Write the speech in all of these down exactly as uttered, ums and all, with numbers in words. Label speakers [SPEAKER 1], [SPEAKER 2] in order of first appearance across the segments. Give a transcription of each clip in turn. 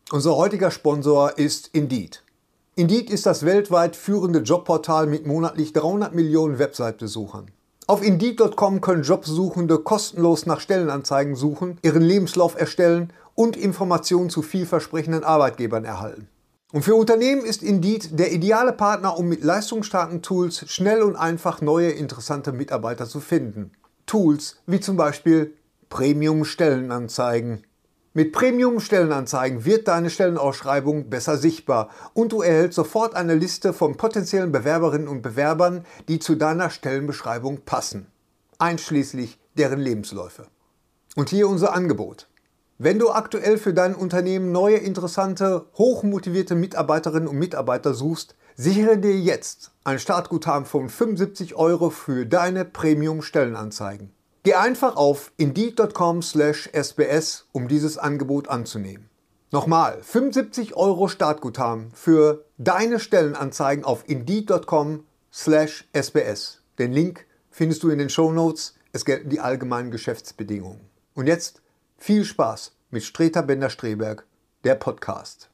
[SPEAKER 1] Unser heutiger Sponsor ist Indeed. Indeed ist das weltweit führende Jobportal mit monatlich dreihundert Millionen Website-Besuchern. Auf Indeed Punkt com können Jobsuchende kostenlos nach Stellenanzeigen suchen, ihren Lebenslauf erstellen und Informationen zu vielversprechenden Arbeitgebern erhalten. Und für Unternehmen ist Indeed der ideale Partner, um mit leistungsstarken Tools schnell und einfach neue, interessante Mitarbeiter zu finden. Tools wie zum Beispiel Premium-Stellenanzeigen. Mit Premium-Stellenanzeigen wird deine Stellenausschreibung besser sichtbar und du erhältst sofort eine Liste von potenziellen Bewerberinnen und Bewerbern, die zu deiner Stellenbeschreibung passen, einschließlich deren Lebensläufe. Und hier unser Angebot. Wenn du aktuell für dein Unternehmen neue, interessante, hochmotivierte Mitarbeiterinnen und Mitarbeiter suchst, sichere dir jetzt ein Startguthaben von fünfundsiebzig Euro für deine Premium-Stellenanzeigen. Geh einfach auf Indeed Punkt com slash S B S, um dieses Angebot anzunehmen. Nochmal, fünfundsiebzig Euro Startguthaben für deine Stellenanzeigen auf Indeed Punkt com slash S B S. Den Link findest du in den Shownotes. Es gelten die allgemeinen Geschäftsbedingungen. Und jetzt viel Spaß mit Streter Bender-Streberg, der Podcast.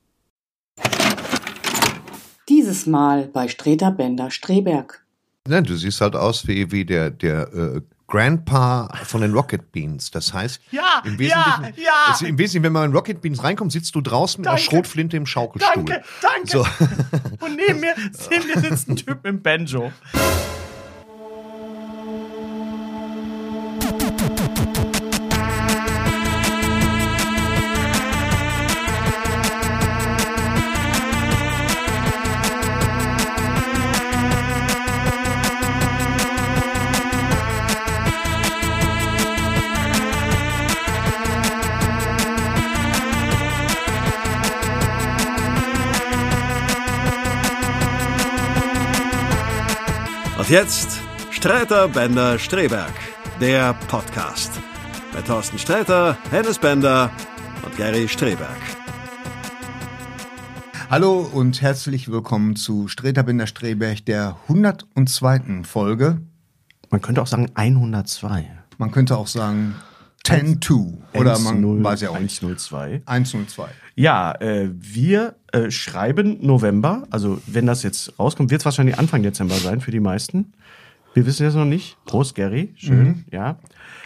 [SPEAKER 2] Dieses Mal bei Streter Bender-Streberg.
[SPEAKER 3] Ja, du siehst halt aus wie, wie der, der äh, Grandpa von den Rocket Beans. Das heißt,
[SPEAKER 4] ja,
[SPEAKER 3] im Wesentlichen,
[SPEAKER 4] ja, ja.
[SPEAKER 3] Also im Wesentlichen, wenn man in Rocket Beans reinkommt, sitzt du draußen mit
[SPEAKER 4] Danke.
[SPEAKER 3] einer Schrotflinte im Schaukelstuhl.
[SPEAKER 4] Danke, danke.
[SPEAKER 3] So.
[SPEAKER 4] Und neben mir, neben mir sitzt ein Typ mit dem Banjo.
[SPEAKER 5] Und jetzt Streter Bender-Streberg, der Podcast. Bei Thorsten Sträter, Hennes Bender und Gary Streberg.
[SPEAKER 1] Hallo und herzlich willkommen zu Streter Bender-Streberg, der hundertzweiten Folge.
[SPEAKER 4] Man könnte auch sagen hundertzwei.
[SPEAKER 1] Man könnte auch sagen zehn zwei oder man weiß ja auch nicht.
[SPEAKER 4] hundertzwei.
[SPEAKER 1] hundertzwei.
[SPEAKER 4] Ja, äh, wir äh, schreiben November. Also wenn das jetzt rauskommt, wird es wahrscheinlich Anfang Dezember sein für die meisten. Wir wissen es noch nicht. Prost, Gary. Schön, mhm. ja.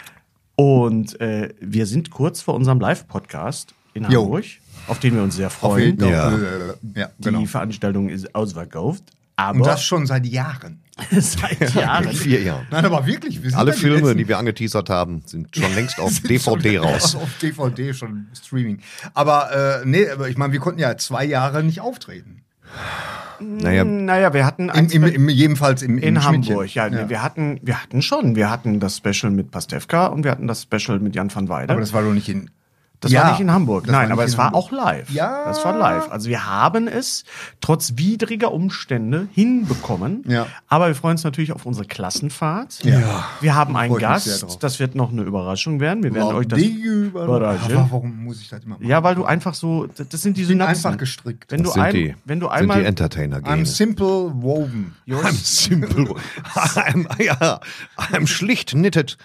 [SPEAKER 4] Und äh, wir sind kurz vor unserem Live-Podcast in
[SPEAKER 1] Jo.
[SPEAKER 4] Hamburg, auf den wir uns sehr freuen.
[SPEAKER 1] Ja,
[SPEAKER 3] Ja.
[SPEAKER 1] äh, ja, genau.
[SPEAKER 4] Die Veranstaltung ist ausverkauft. Aber
[SPEAKER 1] Und das schon seit Jahren.
[SPEAKER 4] seit Jahren.
[SPEAKER 3] In vier Jahren.
[SPEAKER 1] Nein, aber wirklich. Wir sind
[SPEAKER 3] Alle
[SPEAKER 1] ja die
[SPEAKER 3] Filme,
[SPEAKER 1] letzten-
[SPEAKER 3] die wir angeteasert haben, sind schon längst auf
[SPEAKER 1] sind
[SPEAKER 3] D V D
[SPEAKER 1] schon
[SPEAKER 3] raus.
[SPEAKER 1] Auf D V D schon Streaming. Aber äh, nee, aber ich meine, wir konnten ja zwei Jahre nicht auftreten.
[SPEAKER 3] Naja,
[SPEAKER 4] Naja, wir hatten
[SPEAKER 1] Im,
[SPEAKER 4] eins
[SPEAKER 1] im, im, jedenfalls im, im
[SPEAKER 4] in
[SPEAKER 1] Schmidtchen.
[SPEAKER 4] Hamburg. Ja, nee, wir hatten, wir hatten schon. Wir hatten das Special mit Pastewka und wir hatten das Special mit Jan van Weide.
[SPEAKER 1] Aber das war doch nicht in.
[SPEAKER 4] Das
[SPEAKER 1] Ja,
[SPEAKER 4] war nicht in Hamburg.
[SPEAKER 1] das war
[SPEAKER 4] Nein,
[SPEAKER 1] nicht
[SPEAKER 4] aber
[SPEAKER 1] in
[SPEAKER 4] es war
[SPEAKER 1] Hamburg.
[SPEAKER 4] auch live.
[SPEAKER 1] Ja.
[SPEAKER 4] Das war live. Also wir haben es trotz widriger Umstände hinbekommen.
[SPEAKER 1] Ja.
[SPEAKER 4] Aber wir freuen uns natürlich auf unsere Klassenfahrt.
[SPEAKER 1] Ja.
[SPEAKER 4] Wir haben einen
[SPEAKER 1] Freu ich mich sehr
[SPEAKER 4] Gast.
[SPEAKER 1] drauf.
[SPEAKER 4] Das wird noch eine Überraschung werden. Wir werden
[SPEAKER 1] Warum
[SPEAKER 4] euch das
[SPEAKER 1] die Überraschung?
[SPEAKER 4] überraschen.
[SPEAKER 1] Aber warum muss ich das immer machen?
[SPEAKER 4] Ja, weil du einfach so, das sind die
[SPEAKER 1] Ich bin
[SPEAKER 4] Synapsen.
[SPEAKER 1] einfach gestrickt.
[SPEAKER 4] Wenn du,
[SPEAKER 3] das sind
[SPEAKER 4] ein,
[SPEAKER 3] die,
[SPEAKER 4] wenn du
[SPEAKER 3] sind
[SPEAKER 4] einmal
[SPEAKER 3] die Entertainer-Gene.
[SPEAKER 1] I'm simple woven.
[SPEAKER 3] I'm simple. I'm, ja, I'm schlicht knitted.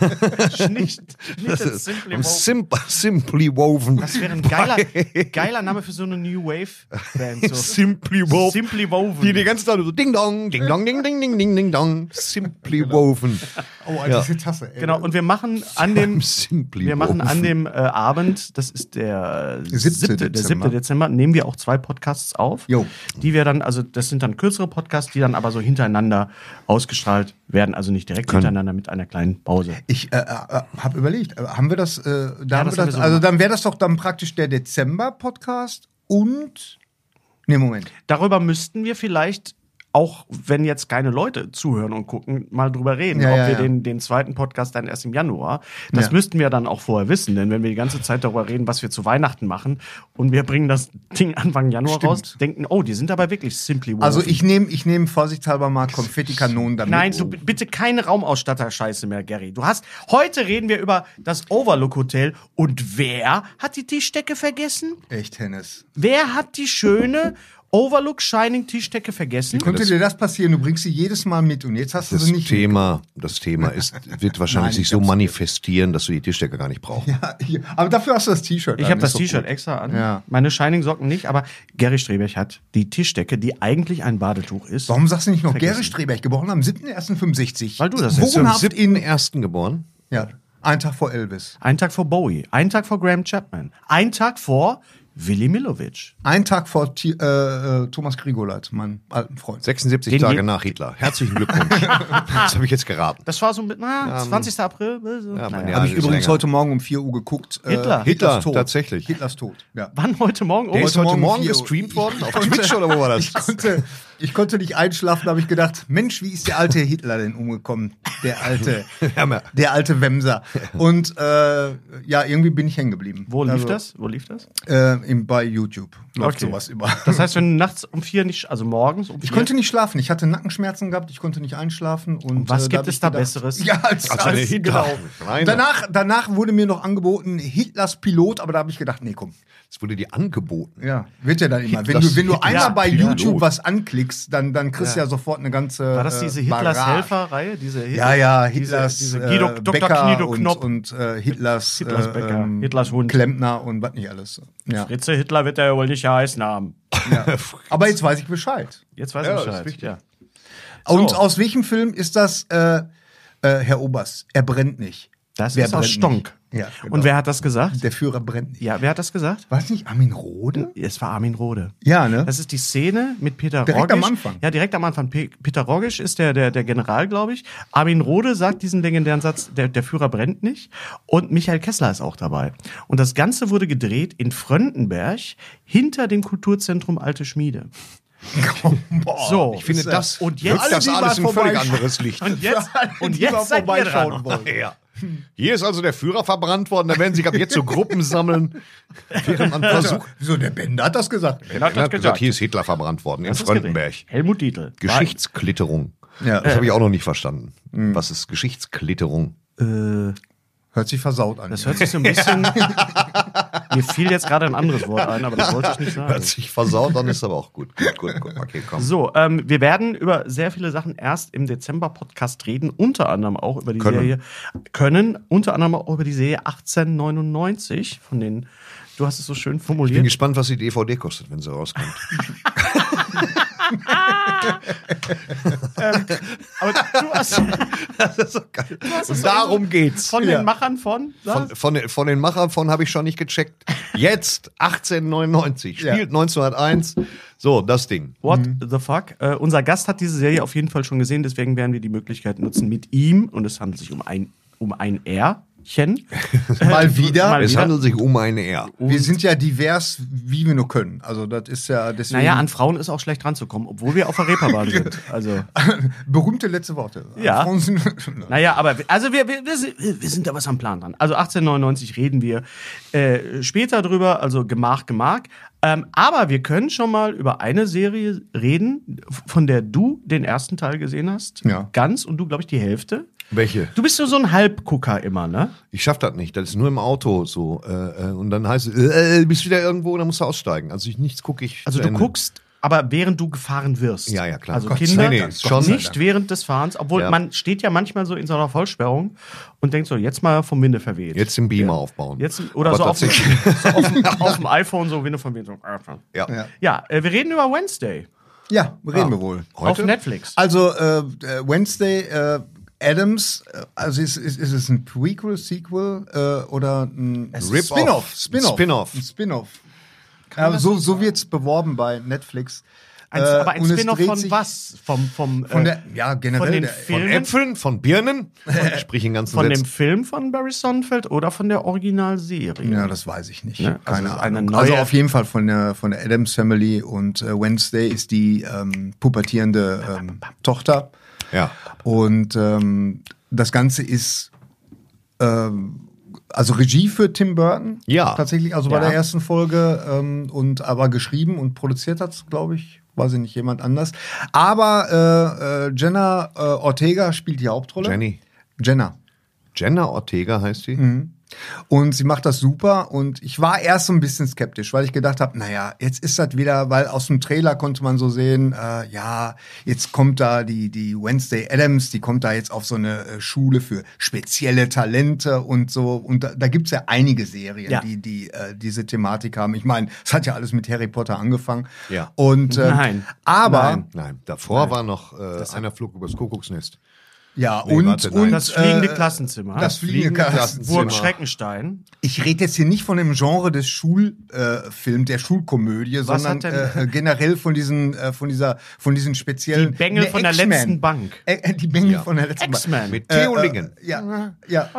[SPEAKER 4] nicht, nicht
[SPEAKER 3] Das
[SPEAKER 4] das
[SPEAKER 3] ist,
[SPEAKER 4] Simply
[SPEAKER 3] I'm
[SPEAKER 4] Woven.
[SPEAKER 3] sim simply woven.
[SPEAKER 4] Das wäre ein geiler, geiler Name für so eine New Wave Band. So.
[SPEAKER 3] Simply woven.
[SPEAKER 4] Simply Woven.
[SPEAKER 3] Die die ganze Zeit so Ding Dong, Ding Dong, Ding Ding Ding Ding Ding Dong. Simply woven.
[SPEAKER 1] Oh,
[SPEAKER 3] Ja.
[SPEAKER 1] diese Tasse. Ey.
[SPEAKER 4] Genau, und wir machen an dem,
[SPEAKER 3] Simply
[SPEAKER 4] wir machen an
[SPEAKER 3] woven.
[SPEAKER 4] dem äh, Abend, das ist der
[SPEAKER 1] Siebte
[SPEAKER 4] siebte, der
[SPEAKER 1] Dezember.
[SPEAKER 4] siebte Dezember, nehmen wir auch zwei Podcasts auf.
[SPEAKER 1] Jo.
[SPEAKER 4] Die wir dann, also das sind dann kürzere Podcasts, die dann aber so hintereinander ausgestrahlt werden, also nicht direkt hintereinander mit einer kleinen Pause.
[SPEAKER 1] Ich äh, äh, habe überlegt, äh, haben wir das, äh, da haben
[SPEAKER 4] das
[SPEAKER 1] wir
[SPEAKER 4] haben
[SPEAKER 1] das,
[SPEAKER 4] wir so
[SPEAKER 1] also
[SPEAKER 4] gemacht.
[SPEAKER 1] dann wäre das doch dann praktisch der Dezember-Podcast und, nee, Moment.
[SPEAKER 4] Darüber müssten wir vielleicht, auch wenn jetzt keine Leute zuhören und gucken, mal drüber reden,
[SPEAKER 1] Ja,
[SPEAKER 4] ob
[SPEAKER 1] ja,
[SPEAKER 4] wir
[SPEAKER 1] ja.
[SPEAKER 4] Den, den zweiten Podcast dann erst im Januar. Das
[SPEAKER 1] Ja.
[SPEAKER 4] müssten wir dann auch vorher wissen, denn wenn wir die ganze Zeit darüber reden, was wir zu Weihnachten machen und wir bringen das Ding Anfang Januar
[SPEAKER 1] Stimmt.
[SPEAKER 4] raus, denken, oh, die sind aber wirklich simply woven.
[SPEAKER 1] Also ich nehme ich nehm vorsichtshalber mal Konfettikanonen damit.
[SPEAKER 4] Nein, du, b- bitte keine Raumausstatter-Scheiße mehr, Gary. Du hast, heute reden wir über das Overlook Hotel und wer hat die Tischdecke vergessen?
[SPEAKER 1] Echt, Hennes.
[SPEAKER 4] Wer hat die schöne Overlook Shining Tischdecke vergessen.
[SPEAKER 6] Wie konnte dir das passieren? Du bringst sie jedes Mal mit und jetzt hast du
[SPEAKER 3] Das
[SPEAKER 6] sie nicht.
[SPEAKER 3] Thema, das Thema ist, wird wahrscheinlich
[SPEAKER 6] Nein,
[SPEAKER 3] sich
[SPEAKER 6] ich
[SPEAKER 3] so
[SPEAKER 6] hab's
[SPEAKER 3] manifestieren, dass du die Tischdecke gar nicht brauchst.
[SPEAKER 6] Ja, hier. Aber dafür hast du das T-Shirt.
[SPEAKER 4] Ich
[SPEAKER 6] an,
[SPEAKER 4] habe das
[SPEAKER 6] ist doch
[SPEAKER 4] T-Shirt
[SPEAKER 6] gut.
[SPEAKER 4] extra an.
[SPEAKER 6] Ja.
[SPEAKER 4] Meine Shining-Socken nicht, aber Gary Strebech hat die Tischdecke, die eigentlich ein Badetuch ist.
[SPEAKER 6] Warum sagst du nicht noch
[SPEAKER 4] Vergessen.
[SPEAKER 6] Gary Strebech, geboren am siebten ersten fünfundsiebzig?
[SPEAKER 4] Weil du das
[SPEAKER 3] Bist du am
[SPEAKER 6] Wohnhaft
[SPEAKER 3] siebten
[SPEAKER 6] in.
[SPEAKER 3] ersten geboren?
[SPEAKER 6] Ja, ein Tag vor Elvis.
[SPEAKER 4] Ein Tag vor Bowie, ein Tag vor Graham Chapman, ein Tag vor Willy Milovic.
[SPEAKER 6] Ein Tag vor T äh, äh, Thomas Grigoleit, meinem alten Freund.
[SPEAKER 3] sechsundsiebzig
[SPEAKER 4] Den
[SPEAKER 3] Tage
[SPEAKER 4] je-
[SPEAKER 3] nach Hitler. Herzlichen Glückwunsch. Das habe ich jetzt geraten.
[SPEAKER 4] Das war so mit, na, zwanzigsten April. So.
[SPEAKER 3] Ja,
[SPEAKER 4] naja.
[SPEAKER 3] ja.
[SPEAKER 6] Habe ich
[SPEAKER 3] das ist
[SPEAKER 6] übrigens
[SPEAKER 3] länger.
[SPEAKER 6] heute Morgen um vier Uhr geguckt. Äh,
[SPEAKER 4] Hitler.
[SPEAKER 3] Hitler,
[SPEAKER 6] Hitlers Tod.
[SPEAKER 3] tatsächlich.
[SPEAKER 6] Hitlers Tod, ja.
[SPEAKER 4] Wann heute Morgen?
[SPEAKER 3] Der
[SPEAKER 4] Oh,
[SPEAKER 3] ist heute
[SPEAKER 6] Morgen
[SPEAKER 3] Morgen
[SPEAKER 6] vier Uhr.
[SPEAKER 3] gestreamt worden? Auf
[SPEAKER 6] konnte-
[SPEAKER 3] Twitch oder wo war das?
[SPEAKER 6] Ich konnte, ich konnte nicht einschlafen, da habe ich gedacht, Mensch, wie ist der alte Hitler denn umgekommen? Der alte, der alte Wemser. Und äh, ja, irgendwie bin ich hängen geblieben.
[SPEAKER 4] Wo lief
[SPEAKER 6] Also,
[SPEAKER 4] das? Wo lief das?
[SPEAKER 6] Äh, im, bei YouTube läuft
[SPEAKER 4] Okay.
[SPEAKER 6] sowas über.
[SPEAKER 4] Das heißt, wenn du nachts um vier nicht, also morgens um vier.
[SPEAKER 6] Ich konnte nicht schlafen. Ich hatte Nackenschmerzen gehabt. Ich konnte nicht einschlafen. Und,
[SPEAKER 4] Was
[SPEAKER 6] äh,
[SPEAKER 4] gibt
[SPEAKER 6] hab
[SPEAKER 4] es
[SPEAKER 6] ich
[SPEAKER 4] da
[SPEAKER 6] gedacht-
[SPEAKER 4] Besseres?
[SPEAKER 6] Ja, als,
[SPEAKER 3] Also eine
[SPEAKER 6] als
[SPEAKER 3] Hitler.
[SPEAKER 6] genau.
[SPEAKER 3] Nein.
[SPEAKER 6] Danach, danach wurde mir noch angeboten Hitlers Pilot, aber da habe ich gedacht, nee, komm.
[SPEAKER 3] Es wurde dir angeboten.
[SPEAKER 6] Ja, wird ja dann immer. Wenn
[SPEAKER 3] Hitlers-
[SPEAKER 6] du, wenn du einmal
[SPEAKER 4] Ja,
[SPEAKER 6] bei
[SPEAKER 3] Pilot.
[SPEAKER 6] YouTube was anklickst, dann, dann kriegst du ja. sofort eine ganze.
[SPEAKER 4] War das diese
[SPEAKER 6] äh,
[SPEAKER 4] Hitlers
[SPEAKER 6] Barrage.
[SPEAKER 4] Helfer-Reihe? Diese Hitler,
[SPEAKER 6] Ja, ja,
[SPEAKER 4] diese-
[SPEAKER 6] Hitlers
[SPEAKER 4] diese
[SPEAKER 6] äh,
[SPEAKER 4] Guido, Doktor
[SPEAKER 6] Bäcker
[SPEAKER 4] Knido
[SPEAKER 6] und,
[SPEAKER 4] Knopp.
[SPEAKER 6] und äh, Hitlers,
[SPEAKER 4] Hitlers
[SPEAKER 6] äh,
[SPEAKER 4] Bäcker,
[SPEAKER 6] ähm,
[SPEAKER 4] Hitlers Hund.
[SPEAKER 6] Klempner und was nicht alles. Ja.
[SPEAKER 4] Fritze Hitler wird er ja wohl nicht heißen haben.
[SPEAKER 6] Aber jetzt weiß ich Bescheid.
[SPEAKER 4] Jetzt weiß
[SPEAKER 3] Ja,
[SPEAKER 4] ich
[SPEAKER 3] das ist
[SPEAKER 4] Bescheid.
[SPEAKER 3] wichtig.
[SPEAKER 4] Ja.
[SPEAKER 6] Und
[SPEAKER 4] So.
[SPEAKER 6] aus welchem Film ist das, äh, äh, Herr Obers? Er brennt nicht.
[SPEAKER 4] Das
[SPEAKER 6] Wer
[SPEAKER 4] ist aus
[SPEAKER 6] brennt
[SPEAKER 4] Stonk.
[SPEAKER 6] nicht? Ja, genau.
[SPEAKER 4] Und wer hat das gesagt?
[SPEAKER 6] Der Führer brennt nicht.
[SPEAKER 4] Ja, wer hat das gesagt?
[SPEAKER 6] War es nicht Armin Rohde?
[SPEAKER 4] Es war Armin Rohde.
[SPEAKER 6] Ja, ne?
[SPEAKER 4] Das ist die Szene mit Peter
[SPEAKER 6] Direkt
[SPEAKER 4] Rogisch.
[SPEAKER 6] am Anfang.
[SPEAKER 4] Ja, direkt am Anfang. Pe Peter Rogisch ist der, der, der General, glaube ich. Armin Rohde sagt diesen legendären Satz, der, der Führer brennt nicht. Und Michael Kessler ist auch dabei. Und das Ganze wurde gedreht in Fröndenberg hinter dem Kulturzentrum Alte Schmiede.
[SPEAKER 6] Boah,
[SPEAKER 4] So,
[SPEAKER 3] Ich finde,
[SPEAKER 6] ist, äh,
[SPEAKER 3] das
[SPEAKER 4] und
[SPEAKER 3] rückt
[SPEAKER 4] jetzt-
[SPEAKER 3] das
[SPEAKER 6] die
[SPEAKER 3] alles
[SPEAKER 6] mal
[SPEAKER 3] in ein völlig
[SPEAKER 6] vorbeischauen.
[SPEAKER 3] anderes Licht.
[SPEAKER 4] Und jetzt, und
[SPEAKER 6] die mal
[SPEAKER 4] jetzt seid ihr
[SPEAKER 6] vorbeischauen
[SPEAKER 4] dran.
[SPEAKER 6] wollen.
[SPEAKER 3] Ja. Hier ist also der Führer verbrannt worden, da werden sich ab jetzt so Gruppen sammeln, während man versucht.
[SPEAKER 6] Wieso, der Bender hat das gesagt.
[SPEAKER 4] Wer hat
[SPEAKER 3] Er
[SPEAKER 4] das
[SPEAKER 3] hat gesagt,
[SPEAKER 4] gesagt?
[SPEAKER 3] hier ist Hitler verbrannt worden, in
[SPEAKER 4] Das ist
[SPEAKER 3] Fröndenberg.
[SPEAKER 4] gedreht. Helmut Dietl.
[SPEAKER 3] Geschichtsklitterung.
[SPEAKER 6] Ja.
[SPEAKER 3] Das habe ich auch noch nicht verstanden. Was ist Geschichtsklitterung?
[SPEAKER 6] Hört sich versaut an.
[SPEAKER 4] Das hört sich so ein bisschen. Mir fiel jetzt gerade ein anderes Wort ein, aber das wollte ich nicht sagen.
[SPEAKER 3] Hört sich versaut, dann ist aber auch gut. Gut, gut, gut. Okay, komm.
[SPEAKER 4] So, ähm, wir werden über sehr viele Sachen erst im Dezember-Podcast reden, unter anderem auch über die
[SPEAKER 3] Können.
[SPEAKER 4] Serie Können, unter anderem auch über die Serie achtzehnhundertneunundneunzig, von denen, du hast es so schön
[SPEAKER 3] Ich bin
[SPEAKER 4] formuliert.
[SPEAKER 3] gespannt, was die D V D kostet, wenn sie rauskommt.
[SPEAKER 4] Aber du hast,
[SPEAKER 3] Das ist so geil.
[SPEAKER 4] hast es
[SPEAKER 3] Und
[SPEAKER 4] so
[SPEAKER 3] darum geht's.
[SPEAKER 4] von
[SPEAKER 6] Ja.
[SPEAKER 4] den Machern von,
[SPEAKER 3] Von, von, den- von den Machern von habe ich schon nicht gecheckt. Jetzt achtzehnhundertneunundneunzig,
[SPEAKER 6] Ja.
[SPEAKER 3] spielt neunzehnhunderteins. So, das Ding.
[SPEAKER 4] What the fuck? Äh, unser Gast hat diese Serie auf jeden Fall schon gesehen, deswegen werden wir die Möglichkeit nutzen mit ihm, und es handelt sich um ein, um ein Ärchen.
[SPEAKER 6] Mal wieder.
[SPEAKER 4] Mal
[SPEAKER 3] Es
[SPEAKER 4] wieder.
[SPEAKER 3] handelt sich um ein R.
[SPEAKER 6] Wir sind ja divers, wie wir nur können. Also das ist ja deswegen
[SPEAKER 4] Naja, an Frauen ist auch schlecht ranzukommen, obwohl wir auf der Reeperbahn sind. Also,
[SPEAKER 6] berühmte letzte Worte.
[SPEAKER 4] Ja.
[SPEAKER 6] Frauen sind-
[SPEAKER 4] naja, aber wir- also wir, wir, wir, sind, wir sind da was am Plan dran. Also achtzehnhundertneunundneunzig reden wir äh, später drüber, also Gemach, Gemach. Ähm, aber wir können schon mal über eine Serie reden, von der du den ersten Teil gesehen hast.
[SPEAKER 6] Ja.
[SPEAKER 4] Ganz, und du, glaube ich, die Hälfte.
[SPEAKER 3] Welche?
[SPEAKER 4] Du bist so, so ein Halbgucker immer, ne?
[SPEAKER 3] Ich schaff das nicht. Das ist nur im Auto so. Äh, äh, und dann heißt es, äh, äh, bist wieder irgendwo und dann musst du aussteigen. Also ich, nichts gucke ich.
[SPEAKER 4] Also
[SPEAKER 3] zu
[SPEAKER 4] du
[SPEAKER 3] Ende.
[SPEAKER 4] guckst, aber während du gefahren wirst.
[SPEAKER 3] Ja, ja, klar.
[SPEAKER 4] Also
[SPEAKER 3] Gott sei
[SPEAKER 4] Kinder,
[SPEAKER 3] Dank. Nee, nee, schon.
[SPEAKER 4] nicht während des Fahrens, obwohl
[SPEAKER 3] Ja.
[SPEAKER 4] man steht ja manchmal so in so einer Vollsperrung und denkt so, jetzt mal vom Winde verweht.
[SPEAKER 3] Jetzt den Beamer aufbauen.
[SPEAKER 4] Jetzt, oder
[SPEAKER 3] Aber
[SPEAKER 4] so auf, dem-
[SPEAKER 3] tatsächlich-
[SPEAKER 4] so auf, dem- auf dem iPhone, so Winde vom Wind. So.
[SPEAKER 3] Ja.
[SPEAKER 6] Ja.
[SPEAKER 4] Ja, äh, wir reden über Wednesday
[SPEAKER 6] Ja, reden wir wohl.
[SPEAKER 4] auf Netflix.
[SPEAKER 6] Also äh, äh, Wednesday äh, Adams, äh, also ist, ist, ist es ein Prequel, Sequel äh, oder ein
[SPEAKER 3] Rip-Off.
[SPEAKER 6] Spin-off? Spin-off.
[SPEAKER 3] Spin-off.
[SPEAKER 6] Ein Spin-off. Ja, so so wird es beworben bei Netflix.
[SPEAKER 4] Ein,
[SPEAKER 6] Äh,
[SPEAKER 4] aber ein
[SPEAKER 6] und es
[SPEAKER 4] Spin-off
[SPEAKER 6] dreht
[SPEAKER 4] von
[SPEAKER 6] sich
[SPEAKER 4] was? Vom, vom,
[SPEAKER 6] Von
[SPEAKER 4] äh,
[SPEAKER 6] der, ja, generell.
[SPEAKER 4] von den
[SPEAKER 6] der,
[SPEAKER 3] Von
[SPEAKER 4] Filmen?
[SPEAKER 3] Äpfeln, von Birnen, von, sprich in ganzen
[SPEAKER 4] von dem
[SPEAKER 3] Sätzen.
[SPEAKER 4] Film von Barry Sonnenfeld oder von der Originalserie?
[SPEAKER 6] Ja, das weiß ich nicht.
[SPEAKER 4] Ne? Also
[SPEAKER 6] Keine
[SPEAKER 4] es ist eine
[SPEAKER 6] Ahnung.
[SPEAKER 4] neue-
[SPEAKER 6] Also auf jeden Fall von der, von der Addams Family und äh, Wednesday ist die ähm, pubertierende ähm, Tochter.
[SPEAKER 3] Ja.
[SPEAKER 6] Und ähm, das Ganze ist ähm, also Regie für Tim Burton.
[SPEAKER 3] Ja.
[SPEAKER 6] Tatsächlich, also bei
[SPEAKER 4] Ja.
[SPEAKER 6] der ersten Folge. Ähm, und aber geschrieben und produziert hat es, glaube ich, weiß ich nicht, jemand anders. Aber äh, äh, Jenna äh, Ortega spielt die Hauptrolle.
[SPEAKER 3] Jenny.
[SPEAKER 6] Jenna.
[SPEAKER 3] Jenna Ortega heißt sie.
[SPEAKER 6] Mhm. Und sie macht das super und ich war erst so ein bisschen skeptisch, weil ich gedacht habe, naja, jetzt ist das wieder, weil aus dem Trailer konnte man so sehen, äh, ja, jetzt kommt da die die Wednesday Addams, die kommt da jetzt auf so eine äh, Schule für spezielle Talente und so. Und da, da gibt's ja einige Serien,
[SPEAKER 4] Ja.
[SPEAKER 6] die die äh, diese Thematik haben. Ich meine, es hat ja alles mit Harry Potter angefangen.
[SPEAKER 3] Ja.
[SPEAKER 6] Und ähm,
[SPEAKER 4] Nein.
[SPEAKER 6] aber
[SPEAKER 4] Nein.
[SPEAKER 3] Nein, davor war noch äh, einer flog übers Kuckucksnest.
[SPEAKER 6] ja
[SPEAKER 3] Nee,
[SPEAKER 6] und
[SPEAKER 3] warte, nein.
[SPEAKER 6] und
[SPEAKER 4] Das fliegende
[SPEAKER 6] äh,
[SPEAKER 4] Klassenzimmer.
[SPEAKER 6] Das fliegende
[SPEAKER 3] Fliegende
[SPEAKER 6] Klassenzimmer.
[SPEAKER 4] Burg Schreckenstein.
[SPEAKER 6] Ich rede jetzt hier nicht von dem Genre des Schulfilms, äh, Film, der Schulkomödie,
[SPEAKER 4] Was
[SPEAKER 6] sondern
[SPEAKER 4] hat denn-
[SPEAKER 6] äh, generell von diesen, äh, von dieser, von diesen speziellen.
[SPEAKER 4] Die Bengel
[SPEAKER 6] Ne,
[SPEAKER 4] von der
[SPEAKER 6] X-Men.
[SPEAKER 4] letzten Bank.
[SPEAKER 6] Äh, äh, die Bengel
[SPEAKER 3] Ja.
[SPEAKER 6] von der letzten Bank.
[SPEAKER 4] X-Men.
[SPEAKER 3] Mit Theo
[SPEAKER 6] Äh,
[SPEAKER 3] Lingen.
[SPEAKER 6] Äh, ja, ja.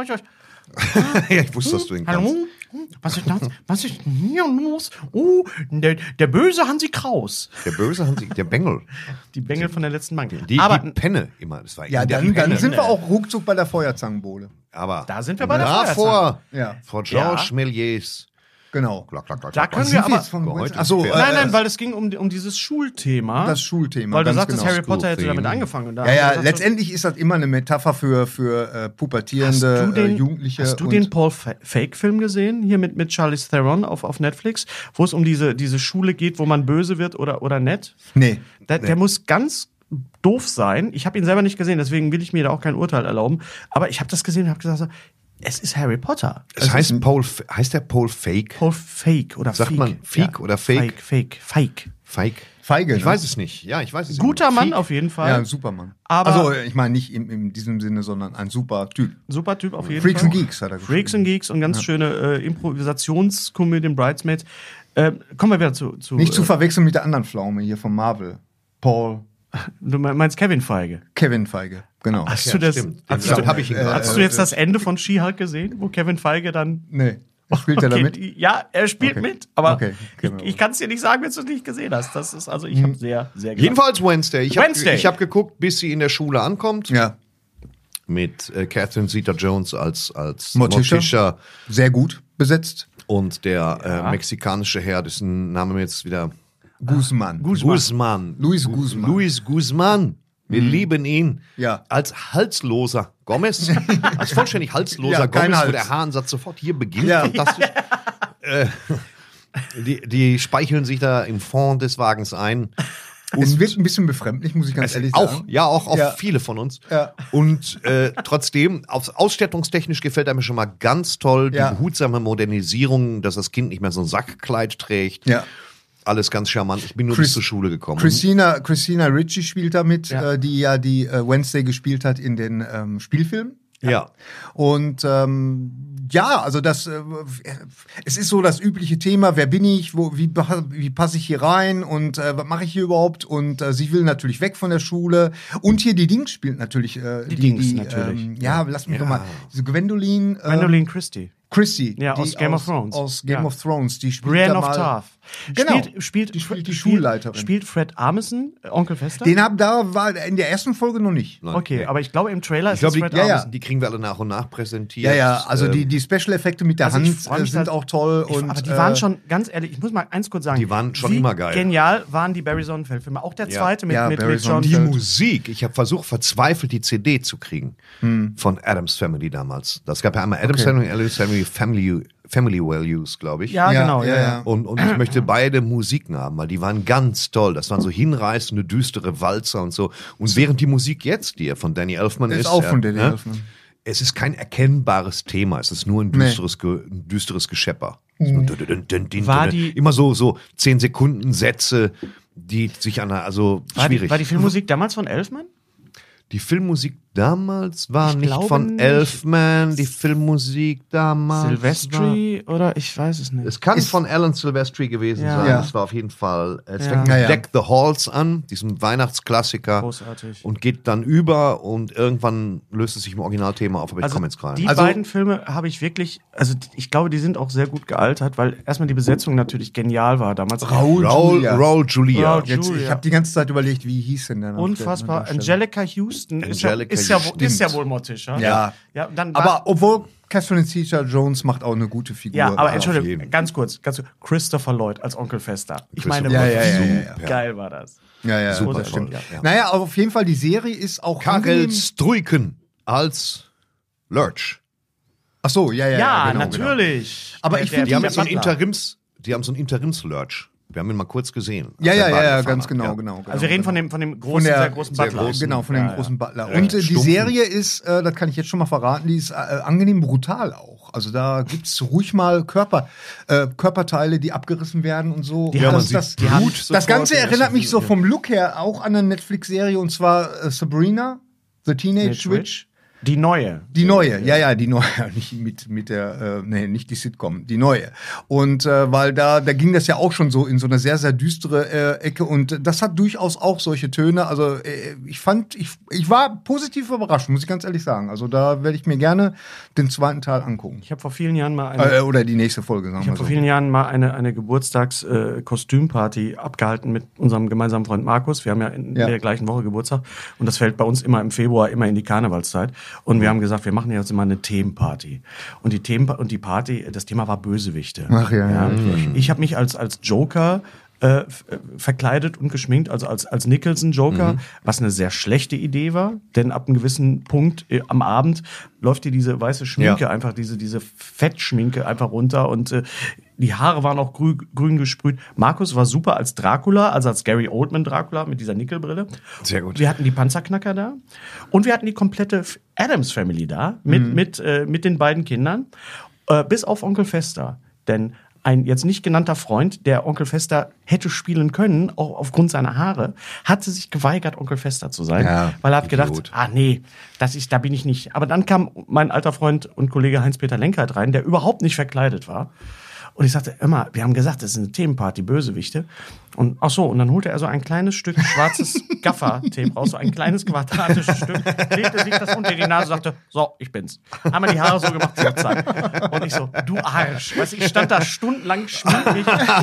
[SPEAKER 3] Ja, ich wusste, dass du ihn kannst.
[SPEAKER 4] Hallo? Was ist das? Was ist denn hier los? Oh, der, der böse Hansi Kraus.
[SPEAKER 3] Der böse Hansi, der Bengel.
[SPEAKER 4] Die Bengel von der letzten Bank.
[SPEAKER 3] Die,
[SPEAKER 4] Aber
[SPEAKER 3] die Penne immer. Das war
[SPEAKER 6] Ja,
[SPEAKER 3] in der
[SPEAKER 6] dann, dann
[SPEAKER 3] Penne.
[SPEAKER 6] sind wir auch ruckzuck bei der Feuerzangenbowle.
[SPEAKER 3] Aber
[SPEAKER 4] Da sind wir bei der
[SPEAKER 3] davor,
[SPEAKER 6] Ja.
[SPEAKER 3] vor Georges
[SPEAKER 4] Ja.
[SPEAKER 3] Méliès.
[SPEAKER 6] Genau.
[SPEAKER 3] Klack, klack, klack,
[SPEAKER 4] Da
[SPEAKER 3] klack,
[SPEAKER 4] können
[SPEAKER 3] klack.
[SPEAKER 4] wir
[SPEAKER 6] Sind wir
[SPEAKER 4] aber-
[SPEAKER 6] jetzt von
[SPEAKER 3] Heute
[SPEAKER 6] Achso,
[SPEAKER 3] ist
[SPEAKER 6] äh,
[SPEAKER 4] Nein, nein, weil es ging um, um dieses Schulthema.
[SPEAKER 6] das Schulthema.
[SPEAKER 4] Weil du
[SPEAKER 6] ganz
[SPEAKER 4] sagtest,
[SPEAKER 6] genau.
[SPEAKER 4] Harry Potter hätte
[SPEAKER 3] School
[SPEAKER 4] damit
[SPEAKER 3] Theme.
[SPEAKER 4] angefangen. Und da
[SPEAKER 6] Ja,
[SPEAKER 4] haben wir
[SPEAKER 6] ja,
[SPEAKER 4] gesagt,
[SPEAKER 6] letztendlich ist das immer eine Metapher für, für äh,
[SPEAKER 4] hast
[SPEAKER 6] pubertierende
[SPEAKER 4] du den,
[SPEAKER 6] äh, Jugendliche.
[SPEAKER 4] hast du
[SPEAKER 6] und-
[SPEAKER 4] den Paul Fa- Fake-Film gesehen, hier mit, mit Charlize Theron auf, auf Netflix, wo es um diese, diese Schule geht, wo man böse wird oder, oder nett?
[SPEAKER 6] Nee.
[SPEAKER 4] Der, der muss ganz doof sein. Ich habe ihn selber nicht gesehen, deswegen will ich mir da auch kein Urteil erlauben. Aber ich habe das gesehen und habe gesagt, so, es ist Harry Potter.
[SPEAKER 3] Es heißt Paul, F- heißt der Paul Fake?
[SPEAKER 4] Paul Fake oder
[SPEAKER 3] Sagt
[SPEAKER 4] Fake.
[SPEAKER 3] man Fake oder Fake?
[SPEAKER 4] Fake, Fake, Fake.
[SPEAKER 3] Fake?
[SPEAKER 6] Feige,
[SPEAKER 3] Ich
[SPEAKER 6] ne?
[SPEAKER 3] weiß es nicht. Ja, ich weiß es
[SPEAKER 4] Guter
[SPEAKER 3] nicht.
[SPEAKER 4] Mann
[SPEAKER 3] Fake.
[SPEAKER 4] auf jeden Fall.
[SPEAKER 6] Ja, ein Supermann.
[SPEAKER 4] Aber-
[SPEAKER 6] also, ich meine nicht in, in diesem Sinne, sondern ein super Typ.
[SPEAKER 4] Super Typ auf jeden
[SPEAKER 6] Freaks
[SPEAKER 4] Fall.
[SPEAKER 6] and Geeks hat er geschrieben.
[SPEAKER 4] Freaks and Geeks und ganz schöne äh, Improvisationskomödien, Bridesmaids. Äh, kommen wir wieder zu. zu
[SPEAKER 6] Nicht zu
[SPEAKER 4] äh,
[SPEAKER 6] verwechseln mit der anderen Pflaume hier von Marvel. Paul,
[SPEAKER 4] Du meinst Kevin Feige.
[SPEAKER 6] Kevin Feige. Genau.
[SPEAKER 4] Hast
[SPEAKER 3] Ja,
[SPEAKER 4] du das?
[SPEAKER 3] stimmt.
[SPEAKER 4] Hast,
[SPEAKER 3] Den
[SPEAKER 4] du,
[SPEAKER 3] hab ich ihn gerade.
[SPEAKER 4] hast du jetzt das Ende von She-Hulk gesehen, wo Kevin Feige dann.
[SPEAKER 6] Nee. Spielt er
[SPEAKER 4] Okay,
[SPEAKER 6] damit?
[SPEAKER 4] ja, er spielt
[SPEAKER 6] Okay.
[SPEAKER 4] mit, aber
[SPEAKER 6] Okay,
[SPEAKER 4] ich,
[SPEAKER 6] können wir
[SPEAKER 4] ich kann es dir nicht sagen, wenn du es nicht gesehen hast. Das ist also, ich habe sehr, sehr gelacht.
[SPEAKER 3] Jedenfalls Wednesday. Ich habe
[SPEAKER 4] Wednesday.
[SPEAKER 3] hab geguckt, bis sie in der Schule ankommt.
[SPEAKER 6] Ja.
[SPEAKER 3] Mit äh, Catherine Zeta-Jones als, als
[SPEAKER 6] Morticia.
[SPEAKER 3] Morticia
[SPEAKER 6] Sehr gut besetzt.
[SPEAKER 3] und der äh, mexikanische Herr, dessen Name mir jetzt wieder...
[SPEAKER 6] Guzman.
[SPEAKER 3] Guzman.
[SPEAKER 6] Luis
[SPEAKER 3] Gu-
[SPEAKER 6] Guzman.
[SPEAKER 3] Luis Guzman. Wir lieben ihn.
[SPEAKER 6] Ja.
[SPEAKER 3] Als halsloser Gomez. als vollständig halsloser
[SPEAKER 6] Ja, kein
[SPEAKER 3] Gomez, wo
[SPEAKER 6] Hals.
[SPEAKER 3] der Haarensatz sofort hier beginnt.
[SPEAKER 6] Ja.
[SPEAKER 3] Fantastisch. äh, die, die speicheln sich da im Fond des Wagens ein.
[SPEAKER 6] Es wirkt ein bisschen befremdlich, muss ich ganz ehrlich
[SPEAKER 3] Auch,
[SPEAKER 6] sagen.
[SPEAKER 3] ja, auch auf
[SPEAKER 6] Ja.
[SPEAKER 3] viele von uns.
[SPEAKER 6] Ja.
[SPEAKER 3] Und äh, trotzdem, aus, ausstattungstechnisch gefällt er mir schon mal ganz toll. Die
[SPEAKER 6] Ja.
[SPEAKER 3] behutsame Modernisierung, dass das Kind nicht mehr so ein Sackkleid trägt.
[SPEAKER 6] Ja.
[SPEAKER 3] Alles ganz charmant. Ich bin nur
[SPEAKER 6] Chris-
[SPEAKER 3] bis zur Schule gekommen.
[SPEAKER 6] Christina, Christina Ricci spielt da mit,
[SPEAKER 4] Ja.
[SPEAKER 6] äh, die ja die äh, Wednesday gespielt hat in den ähm, Spielfilmen.
[SPEAKER 3] ja.
[SPEAKER 6] Und ähm, ja, also das, äh, es ist so das übliche Thema, wer bin ich, wo, wie, pa- wie passe ich hier rein und äh, was mache ich hier überhaupt? Und äh, sie will natürlich weg von der Schule. Und hier die Dings spielt natürlich. Äh,
[SPEAKER 4] Die Dings natürlich.
[SPEAKER 6] Ähm, ja, lass mich doch mal. Diese Gwendoline. Äh,
[SPEAKER 4] Gwendolyn Christie.
[SPEAKER 6] Christie.
[SPEAKER 4] Ja,
[SPEAKER 6] die
[SPEAKER 4] aus Game of Thrones.
[SPEAKER 6] Aus Game
[SPEAKER 4] Ja.
[SPEAKER 6] of Thrones. Die spielt
[SPEAKER 4] Brienne
[SPEAKER 6] da
[SPEAKER 4] of
[SPEAKER 6] mal,
[SPEAKER 4] Tarth.
[SPEAKER 6] Genau.
[SPEAKER 4] Spielt, spielt,
[SPEAKER 6] Die spielt die
[SPEAKER 4] spielt-
[SPEAKER 6] Schulleiterin.
[SPEAKER 4] Spielt Fred Armisen, äh, Onkel Fester?
[SPEAKER 6] Den hab, da war in der ersten Folge noch nicht.
[SPEAKER 4] Okay, aber ich glaube im Trailer
[SPEAKER 3] Ich
[SPEAKER 4] ist
[SPEAKER 3] glaube,
[SPEAKER 4] es
[SPEAKER 3] die,
[SPEAKER 4] Fred
[SPEAKER 6] ja, ja.
[SPEAKER 4] Armisen.
[SPEAKER 3] die kriegen wir alle nach und nach präsentiert.
[SPEAKER 6] Ja, ja, also
[SPEAKER 3] Ähm,
[SPEAKER 6] die, die Special-Effekte mit der
[SPEAKER 4] Also ich
[SPEAKER 6] Hand
[SPEAKER 4] freu
[SPEAKER 6] äh,
[SPEAKER 4] mich
[SPEAKER 6] sind
[SPEAKER 4] da-
[SPEAKER 6] auch toll.
[SPEAKER 4] Ich,
[SPEAKER 6] und,
[SPEAKER 4] aber die
[SPEAKER 6] äh,
[SPEAKER 4] waren schon, ganz ehrlich, ich muss mal eins kurz sagen.
[SPEAKER 3] Die waren schon
[SPEAKER 4] wie
[SPEAKER 3] immer geil.
[SPEAKER 4] Genial waren die Barry Sonnenfeld-Filme. Auch der
[SPEAKER 3] Ja.
[SPEAKER 4] zweite mit,
[SPEAKER 6] Ja,
[SPEAKER 4] mit,
[SPEAKER 6] Barry
[SPEAKER 4] mit John.
[SPEAKER 3] Die
[SPEAKER 6] Sonnenfeld.
[SPEAKER 3] Musik, ich habe versucht, verzweifelt die C D zu kriegen von Adams Family damals. Das gab ja einmal Adams
[SPEAKER 6] Okay.
[SPEAKER 3] Family, Adams Family, Family, Family Values, glaube ich.
[SPEAKER 4] Ja,
[SPEAKER 6] Ja,
[SPEAKER 4] genau. Ja,
[SPEAKER 6] ja,
[SPEAKER 4] ja.
[SPEAKER 6] ja.
[SPEAKER 3] Und, und ich möchte beide Musiken haben, weil die waren ganz toll. Das waren so hinreißende, düstere Walzer und so. Und während die Musik jetzt, die ja von Danny Elfman ist,
[SPEAKER 6] Ist auch von
[SPEAKER 3] ja,
[SPEAKER 6] Danny
[SPEAKER 3] ne?
[SPEAKER 6] Elfman.
[SPEAKER 3] Es ist kein erkennbares Thema. Es ist nur ein düsteres, Ge ein düsteres Geschepper.
[SPEAKER 4] War die-
[SPEAKER 3] Immer so, so zehn Sekunden Sätze, die sich an einer, also
[SPEAKER 4] War,
[SPEAKER 3] schwierig.
[SPEAKER 4] die, war die Filmmusik damals von Elfman?
[SPEAKER 3] Die Filmmusik damals war
[SPEAKER 4] Ich
[SPEAKER 3] nicht
[SPEAKER 4] glaube
[SPEAKER 3] von
[SPEAKER 4] nicht.
[SPEAKER 3] Elfman. Die Filmmusik damals.
[SPEAKER 4] Silvestri oder ich weiß es
[SPEAKER 3] War,
[SPEAKER 4] nicht.
[SPEAKER 3] es kann
[SPEAKER 6] Ist-
[SPEAKER 3] von Alan Silvestri gewesen
[SPEAKER 4] Ja.
[SPEAKER 3] sein.
[SPEAKER 6] Ja.
[SPEAKER 3] Das war auf jeden Fall. Es
[SPEAKER 4] Ja.
[SPEAKER 3] fängt mit
[SPEAKER 6] Ja, ja.
[SPEAKER 3] Deck the Halls an, diesem Weihnachtsklassiker.
[SPEAKER 4] Großartig.
[SPEAKER 3] Und geht dann über und irgendwann löst es sich im Originalthema auf, aber ich komme jetzt gerade.
[SPEAKER 4] die
[SPEAKER 6] Also-
[SPEAKER 4] beiden Filme habe ich wirklich, also ich glaube, die sind auch sehr gut gealtert, weil erstmal die Besetzung natürlich genial war damals.
[SPEAKER 6] Raoul
[SPEAKER 3] Raul
[SPEAKER 6] Julia.
[SPEAKER 3] Raul Julia.
[SPEAKER 4] Raul
[SPEAKER 6] Jetzt,
[SPEAKER 4] Julia.
[SPEAKER 6] ich habe die ganze Zeit überlegt, wie hieß denn der noch?
[SPEAKER 4] Unfassbar.
[SPEAKER 6] Der Darsteller?
[SPEAKER 4] Angelica Houston
[SPEAKER 3] Angelica
[SPEAKER 4] ist, ja, ist, ja,
[SPEAKER 3] Houston.
[SPEAKER 4] wohl- ist ja wohl Morticia.
[SPEAKER 6] Ja.
[SPEAKER 4] ja dann
[SPEAKER 6] Aber
[SPEAKER 4] war,
[SPEAKER 6] obwohl Catherine Zeta-Jones macht auch eine gute Figur.
[SPEAKER 4] ja, aber
[SPEAKER 6] Also
[SPEAKER 4] Entschuldigung,
[SPEAKER 3] jeden.
[SPEAKER 4] ganz kurz, ganz kurz. Christopher Lloyd als Onkel Fester. Ich meine,
[SPEAKER 3] Christopher
[SPEAKER 6] Ja, ja, ja, ja,
[SPEAKER 3] Super.
[SPEAKER 6] ja.
[SPEAKER 4] geil war das.
[SPEAKER 6] Ja, ja,
[SPEAKER 3] Super
[SPEAKER 6] das stimmt.
[SPEAKER 3] toll, ja.
[SPEAKER 6] Naja, aber auf jeden Fall, die Serie ist auch
[SPEAKER 3] Karel
[SPEAKER 6] angenehm.
[SPEAKER 3] Struiken als Lurch.
[SPEAKER 6] Ach so, ja, ja,
[SPEAKER 4] Ja,
[SPEAKER 6] ja genau,
[SPEAKER 4] natürlich.
[SPEAKER 6] Aber
[SPEAKER 4] Der-
[SPEAKER 6] ich
[SPEAKER 4] der-
[SPEAKER 6] finde,
[SPEAKER 3] Die haben
[SPEAKER 4] der
[SPEAKER 3] jetzt so einen
[SPEAKER 4] Butler.
[SPEAKER 3] Interims, die haben so einen Interims-Lurch. Wir haben ihn mal kurz gesehen.
[SPEAKER 6] Ja,
[SPEAKER 3] als
[SPEAKER 6] ja,
[SPEAKER 3] er
[SPEAKER 6] ja,
[SPEAKER 3] Bahn
[SPEAKER 6] ja,
[SPEAKER 3] gefahren
[SPEAKER 6] ganz
[SPEAKER 3] hat.
[SPEAKER 6] genau,
[SPEAKER 3] Ja.
[SPEAKER 6] genau, genau.
[SPEAKER 4] Also wir reden von
[SPEAKER 6] genau.
[SPEAKER 4] dem, von dem großen,
[SPEAKER 6] Von der-
[SPEAKER 4] sehr großen
[SPEAKER 3] sehr
[SPEAKER 4] Butler.
[SPEAKER 3] großen,
[SPEAKER 6] Genau, von dem
[SPEAKER 4] Ja, ja.
[SPEAKER 6] großen Butler.
[SPEAKER 3] Ja,
[SPEAKER 6] Und äh, die
[SPEAKER 3] stumpfen.
[SPEAKER 6] Serie ist, äh, das kann ich jetzt schon mal verraten, die ist äh, angenehm brutal auch. Also da gibt's ruhig mal Körper, äh, Körperteile, die abgerissen werden und so.
[SPEAKER 3] Ja,
[SPEAKER 6] und
[SPEAKER 3] man
[SPEAKER 6] das,
[SPEAKER 3] sieht
[SPEAKER 6] das,
[SPEAKER 3] Blut
[SPEAKER 6] das
[SPEAKER 3] sofort
[SPEAKER 6] Ganze
[SPEAKER 3] in der
[SPEAKER 6] erinnert
[SPEAKER 3] ersten
[SPEAKER 6] mich so
[SPEAKER 3] Folge.
[SPEAKER 6] vom Look her auch an eine Netflix-Serie und zwar äh, Sabrina, The Teenage
[SPEAKER 4] Teenage
[SPEAKER 6] Witch.
[SPEAKER 4] Die neue.
[SPEAKER 6] Die neue, ja, ja, die neue, nicht mit mit der, äh, nee, nicht die Sitcom, die neue. Und äh, weil da, da ging das ja auch schon so in so eine sehr, sehr düstere äh, Ecke und das hat durchaus auch solche Töne. Also äh, ich fand, ich, ich war positiv überrascht, muss ich ganz ehrlich sagen. Also da werde ich mir gerne den zweiten Teil angucken.
[SPEAKER 4] Ich habe vor vielen Jahren mal eine,
[SPEAKER 6] Äh, oder die nächste Folge, sagen
[SPEAKER 4] ich
[SPEAKER 6] wir
[SPEAKER 4] habe vor
[SPEAKER 6] so.
[SPEAKER 4] vielen Jahren mal eine, eine Geburtstags-Kostümparty abgehalten mit unserem gemeinsamen Freund Markus. Wir haben ja in
[SPEAKER 6] Ja.
[SPEAKER 4] der gleichen Woche Geburtstag und das fällt bei uns immer im Februar, immer in die Karnevalszeit. Und wir haben gesagt, wir machen jetzt immer eine Themenparty. Und die Themen und die Party, das Thema war Bösewichte.
[SPEAKER 6] Ach ja, ja.
[SPEAKER 4] Ich habe mich als als Joker äh, f- äh, verkleidet und geschminkt, also als als Nicholson Joker, was eine sehr schlechte Idee war, denn ab einem gewissen Punkt äh, am Abend läuft dir diese weiße Schminke
[SPEAKER 3] Ja.
[SPEAKER 4] einfach diese diese Fettschminke einfach runter und äh, die Haare waren auch grün, grün gesprüht. Markus war super als Dracula, also als Gary Oldman Dracula mit dieser Nickelbrille.
[SPEAKER 3] Sehr gut.
[SPEAKER 4] Wir hatten die Panzerknacker da und wir hatten die komplette F- Addams Family da mit mit äh, mit den beiden Kindern, äh, bis auf Onkel Fester, denn ein jetzt nicht genannter Freund, der Onkel Fester hätte spielen können, auch aufgrund seiner Haare, hatte sich geweigert, Onkel Fester zu sein,
[SPEAKER 6] Ja,
[SPEAKER 4] weil er hat
[SPEAKER 3] Idiot.
[SPEAKER 4] gedacht, ah nee, das ist, da bin ich nicht. Aber dann kam mein alter Freund und Kollege Heinz-Peter Lenkert rein, der überhaupt nicht verkleidet war. Und ich sagte, immer, wir haben gesagt, das ist eine Themenparty, Bösewichte. Und ach so, und dann holte er so ein kleines Stück schwarzes Gaffer-Tape raus, so ein kleines quadratisches Stück, klebte sich das unter die Nase und sagte, so, ich bin's. Haben wir die Haare so gemacht, so zack. Und ich so, du Arsch. Weißt du, ich stand da stundenlang schminkig.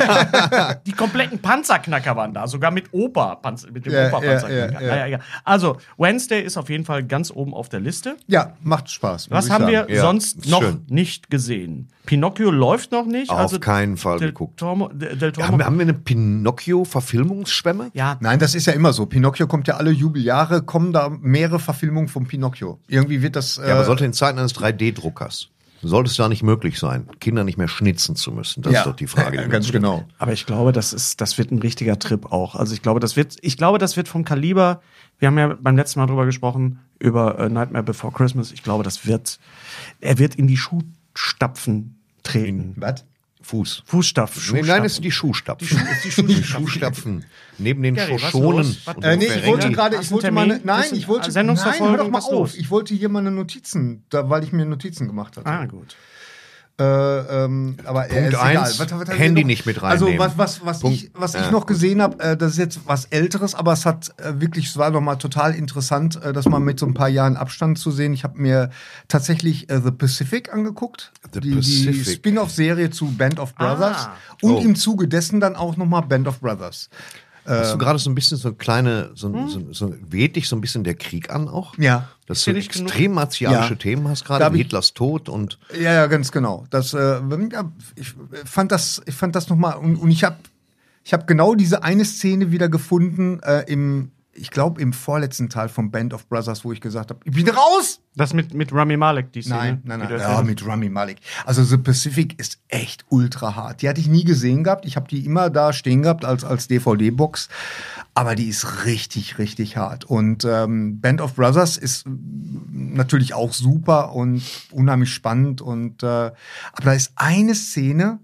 [SPEAKER 4] Die kompletten Panzerknacker waren da, sogar mit Opa, Panzer, mit dem
[SPEAKER 6] Ja,
[SPEAKER 4] Opa-Panzerknacker.
[SPEAKER 6] ja, ja, ja.
[SPEAKER 4] Ja, ja, ja. Also, Wednesday ist auf jeden Fall ganz oben auf der Liste.
[SPEAKER 6] Ja, macht Spaß. muss
[SPEAKER 4] Was
[SPEAKER 6] ich
[SPEAKER 4] haben
[SPEAKER 6] sagen.
[SPEAKER 4] wir
[SPEAKER 3] Ja,
[SPEAKER 4] sonst
[SPEAKER 3] ist
[SPEAKER 4] noch
[SPEAKER 3] schön.
[SPEAKER 4] nicht gesehen? Pinocchio läuft noch nicht.
[SPEAKER 3] Auf
[SPEAKER 4] also
[SPEAKER 3] keinen Fall
[SPEAKER 4] Del
[SPEAKER 3] geguckt.
[SPEAKER 4] Tormo, Del Del Tormo.
[SPEAKER 3] Haben wir, haben wir eine Pinocchio-Verfilmungsschwemme?
[SPEAKER 4] ja,
[SPEAKER 6] Nein, das ist ja immer so. Pinocchio kommt ja alle Jubeljahre, kommen da mehrere Verfilmungen von Pinocchio. Irgendwie wird das. Äh,
[SPEAKER 3] Ja, aber sollte in Zeiten eines drei D-Druckers, sollte es da nicht möglich sein, Kinder nicht mehr schnitzen zu müssen? Das
[SPEAKER 6] ja,
[SPEAKER 3] ist doch die Frage. die wir
[SPEAKER 6] ganz
[SPEAKER 3] uns
[SPEAKER 6] genau.
[SPEAKER 4] aber ich glaube, das ist, das wird ein richtiger Trip auch. Also ich glaube, das wird, ich glaube, das wird vom Kaliber. Wir haben ja beim letzten Mal drüber gesprochen über äh, Nightmare Before Christmas. Ich glaube, das wird, er wird in die Schuhstapfen treten.
[SPEAKER 6] Was?
[SPEAKER 3] Fuß.
[SPEAKER 4] Fußstapfen.
[SPEAKER 3] Nee, nein, es sind die Schuhstapfen.
[SPEAKER 4] Die Schuh- die Schuhstapfen.
[SPEAKER 3] Die Schuhstapfen. Neben den
[SPEAKER 4] Gary, was
[SPEAKER 3] Schoschonen.
[SPEAKER 4] los? Was-
[SPEAKER 3] und
[SPEAKER 6] Äh,
[SPEAKER 3] den
[SPEAKER 6] nee, ich wollte
[SPEAKER 3] Ferengi.
[SPEAKER 6] gerade,
[SPEAKER 4] Hast
[SPEAKER 6] ich
[SPEAKER 4] du
[SPEAKER 6] wollte
[SPEAKER 4] einen
[SPEAKER 6] meine,
[SPEAKER 4] Termin?
[SPEAKER 6] nein,
[SPEAKER 4] Bist du-
[SPEAKER 6] ich wollte,
[SPEAKER 4] Sendungsverfolgung,
[SPEAKER 6] nein, hör doch mal
[SPEAKER 4] was
[SPEAKER 6] auf.
[SPEAKER 4] los?
[SPEAKER 6] Ich wollte hier meine Notizen, da, weil ich mir Notizen gemacht hatte.
[SPEAKER 4] Ah, gut.
[SPEAKER 6] Äh, ähm, aber äh,
[SPEAKER 3] Punkt
[SPEAKER 6] ist
[SPEAKER 3] eins,
[SPEAKER 6] egal. Was- was- was-
[SPEAKER 3] Handy
[SPEAKER 6] noch-
[SPEAKER 3] nicht mit
[SPEAKER 6] Also
[SPEAKER 3] reinnehmen.
[SPEAKER 6] was, was, was
[SPEAKER 3] Punkt.
[SPEAKER 6] ich, was
[SPEAKER 3] Ja,
[SPEAKER 6] ich noch
[SPEAKER 3] gut.
[SPEAKER 6] gesehen habe, äh, das ist jetzt was Älteres, aber es hat äh, wirklich, es war nochmal total interessant, äh, das mal mit so ein paar Jahren Abstand zu sehen. Ich habe mir tatsächlich äh, The Pacific angeguckt,
[SPEAKER 3] The
[SPEAKER 6] die, die
[SPEAKER 3] Pacific.
[SPEAKER 6] Spin-off-Serie zu Band of Brothers
[SPEAKER 4] Ah.
[SPEAKER 6] und
[SPEAKER 3] Oh.
[SPEAKER 6] im Zuge dessen dann auch nochmal Band of Brothers.
[SPEAKER 3] Hast du gerade so ein bisschen so eine kleine, so, so, so weht dich so ein bisschen der Krieg an auch?
[SPEAKER 6] Ja.
[SPEAKER 3] Dass
[SPEAKER 4] Ist
[SPEAKER 3] du
[SPEAKER 4] dir nicht genug-
[SPEAKER 3] extrem martialische
[SPEAKER 6] Ja.
[SPEAKER 3] Themen hast
[SPEAKER 6] Da
[SPEAKER 3] gerade,
[SPEAKER 6] hab
[SPEAKER 3] wie
[SPEAKER 6] ich-
[SPEAKER 3] Hitlers Tod und
[SPEAKER 6] Ja, ja, ganz genau. Das, äh, ja, ich fand das, ich fand das nochmal und, und ich habe, ich habe genau diese eine Szene wieder gefunden äh, im, ich glaube im vorletzten Teil von Band of Brothers, wo ich gesagt habe, ich bin raus.
[SPEAKER 4] Das mit, mit Rami Malek, die Szene.
[SPEAKER 6] Nein, nein,
[SPEAKER 4] die
[SPEAKER 6] nein.
[SPEAKER 4] du
[SPEAKER 6] Ja,
[SPEAKER 4] erzählt
[SPEAKER 6] mit Rami Malek. Also The Pacific ist echt ultra hart. Die hatte ich nie gesehen gehabt. Ich habe die immer da stehen gehabt als, als D V D-Box. Aber die ist richtig, richtig hart. Und ähm, Band of Brothers ist natürlich auch super und unheimlich spannend. Und äh, aber da ist eine Szene,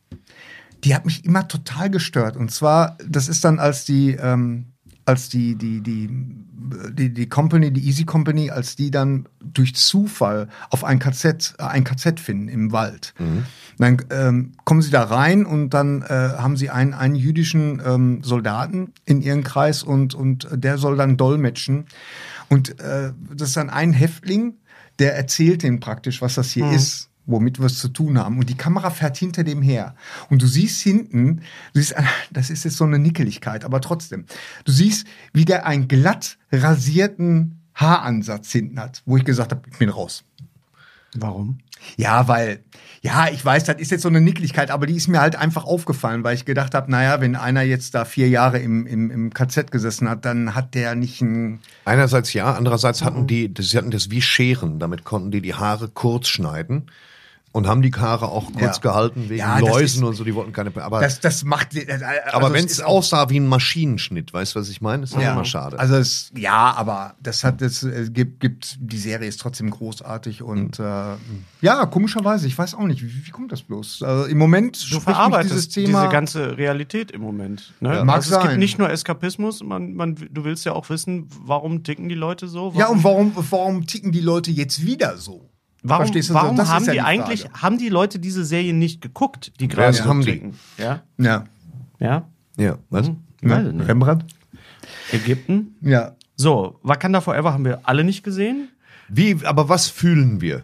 [SPEAKER 6] die hat mich immer total gestört. Und zwar, das ist dann, als die, ähm, als die, die, die, die, die Company, die Easy Company, als die dann durch Zufall auf ein K Z, äh, ein K Z finden im Wald. Dann ähm, kommen sie da rein und dann äh, haben sie einen, einen jüdischen ähm, Soldaten in ihren Kreis und, und der soll dann dolmetschen. Und äh, das ist dann ein Häftling, der erzählt denen praktisch, was das hier ist, womit wir es zu tun haben. Und die Kamera fährt hinter dem her. Und du siehst hinten, du siehst, das ist jetzt so eine Nickeligkeit, aber trotzdem. Du siehst, wie der einen glatt rasierten Haaransatz hinten hat, wo ich gesagt habe, ich bin raus.
[SPEAKER 4] Warum?
[SPEAKER 6] Ja, weil, ja, ich weiß, das ist jetzt so eine Nickeligkeit, aber die ist mir halt einfach aufgefallen, weil ich gedacht habe, naja, wenn einer jetzt da vier Jahre im, im, im K Z gesessen hat, dann hat der nicht ein...
[SPEAKER 3] einerseits ja, andererseits hatten die, das, sie hatten das wie Scheren, damit konnten die die Haare kurz schneiden. Und haben die Haare auch kurz
[SPEAKER 6] Ja.
[SPEAKER 3] gehalten wegen
[SPEAKER 6] Ja, das
[SPEAKER 3] Läusen
[SPEAKER 6] ist-
[SPEAKER 3] und so, die wollten keine. Aber,
[SPEAKER 6] Das, das macht. Also
[SPEAKER 3] aber wenn
[SPEAKER 6] es
[SPEAKER 3] es
[SPEAKER 6] ist auch-
[SPEAKER 3] aussah wie ein Maschinenschnitt, weißt du, was ich meine? Ist auch
[SPEAKER 6] Ja,
[SPEAKER 3] immer schade.
[SPEAKER 6] Also es, ja, aber das hat es äh, gibt, gibt die Serie ist trotzdem großartig und äh, ja, komischerweise, ich weiß auch nicht, wie, wie kommt das bloß? Also im Moment
[SPEAKER 4] Du
[SPEAKER 6] spricht mich
[SPEAKER 4] verarbeitest
[SPEAKER 6] dieses Thema.
[SPEAKER 4] diese ganze Realität im Moment. Ne?
[SPEAKER 3] Ja.
[SPEAKER 6] Mag
[SPEAKER 4] also es gibt
[SPEAKER 6] sein.
[SPEAKER 4] nicht nur Eskapismus, man, man, du willst ja auch wissen, warum ticken die Leute so? Warum,
[SPEAKER 6] ja, und warum, warum ticken die Leute jetzt wieder so?
[SPEAKER 4] warum,
[SPEAKER 6] Verstehst du?
[SPEAKER 4] warum
[SPEAKER 6] Das ist
[SPEAKER 4] haben
[SPEAKER 6] ja
[SPEAKER 4] die,
[SPEAKER 6] die Frage.
[SPEAKER 4] eigentlich, haben die Leute diese Serie nicht geguckt, die gerade
[SPEAKER 3] Ja,
[SPEAKER 4] so
[SPEAKER 3] haben die.
[SPEAKER 4] ticken? Ja?
[SPEAKER 6] Ja.
[SPEAKER 4] Ja?
[SPEAKER 3] ja, was?
[SPEAKER 4] Ich weiß es nicht.
[SPEAKER 6] Rembrandt?
[SPEAKER 4] Ägypten?
[SPEAKER 6] Ja.
[SPEAKER 4] So, Wakanda Forever haben wir alle nicht gesehen.
[SPEAKER 3] Wie, aber was fühlen wir?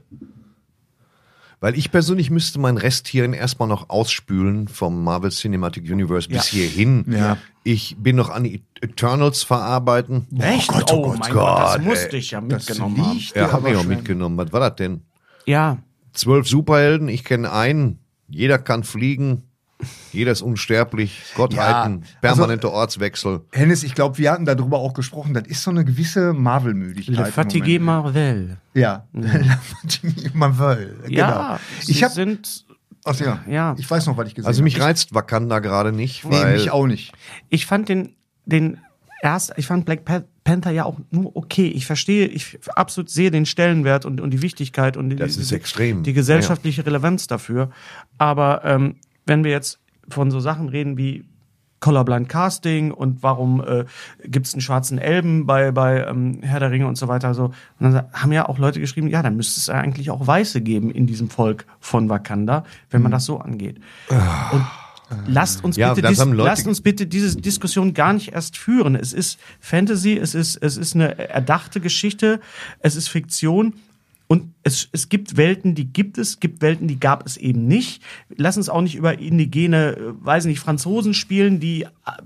[SPEAKER 3] Weil ich persönlich müsste mein Resthirn erstmal noch ausspülen vom Marvel Cinematic Universe bis
[SPEAKER 4] Ja.
[SPEAKER 3] hierhin.
[SPEAKER 6] Ja.
[SPEAKER 3] Ich bin noch an die Eternals verarbeiten.
[SPEAKER 4] Echt?
[SPEAKER 6] Gott, oh Gott,
[SPEAKER 4] mein
[SPEAKER 3] Gott,
[SPEAKER 4] Gott, das
[SPEAKER 3] ey.
[SPEAKER 4] musste ich ja
[SPEAKER 6] Das
[SPEAKER 4] mitgenommen
[SPEAKER 6] liegt
[SPEAKER 4] haben.
[SPEAKER 6] dir
[SPEAKER 3] Ja, habe
[SPEAKER 6] aber
[SPEAKER 3] ich auch
[SPEAKER 6] schon.
[SPEAKER 3] mitgenommen. Was war das denn?
[SPEAKER 4] Ja,
[SPEAKER 3] Zwölf Superhelden, ich kenne einen. Jeder kann fliegen. Jeder ist unsterblich. Gottheiten,
[SPEAKER 6] Ja,
[SPEAKER 3] permanente Ortswechsel.
[SPEAKER 6] Hennes, ich glaube, wir hatten darüber auch gesprochen, das ist so eine gewisse Marvel-Müdigkeit.
[SPEAKER 4] Le
[SPEAKER 6] im
[SPEAKER 4] Fatigue
[SPEAKER 6] Moment.
[SPEAKER 4] Marvel.
[SPEAKER 6] Ja. Le Fatigue Marvel.
[SPEAKER 4] Ja,
[SPEAKER 6] Genau.
[SPEAKER 4] sie
[SPEAKER 6] Ich habe
[SPEAKER 4] sind.
[SPEAKER 6] Ach ja.
[SPEAKER 4] Ja.
[SPEAKER 6] Ich weiß noch, was ich gesehen habe.
[SPEAKER 3] Also mich reizt Wakanda gerade nicht,
[SPEAKER 6] Nee,
[SPEAKER 3] weil
[SPEAKER 6] mich auch nicht.
[SPEAKER 4] Ich fand den, den erst, ich fand Black Pa- Panther ja auch nur okay. Ich verstehe, ich absolut sehe den Stellenwert und, und die Wichtigkeit und die,
[SPEAKER 3] Das ist
[SPEAKER 4] die,
[SPEAKER 3] extrem.
[SPEAKER 4] die gesellschaftliche Relevanz dafür. Aber ähm, wenn wir jetzt von so Sachen reden wie Colorblind Casting und warum äh, gibt es einen schwarzen Elben bei, bei ähm, Herr der Ringe und so weiter. So. Und dann haben ja auch Leute geschrieben, ja, dann müsste es ja eigentlich auch Weiße geben in diesem Volk von Wakanda, wenn man das so angeht. Und lasst uns,
[SPEAKER 3] Ja,
[SPEAKER 4] bitte
[SPEAKER 3] das
[SPEAKER 4] dis-
[SPEAKER 3] haben Leute-
[SPEAKER 4] lasst uns bitte diese Diskussion gar nicht erst führen. Es ist Fantasy, es ist, es ist eine erdachte Geschichte, es ist Fiktion. Und es, es gibt Welten, die gibt es, gibt Welten, die gab es eben nicht. Lass uns auch nicht über indigene, äh, weiß nicht, Franzosen spielen, die äh,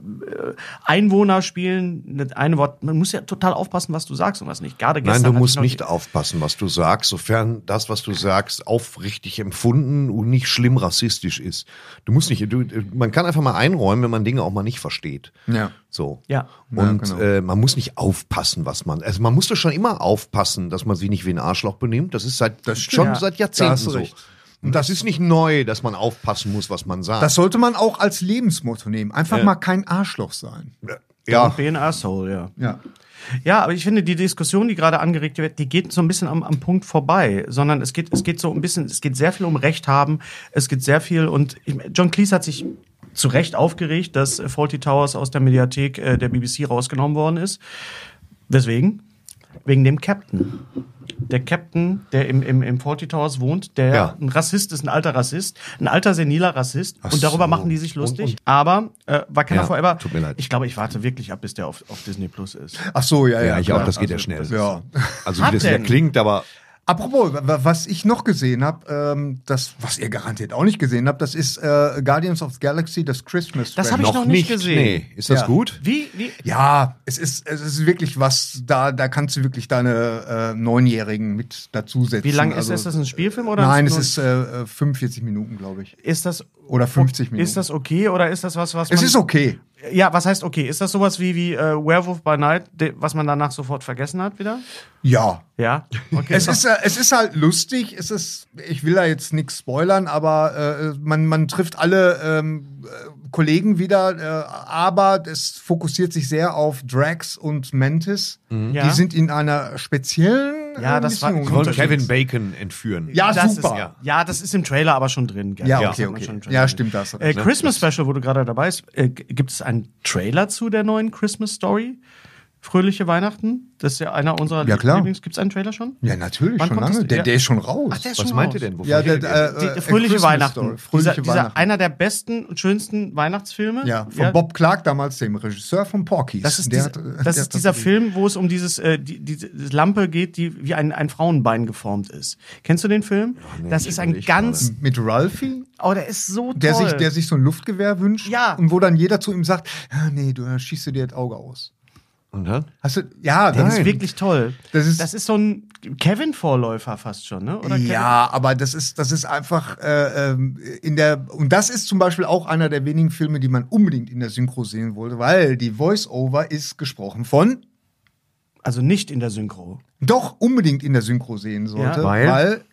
[SPEAKER 4] Einwohner spielen. Das eine Wort, man muss ja total aufpassen, was du sagst und was nicht. Gerade gestern
[SPEAKER 3] Nein, du
[SPEAKER 4] hatte
[SPEAKER 3] musst
[SPEAKER 4] ich noch
[SPEAKER 3] nicht
[SPEAKER 4] die-
[SPEAKER 3] aufpassen, was du sagst, sofern das, was du sagst, aufrichtig empfunden und nicht schlimm rassistisch ist. Du musst nicht, du, man kann einfach mal einräumen, wenn man Dinge auch mal nicht versteht.
[SPEAKER 6] Ja.
[SPEAKER 3] So.
[SPEAKER 4] Ja.
[SPEAKER 3] Und
[SPEAKER 6] Ja, genau.
[SPEAKER 3] äh, man muss nicht aufpassen, was man, also man musste schon immer aufpassen, dass man sich nicht wie ein Arschloch benimmt. Das ist seit,
[SPEAKER 6] Das stimmt.
[SPEAKER 3] schon
[SPEAKER 6] Ja,
[SPEAKER 3] seit
[SPEAKER 6] da
[SPEAKER 3] Jahrzehnten
[SPEAKER 6] hast du
[SPEAKER 3] so.
[SPEAKER 6] recht.
[SPEAKER 3] Und das ist nicht neu, dass man aufpassen muss, was man sagt.
[SPEAKER 6] Das sollte man auch als Lebensmotto nehmen. Einfach
[SPEAKER 3] Ja.
[SPEAKER 6] mal kein Arschloch sein.
[SPEAKER 3] ja.
[SPEAKER 4] Don't be an asshole, ja.
[SPEAKER 6] Ja.
[SPEAKER 4] Ja, aber ich finde, die Diskussion, die gerade angeregt wird, die geht so ein bisschen am, am Punkt vorbei, sondern es geht, es geht so ein bisschen, es geht sehr viel um Recht haben, es geht sehr viel und ich, John Cleese hat sich zu Recht aufgeregt, dass äh, Fawlty Towers aus der Mediathek äh, der B B C rausgenommen worden ist. Weswegen? Wegen dem Captain. Der Captain, der im, im, im Fawlty Towers wohnt, der
[SPEAKER 3] Ja.
[SPEAKER 4] ein Rassist ist, ein alter Rassist, ein alter seniler Rassist.
[SPEAKER 3] Ach
[SPEAKER 4] und darüber
[SPEAKER 3] so.
[SPEAKER 4] machen die sich lustig.
[SPEAKER 3] Und- und-
[SPEAKER 4] aber äh, Wakanda
[SPEAKER 3] Ja,
[SPEAKER 4] Forever,
[SPEAKER 3] tut mir leid.
[SPEAKER 4] ich glaube, ich warte wirklich ab, bis der auf, auf Disney Plus ist.
[SPEAKER 6] Ach so, ja, ja.
[SPEAKER 3] Ja, ich auch,
[SPEAKER 6] klar.
[SPEAKER 3] das geht ja
[SPEAKER 6] Also,
[SPEAKER 3] schnell.
[SPEAKER 6] Ja.
[SPEAKER 3] Also
[SPEAKER 4] Hat
[SPEAKER 3] wie das ja
[SPEAKER 4] denn?
[SPEAKER 3] klingt, aber
[SPEAKER 6] Apropos, wa- was ich noch gesehen habe, ähm, das, was ihr garantiert auch nicht gesehen habt, das ist äh, Guardians of the Galaxy, das Christmas
[SPEAKER 4] Das
[SPEAKER 6] Special.
[SPEAKER 4] hab ich noch nicht gesehen.
[SPEAKER 3] Nee. Ist das
[SPEAKER 6] Ja.
[SPEAKER 3] gut?
[SPEAKER 4] Wie, wie?
[SPEAKER 6] Ja, es ist, es ist wirklich was, da, da kannst du wirklich deine äh, Neunjährigen mit dazusetzen.
[SPEAKER 4] Wie lang ist,
[SPEAKER 6] Also,
[SPEAKER 4] ist das ein Spielfilm oder?
[SPEAKER 6] Nein, es
[SPEAKER 4] nur-
[SPEAKER 6] ist äh, fünfundvierzig Minuten, glaube ich.
[SPEAKER 4] Ist das
[SPEAKER 6] Oder fünfzig Minuten.
[SPEAKER 4] Ist das okay oder ist das was, was
[SPEAKER 6] Es
[SPEAKER 4] man,
[SPEAKER 6] ist okay.
[SPEAKER 4] Ja, was heißt okay? Ist das sowas wie wie äh, Werewolf by Night, de, was man danach sofort vergessen hat wieder?
[SPEAKER 6] Ja.
[SPEAKER 4] Ja. Okay.
[SPEAKER 6] Es ist, äh, es ist halt lustig, es ist, ich will da jetzt nichts spoilern, aber äh, man, man trifft alle ähm, äh, Kollegen wieder, äh, aber es fokussiert sich sehr auf Drax und Mantis.
[SPEAKER 4] Ja.
[SPEAKER 6] Die sind in einer speziellen
[SPEAKER 4] Ja,
[SPEAKER 6] äh,
[SPEAKER 4] das war-
[SPEAKER 6] Mission
[SPEAKER 3] Die wollen
[SPEAKER 6] unterwegs.
[SPEAKER 3] Kevin Bacon entführen.
[SPEAKER 6] Ja,
[SPEAKER 4] das
[SPEAKER 6] super.
[SPEAKER 4] Ist, ja. ja, das ist im Trailer aber schon drin. Gell?
[SPEAKER 6] Ja,
[SPEAKER 4] Das
[SPEAKER 6] okay,
[SPEAKER 4] hat man
[SPEAKER 6] okay.
[SPEAKER 4] schon im Trailer
[SPEAKER 6] Ja,
[SPEAKER 4] gesehen.
[SPEAKER 6] stimmt, da hast du
[SPEAKER 4] Äh,
[SPEAKER 6] recht.
[SPEAKER 4] Christmas Special, wo du gerade dabei bist, äh, g- gibt es einen Trailer zu der neuen Christmas Story? Fröhliche Weihnachten? Das ist ja einer unserer
[SPEAKER 6] Ja, klar.
[SPEAKER 4] Lieblings. Gibt es einen Trailer schon?
[SPEAKER 6] Ja, natürlich,
[SPEAKER 4] Wann
[SPEAKER 6] schon
[SPEAKER 4] kommt
[SPEAKER 6] lange.
[SPEAKER 4] das?
[SPEAKER 6] Der,
[SPEAKER 4] Ja.
[SPEAKER 6] der ist schon raus.
[SPEAKER 4] Ach, der ist
[SPEAKER 3] Was
[SPEAKER 4] schon
[SPEAKER 3] meint
[SPEAKER 4] raus.
[SPEAKER 3] ihr denn? Wovon
[SPEAKER 6] ja, der,
[SPEAKER 3] redet ihr?
[SPEAKER 6] äh,
[SPEAKER 4] Die,
[SPEAKER 6] äh,
[SPEAKER 4] Fröhliche
[SPEAKER 6] Christmas
[SPEAKER 4] Weihnachten.
[SPEAKER 6] Story. Fröhliche
[SPEAKER 4] dieser, dieser,
[SPEAKER 6] Weihnachten.
[SPEAKER 4] einer der besten und schönsten Weihnachtsfilme.
[SPEAKER 6] Ja, von Bob Clark damals, dem Regisseur von Porky's.
[SPEAKER 4] Das ist,
[SPEAKER 6] Der
[SPEAKER 4] diese,
[SPEAKER 6] hat, äh,
[SPEAKER 4] das
[SPEAKER 6] der
[SPEAKER 4] ist
[SPEAKER 6] hat
[SPEAKER 4] dieser
[SPEAKER 6] die-
[SPEAKER 4] Film, wo es um dieses, äh, die, diese Lampe geht, die wie ein, ein Frauenbein geformt ist. Kennst du den Film?
[SPEAKER 3] nee,
[SPEAKER 4] das
[SPEAKER 3] ich
[SPEAKER 4] ist ein
[SPEAKER 3] überleg
[SPEAKER 4] ganz,
[SPEAKER 6] Mit Ralphie,
[SPEAKER 4] oh, der ist so toll.
[SPEAKER 6] der sich, der sich so ein Luftgewehr wünscht.
[SPEAKER 4] Ja.
[SPEAKER 6] Und wo dann jeder zu ihm sagt, ah, nee, du da schießt du dir das Auge aus.
[SPEAKER 3] Und dann?
[SPEAKER 6] Hast du, ja,
[SPEAKER 4] der
[SPEAKER 6] das
[SPEAKER 4] ist wirklich toll.
[SPEAKER 6] Das ist-
[SPEAKER 4] das ist so ein Kevin-Vorläufer fast schon, ne? Oder Kevin?
[SPEAKER 6] Ja, aber das ist, das ist einfach äh, ähm, in der, und das ist zum Beispiel auch einer der wenigen Filme, die man unbedingt in der Synchro sehen wollte, weil die Voice-Over ist gesprochen von,
[SPEAKER 4] Also nicht in der Synchro.
[SPEAKER 6] doch unbedingt in der Synchro sehen sollte,
[SPEAKER 4] Ja.
[SPEAKER 3] Weil?
[SPEAKER 6] weil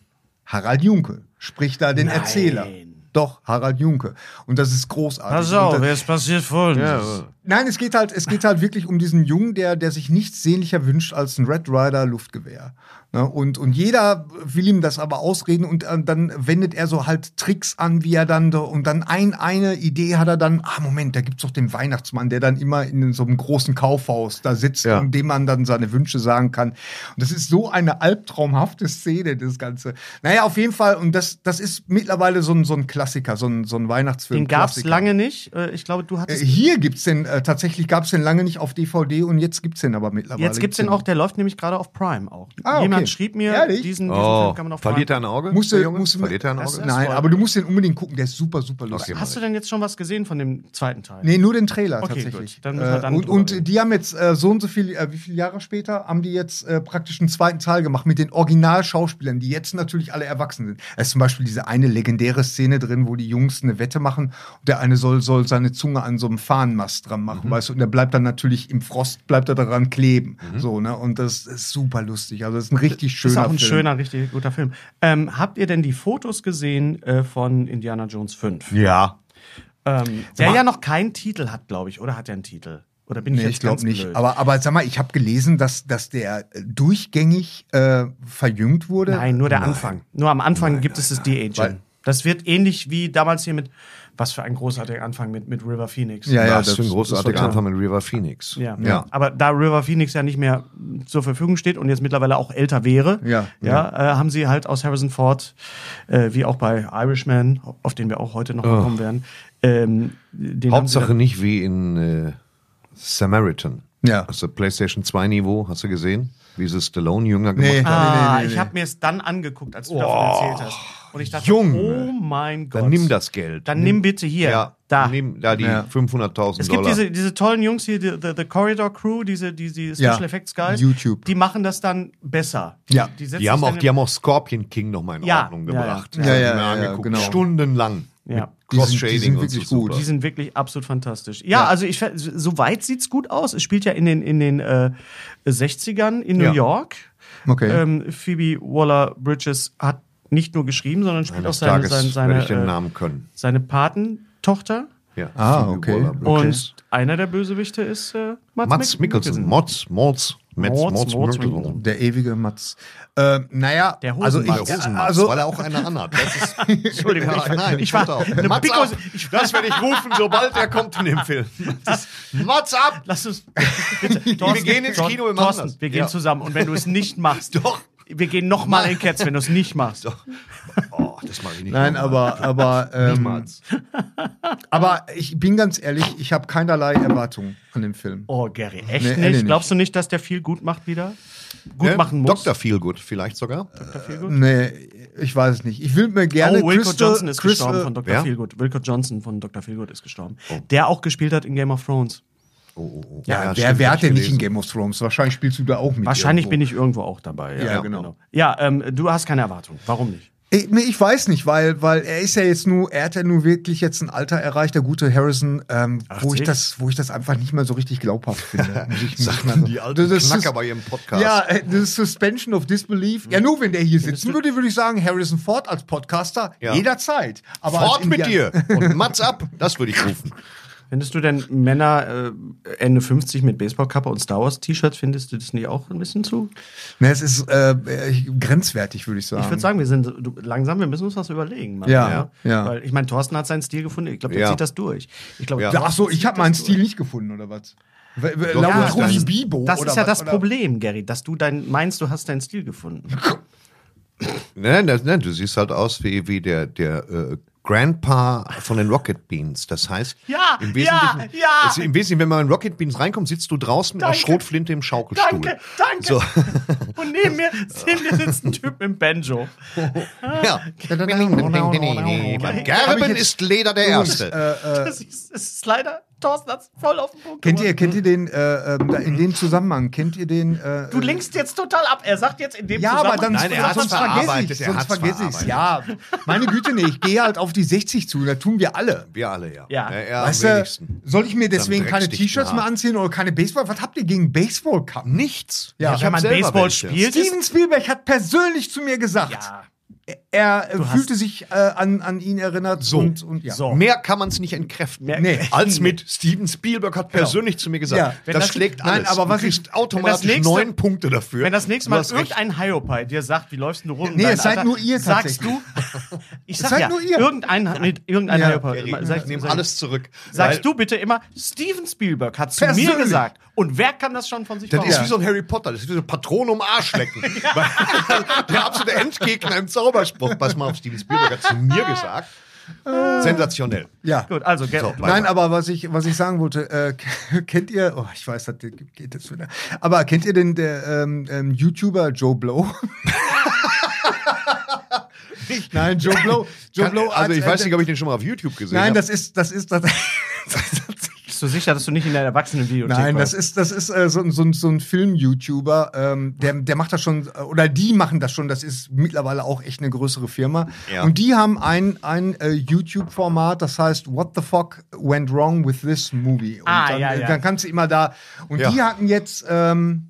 [SPEAKER 6] Harald Junke spricht da den
[SPEAKER 4] Nein.
[SPEAKER 6] Erzähler. Doch, Harald Junke. Und das ist großartig.
[SPEAKER 4] Pass auf,
[SPEAKER 6] Und das,
[SPEAKER 4] es passiert Folgendes.
[SPEAKER 3] Ja,
[SPEAKER 6] nein, es geht halt, es geht halt wirklich um diesen Jungen, der, der sich nichts sehnlicher wünscht als ein Red Ryder Luftgewehr. Ne? Und, und jeder will ihm das aber ausreden und äh, dann wendet er so halt Tricks an, wie er dann, und dann ein, eine Idee hat er dann, ah, Moment, da gibt's doch den Weihnachtsmann, der dann immer in so einem großen Kaufhaus da sitzt
[SPEAKER 3] Ja.
[SPEAKER 6] und dem man dann seine Wünsche sagen kann. Und das ist so eine albtraumhafte Szene, das Ganze. Naja, auf jeden Fall, und das, das ist mittlerweile so ein, so ein Klassiker, so ein, so ein Weihnachtsfilm.
[SPEAKER 4] Den gab's
[SPEAKER 6] Klassiker.
[SPEAKER 4] lange nicht. Äh, Ich glaube, du
[SPEAKER 6] Äh,
[SPEAKER 4] hattest.
[SPEAKER 6] Hier gibt's den, äh, tatsächlich gab's den lange nicht auf D V D und jetzt gibt's den aber mittlerweile.
[SPEAKER 4] Jetzt gibt's den auch, der läuft nämlich gerade auf Prime auch.
[SPEAKER 6] Ah, okay.
[SPEAKER 4] Jemand schrieb mir,
[SPEAKER 6] Ehrlich?
[SPEAKER 4] diesen, diesen
[SPEAKER 3] Oh,
[SPEAKER 4] Film kann man auf
[SPEAKER 3] verliert er
[SPEAKER 4] Prime.
[SPEAKER 3] ein Auge?
[SPEAKER 6] Musst
[SPEAKER 3] der
[SPEAKER 6] du,
[SPEAKER 3] Junge?
[SPEAKER 6] musst du,
[SPEAKER 3] Verliert er ein
[SPEAKER 4] Das
[SPEAKER 3] Auge?
[SPEAKER 4] ist-
[SPEAKER 6] Nein,
[SPEAKER 4] voll.
[SPEAKER 6] aber du musst den unbedingt gucken, der ist super, super lustig.
[SPEAKER 3] Okay.
[SPEAKER 4] Hast du denn jetzt schon was gesehen von dem zweiten Teil?
[SPEAKER 6] Nee, nur den Trailer
[SPEAKER 4] Okay,
[SPEAKER 6] tatsächlich.
[SPEAKER 4] gut. Dann müssen wir dann
[SPEAKER 6] äh, und
[SPEAKER 4] drüber
[SPEAKER 6] und
[SPEAKER 4] reden.
[SPEAKER 6] die haben jetzt äh, so und so viel, äh, wie viele Jahre später, haben die jetzt äh, praktisch einen zweiten Teil gemacht mit den Originalschauspielern, die jetzt natürlich alle erwachsen sind. Da ist zum Beispiel diese eine legendäre Szene drin, wo die Jungs eine Wette machen und der eine soll, soll seine Zunge an so einem Fahnenmast dran machen, weißt du, und der bleibt dann natürlich im Frost, bleibt er daran kleben. So, ne? Und das ist super lustig. Also das ist ein richtig schöner
[SPEAKER 4] ist auch ein
[SPEAKER 6] Film.
[SPEAKER 4] schöner, richtig guter Film. Ähm, habt ihr denn die Fotos gesehen äh, von Indiana Jones fünf?
[SPEAKER 3] Ja.
[SPEAKER 4] Ähm, der ja noch keinen Titel hat, glaube ich. Oder hat er einen Titel? Oder bin ich
[SPEAKER 6] Nee,
[SPEAKER 4] jetzt
[SPEAKER 6] ich glaube
[SPEAKER 4] ganz
[SPEAKER 6] nicht.
[SPEAKER 4] blöd?
[SPEAKER 6] Aber, aber sag mal, ich habe gelesen, dass, dass der äh, durchgängig äh, verjüngt wurde.
[SPEAKER 4] Nein, nur der Anfang. Nur am Anfang gibt es das De-Aging.
[SPEAKER 6] Weil-
[SPEAKER 4] Das wird ähnlich wie damals hier mit, was für ein großartiger Anfang mit, mit River Phoenix.
[SPEAKER 6] Ja, ja,
[SPEAKER 3] das ist ein
[SPEAKER 6] das-
[SPEAKER 3] großartiger
[SPEAKER 6] das war
[SPEAKER 3] Anfang mit River Phoenix.
[SPEAKER 4] Ja.
[SPEAKER 3] ja.
[SPEAKER 4] Aber da River Phoenix ja nicht mehr zur Verfügung steht und jetzt mittlerweile auch älter wäre,
[SPEAKER 6] Ja.
[SPEAKER 4] ja, Äh, haben sie halt aus Harrison Ford, äh, wie auch bei Irishman, auf den wir auch heute noch mal kommen werden, ähm, den
[SPEAKER 3] Hauptsache
[SPEAKER 4] haben sie
[SPEAKER 3] nicht wie in äh, Samaritan.
[SPEAKER 6] Ja.
[SPEAKER 3] Also PlayStation zwei Niveau, hast du gesehen? Wie sie Stallone jünger
[SPEAKER 6] Nee.
[SPEAKER 3] gemacht
[SPEAKER 4] dann,
[SPEAKER 3] haben.
[SPEAKER 4] ah,
[SPEAKER 6] nee, nee,
[SPEAKER 4] ich
[SPEAKER 6] nee.
[SPEAKER 4] habe mir es dann angeguckt, als du davon erzählt hast. Und ich dachte,
[SPEAKER 3] Junge.
[SPEAKER 4] oh mein Gott.
[SPEAKER 3] Dann nimm das Geld.
[SPEAKER 4] Dann nimm bitte hier,
[SPEAKER 3] Ja,
[SPEAKER 4] da.
[SPEAKER 3] nimm da die
[SPEAKER 6] Ja.
[SPEAKER 3] fünfhunderttausend
[SPEAKER 4] Es gibt
[SPEAKER 3] Dollar.
[SPEAKER 4] diese, diese tollen Jungs hier, die, the, the Corridor Crew, diese, die, die Special
[SPEAKER 6] Ja,
[SPEAKER 4] Effects Guys.
[SPEAKER 6] YouTube.
[SPEAKER 4] Die machen das dann besser.
[SPEAKER 6] Ja.
[SPEAKER 4] Die, setzen
[SPEAKER 3] die haben
[SPEAKER 4] sich
[SPEAKER 3] auch,
[SPEAKER 4] dann
[SPEAKER 3] die haben auch Scorpion King noch mal in
[SPEAKER 4] Ja,
[SPEAKER 3] Ordnung
[SPEAKER 4] ja, ja.
[SPEAKER 3] gebracht.
[SPEAKER 6] Ja,
[SPEAKER 3] Das hab
[SPEAKER 6] ja,
[SPEAKER 3] ich mir
[SPEAKER 6] ja,
[SPEAKER 3] angeguckt.
[SPEAKER 6] genau.
[SPEAKER 3] Stundenlang.
[SPEAKER 4] Ja.
[SPEAKER 3] Mit
[SPEAKER 6] Die sind- die
[SPEAKER 3] Cross-Shading
[SPEAKER 6] sind
[SPEAKER 3] und
[SPEAKER 6] wirklich
[SPEAKER 3] so
[SPEAKER 6] gut.
[SPEAKER 3] super.
[SPEAKER 4] Die sind wirklich absolut fantastisch. Ja, also ich soweit sieht's gut aus. Es spielt ja in den in den äh, sechzigern in New
[SPEAKER 3] Ja.
[SPEAKER 4] York.
[SPEAKER 6] Okay.
[SPEAKER 4] Ähm, Phoebe Waller-Bridges hat nicht nur geschrieben, sondern spielt
[SPEAKER 3] Eines
[SPEAKER 4] auch seine
[SPEAKER 3] Tages
[SPEAKER 4] seine,
[SPEAKER 3] werde
[SPEAKER 4] seine,
[SPEAKER 3] ich den
[SPEAKER 4] äh,
[SPEAKER 3] Namen können.
[SPEAKER 4] seine Patentochter.
[SPEAKER 3] Ja.
[SPEAKER 6] Ah,
[SPEAKER 3] Phoebe
[SPEAKER 6] okay.
[SPEAKER 3] Waller-Bridges.
[SPEAKER 4] Und einer der Bösewichte ist äh, Mads,
[SPEAKER 3] Mats Mikkelsen. Mods, Mods, Mats,
[SPEAKER 4] Mods,
[SPEAKER 3] Mods,
[SPEAKER 4] Mods,
[SPEAKER 3] Mikkelsen.
[SPEAKER 6] Der ewige Matz. Äh, naja,
[SPEAKER 4] Der
[SPEAKER 6] also ich,
[SPEAKER 4] Hosenmatz.
[SPEAKER 3] Der Rosenmatz,
[SPEAKER 6] also,
[SPEAKER 3] weil er auch eine anhat. Das ist,
[SPEAKER 4] Entschuldigung,
[SPEAKER 3] ich, nein, ich
[SPEAKER 4] war
[SPEAKER 3] war auch.
[SPEAKER 4] eine
[SPEAKER 3] Mats
[SPEAKER 4] Pico-
[SPEAKER 3] ab. Das werde ich rufen, sobald er kommt in dem Film. Mats ab!
[SPEAKER 4] Lass uns. Bitte, Thorsten,
[SPEAKER 3] gehen ins
[SPEAKER 4] Thor-
[SPEAKER 3] Kino, wir machen
[SPEAKER 4] Thorsten,
[SPEAKER 3] das.
[SPEAKER 4] wir gehen
[SPEAKER 3] Ja.
[SPEAKER 4] zusammen. Und wenn du es nicht machst,
[SPEAKER 3] Doch.
[SPEAKER 4] wir gehen noch mal in Cats, wenn du es nicht machst.
[SPEAKER 3] Oh, das mache ich nicht.
[SPEAKER 6] nein,
[SPEAKER 3] nochmal.
[SPEAKER 6] aber, aber, ähm,
[SPEAKER 3] Niemals.
[SPEAKER 6] aber ich bin ganz ehrlich, ich habe keinerlei Erwartungen an den Film.
[SPEAKER 4] Oh, Gary, echt
[SPEAKER 6] Nee,
[SPEAKER 4] nicht?
[SPEAKER 6] ehrlich nicht.
[SPEAKER 4] Glaubst du nicht, dass der viel gut macht wieder? Gut
[SPEAKER 3] Ja,
[SPEAKER 4] machen muss?
[SPEAKER 3] Doktor Feelgood vielleicht sogar.
[SPEAKER 4] Doktor Feelgood?
[SPEAKER 6] Nee, ich weiß es nicht. Ich will mir gerne
[SPEAKER 4] Oh, Wilco
[SPEAKER 6] Crystal,
[SPEAKER 4] Johnson ist
[SPEAKER 6] Crystal,
[SPEAKER 4] gestorben von Doktor
[SPEAKER 3] wer?
[SPEAKER 4] Feelgood. Wilco Johnson von Doktor Feelgood ist gestorben. Der auch gespielt hat in Game of Thrones.
[SPEAKER 3] Oh, oh, oh.
[SPEAKER 6] Ja, wer,
[SPEAKER 3] stimmt,
[SPEAKER 6] wer
[SPEAKER 3] hab
[SPEAKER 6] hat denn
[SPEAKER 3] ich
[SPEAKER 6] nicht in
[SPEAKER 3] gelesen.
[SPEAKER 6] Game of Thrones? Wahrscheinlich spielst du da auch mit.
[SPEAKER 4] Wahrscheinlich
[SPEAKER 6] irgendwo.
[SPEAKER 4] bin ich irgendwo auch dabei.
[SPEAKER 6] Ja, genau.
[SPEAKER 4] Ja, ähm, du hast keine Erwartung. Warum nicht?
[SPEAKER 6] Ich, nee, ich weiß nicht, weil, weil er ist ja jetzt nur, er hat ja nur wirklich jetzt ein Alter erreicht, der gute Harrison, ähm, wo ich
[SPEAKER 4] achtzig?
[SPEAKER 6] das, wo ich das einfach nicht mehr so richtig glaubhaft finde. Muss ich, muss ich mal
[SPEAKER 3] Sagen die alten
[SPEAKER 6] Das ist-
[SPEAKER 3] Knacker bei ihrem Podcast.
[SPEAKER 6] Ja, äh, das ist Suspension of Disbelief. Ja, nur wenn der hier sitzen würde, würde ich sagen, Harrison Ford als Podcaster
[SPEAKER 3] Ja.
[SPEAKER 6] jederzeit. Aber als
[SPEAKER 3] Fort mit
[SPEAKER 6] Indian-
[SPEAKER 3] dir und Mats ab, das würde ich rufen.
[SPEAKER 4] Findest du denn Männer äh, Ende fünfzig mit Baseballkappe und Star Wars T-Shirts, findest du das nicht auch ein bisschen zu?
[SPEAKER 6] Ne, es ist äh, äh, grenzwertig, würde ich sagen.
[SPEAKER 4] Ich würde sagen, wir sind du, langsam, wir müssen uns was überlegen. Mann,
[SPEAKER 6] Ja, ja.
[SPEAKER 4] Weil ich meine, Thorsten hat seinen Stil gefunden. Ich glaube, der
[SPEAKER 3] Ja.
[SPEAKER 4] zieht das durch. Ich glaube,
[SPEAKER 3] Ja.
[SPEAKER 6] Ach so, ich habe meinen
[SPEAKER 4] das
[SPEAKER 6] Stil nicht gefunden, oder was? W- w-
[SPEAKER 3] Doch,
[SPEAKER 6] Laura
[SPEAKER 3] du hast
[SPEAKER 6] Trufi
[SPEAKER 3] deinen-
[SPEAKER 6] Bibo,
[SPEAKER 4] Das
[SPEAKER 6] oder
[SPEAKER 4] ist ja
[SPEAKER 6] was?
[SPEAKER 4] das
[SPEAKER 6] Oder-
[SPEAKER 4] Problem, Gary, dass du dein, meinst, du hast deinen Stil gefunden.
[SPEAKER 3] Nein, nein, nein, du siehst halt aus wie, wie der, der äh, Grandpa von den Rocket Beans. Das heißt,
[SPEAKER 4] Ja,
[SPEAKER 3] im Wesentlichen,
[SPEAKER 4] ja, ja.
[SPEAKER 3] Es, im Wesentlichen, wenn man in Rocket Beans reinkommt, sitzt du draußen mit einer
[SPEAKER 4] Danke.
[SPEAKER 3] Schrotflinte im Schaukelstuhl.
[SPEAKER 4] Danke, danke.
[SPEAKER 3] So.
[SPEAKER 4] Und neben mir, neben mir sitzt ein Typ mit dem Banjo.
[SPEAKER 3] Ja. Gerben ist Leder der Erste.
[SPEAKER 4] Das ist, das ist leider, Thorsten hat's voll auf den Punkt
[SPEAKER 6] Kennt ihr,
[SPEAKER 4] gebracht.
[SPEAKER 6] kennt ihr den, äh, ähm, da in dem Zusammenhang, kennt ihr den? Äh,
[SPEAKER 4] Du lenkst jetzt total ab. Er sagt jetzt in dem
[SPEAKER 6] ja, aber dann
[SPEAKER 3] Nein, er hat's
[SPEAKER 6] sonst vergesse
[SPEAKER 3] verarbeitet,
[SPEAKER 6] ich
[SPEAKER 3] er
[SPEAKER 6] sonst
[SPEAKER 3] hat's
[SPEAKER 6] vergesse ich's.
[SPEAKER 3] verarbeitet.
[SPEAKER 6] Ja, meine Güte, nee, ich gehe halt auf die sechzig zu, da tun wir alle.
[SPEAKER 3] Wir alle, ja.
[SPEAKER 4] Ja.
[SPEAKER 3] er
[SPEAKER 6] Weißt
[SPEAKER 3] am
[SPEAKER 6] du,
[SPEAKER 3] wenigsten.
[SPEAKER 6] soll ich mir deswegen
[SPEAKER 3] Am
[SPEAKER 6] keine
[SPEAKER 3] dreckigsten
[SPEAKER 6] T-Shirts mehr
[SPEAKER 3] Haar.
[SPEAKER 6] anziehen oder keine Baseball? Was habt ihr gegen Baseballkappen?
[SPEAKER 3] Nichts.
[SPEAKER 6] Ja,
[SPEAKER 3] Ich
[SPEAKER 4] wenn
[SPEAKER 3] hab
[SPEAKER 4] man
[SPEAKER 3] selber
[SPEAKER 4] Baseball
[SPEAKER 3] welche.
[SPEAKER 4] spielt, ist,
[SPEAKER 6] Steven Spielberg hat persönlich zu mir gesagt,
[SPEAKER 4] ja.
[SPEAKER 6] er, er äh, fühlte sich äh, an, an ihn erinnert.
[SPEAKER 3] So.
[SPEAKER 6] Und, und, ja.
[SPEAKER 4] So.
[SPEAKER 3] Mehr kann man es nicht entkräften.
[SPEAKER 4] Mehr-
[SPEAKER 6] Nee.
[SPEAKER 3] Als mit Steven Spielberg hat persönlich zu mir gesagt,
[SPEAKER 6] Ja.
[SPEAKER 4] Wenn
[SPEAKER 3] das,
[SPEAKER 4] das-
[SPEAKER 3] schlägt
[SPEAKER 6] nein,
[SPEAKER 3] alles.
[SPEAKER 6] aber was
[SPEAKER 3] du kriegst
[SPEAKER 6] ich-
[SPEAKER 3] automatisch
[SPEAKER 4] nächste-
[SPEAKER 3] neun Punkte dafür.
[SPEAKER 4] Wenn das nächste
[SPEAKER 3] Du
[SPEAKER 4] Mal
[SPEAKER 3] hast recht.
[SPEAKER 4] irgendein Hyopai dir sagt, wie läufst du rum?
[SPEAKER 6] Nee,
[SPEAKER 4] dein
[SPEAKER 6] es seid
[SPEAKER 4] Alter,
[SPEAKER 6] nur ihr
[SPEAKER 4] Sagst
[SPEAKER 6] tatsächlich.
[SPEAKER 4] du, ich sag
[SPEAKER 6] seid
[SPEAKER 4] ja,
[SPEAKER 6] nur ihr.
[SPEAKER 4] irgendein, mit irgendein
[SPEAKER 6] Ja.
[SPEAKER 4] Hyopai.
[SPEAKER 3] Gary,
[SPEAKER 4] Sag,
[SPEAKER 3] ich nehme
[SPEAKER 4] sag-
[SPEAKER 3] alles zurück.
[SPEAKER 4] Sagst
[SPEAKER 3] Weil
[SPEAKER 4] du bitte immer, Steven Spielberg hat zu mir
[SPEAKER 6] Persönlich.
[SPEAKER 4] gesagt. Und wer kann das schon von sich
[SPEAKER 3] Das ist
[SPEAKER 4] behaupten?
[SPEAKER 3] wie so ein Harry Potter, das ist wie so ein Patron um Arschlecken. Weil der absolute Endgegner im Zauberspruch. Pass mal auf, Steven Spielberg hat zu mir gesagt. Sensationell.
[SPEAKER 6] Ja.
[SPEAKER 4] Gut, also, Ger-
[SPEAKER 3] So, weiter.
[SPEAKER 6] Nein, aber was ich, was ich sagen wollte, äh, kennt ihr, oh, ich weiß, das geht jetzt wieder, aber kennt ihr den der, ähm, ähm, YouTuber Joe Blow? Nein, Joe Blow. Joe
[SPEAKER 3] Kann,
[SPEAKER 6] Blow
[SPEAKER 3] also
[SPEAKER 6] hat,
[SPEAKER 3] ich
[SPEAKER 6] äh,
[SPEAKER 3] weiß nicht, ob ich den schon mal auf YouTube gesehen
[SPEAKER 6] Nein,
[SPEAKER 3] habe.
[SPEAKER 6] das ist, das ist, das,
[SPEAKER 4] bist du sicher, dass du nicht in der Erwachsenenvideothek
[SPEAKER 6] nein, das
[SPEAKER 4] warst?
[SPEAKER 6] ist, das ist äh, so, so, so ein Film-YouTuber, ähm, der, der macht das schon, äh, oder die machen das schon, das ist mittlerweile auch echt eine größere Firma.
[SPEAKER 3] Ja.
[SPEAKER 6] Und die haben ein, ein äh, YouTube-Format, das heißt What the fuck went wrong with this movie? Und
[SPEAKER 4] Ah,
[SPEAKER 6] dann,
[SPEAKER 4] ja,
[SPEAKER 6] äh,
[SPEAKER 4] ja.
[SPEAKER 6] dann kannst du immer da, und
[SPEAKER 3] Ja.
[SPEAKER 6] die hatten jetzt, ähm,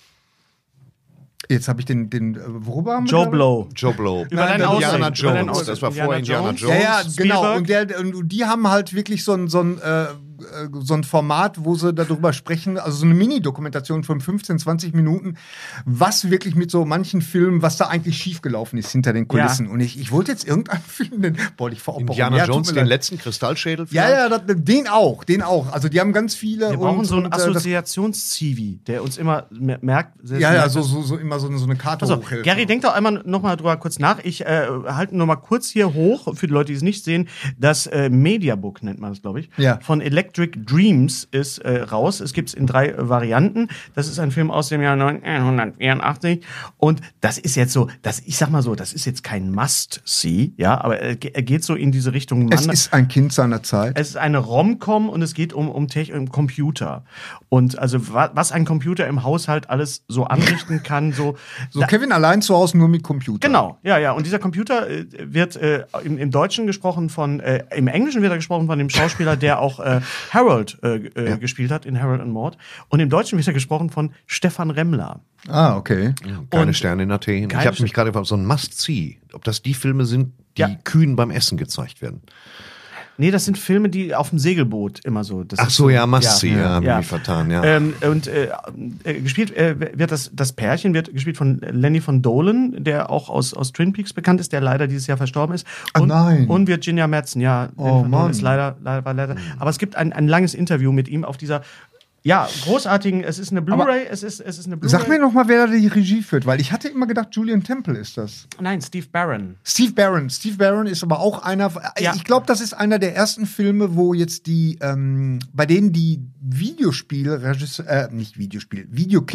[SPEAKER 6] jetzt habe ich den, den, äh, worüber haben wir
[SPEAKER 4] Joe
[SPEAKER 6] gerade?
[SPEAKER 4] Blow.
[SPEAKER 3] Joe Blow.
[SPEAKER 4] Über dein
[SPEAKER 3] Indiana
[SPEAKER 4] Aussehen.
[SPEAKER 3] Jones.
[SPEAKER 4] Über dein
[SPEAKER 3] Das
[SPEAKER 4] Aussehen.
[SPEAKER 3] war vor Indiana Jones.
[SPEAKER 6] Ja, ja, genau.
[SPEAKER 4] Spielberg.
[SPEAKER 6] Und, der, und die haben halt wirklich so ein, so ein, äh, äh, so ein Format, wo sie darüber sprechen, also so eine Mini-Dokumentation von fünfzehn, zwanzig Minuten, was wirklich mit so manchen Filmen, was da eigentlich schiefgelaufen ist hinter den Kulissen.
[SPEAKER 4] Ja.
[SPEAKER 6] Und ich, ich wollte jetzt irgendeinen Film, den, boah, ich veropfere.
[SPEAKER 3] Indiana
[SPEAKER 6] ja, tut
[SPEAKER 3] Jones,
[SPEAKER 6] mir
[SPEAKER 3] den
[SPEAKER 6] leid.
[SPEAKER 3] letzten Kristallschädel
[SPEAKER 6] Ja,
[SPEAKER 3] vielleicht?
[SPEAKER 6] ja, das, den auch, den auch. Also die haben ganz viele.
[SPEAKER 4] Wir brauchen
[SPEAKER 6] und,
[SPEAKER 4] so einen
[SPEAKER 6] und, äh, das-
[SPEAKER 4] Assoziations-Zivi, der uns immer mer- merkt.
[SPEAKER 6] Ja, ja,
[SPEAKER 4] merkt,
[SPEAKER 6] so, so, so immer so eine, so eine Karte
[SPEAKER 4] Also,
[SPEAKER 6] hochhält.
[SPEAKER 4] Gary, denk doch einmal noch mal drüber kurz nach. Ich äh, halte noch mal kurz hier hoch, für die Leute, die es nicht sehen, das äh, Mediabook nennt man es, glaube ich,
[SPEAKER 6] Ja.
[SPEAKER 4] von Electric Dreams ist äh, raus. Es gibt es in drei äh, Varianten. Das ist ein Film aus dem Jahr neunzehnhundertvierundachtzig und das ist jetzt so, das, ich sag mal so, das ist jetzt kein Must-See, ja, aber er, ge- er geht so in diese Richtung.
[SPEAKER 6] Es
[SPEAKER 4] Mann-
[SPEAKER 6] ist ein Kind seiner Zeit.
[SPEAKER 4] es ist eine Rom-Com und es geht um, um, Tech um Computer. Und also wa was ein Computer im Haushalt alles so anrichten kann, so.
[SPEAKER 6] So
[SPEAKER 4] da,
[SPEAKER 6] Kevin allein zu Hause nur mit Computer.
[SPEAKER 4] genau, ja, ja. Und dieser Computer äh, wird äh, im, im Deutschen gesprochen von, äh, im Englischen wird er gesprochen von dem Schauspieler, der auch äh, Harold äh, äh, gespielt hat in Harold and Maude. Und im Deutschen wird er gesprochen von Stefan Remmler.
[SPEAKER 6] Ah, okay.
[SPEAKER 3] Keine
[SPEAKER 4] Und-
[SPEAKER 3] Sterne in Athen. Ich
[SPEAKER 4] Keine
[SPEAKER 3] habe
[SPEAKER 4] Ster-
[SPEAKER 3] mich gerade gefragt, so ein Must-See, ob das die Filme sind, die
[SPEAKER 4] Ja.
[SPEAKER 3] Kühen beim Essen gezeigt werden.
[SPEAKER 4] Nee, das sind Filme, die auf dem Segelboot immer so. Das
[SPEAKER 3] Ach
[SPEAKER 4] ist
[SPEAKER 3] so, ja, Must-See, ja, hab ich
[SPEAKER 4] ja.
[SPEAKER 3] mich vertan, ja.
[SPEAKER 4] Ähm, und äh, äh, gespielt äh, wird das, das Pärchen wird gespielt von Lenny von Dolan, der auch aus, aus Twin Peaks bekannt ist, der leider dieses Jahr verstorben ist.
[SPEAKER 6] Ah,
[SPEAKER 4] Und,
[SPEAKER 6] nein.
[SPEAKER 4] und Virginia Madsen, ja,
[SPEAKER 6] Oh,
[SPEAKER 4] Lenny von Dolan
[SPEAKER 6] Mann.
[SPEAKER 4] ist leider, leider, war leider. Aber es gibt ein, ein langes Interview mit ihm auf dieser, ja, großartigen, es ist eine Blu-ray, es ist, es ist eine Blu-ray.
[SPEAKER 6] Sag mir noch mal, wer da die Regie führt, weil ich hatte immer gedacht, Julian Temple ist das.
[SPEAKER 4] Nein, Steve Barron.
[SPEAKER 6] Steve Barron. Steve Barron ist aber auch einer.
[SPEAKER 4] Ja.
[SPEAKER 6] Ich glaube, das ist einer der ersten Filme, wo jetzt die, ähm, bei denen die Videospielregisseur, äh, nicht Videospiel,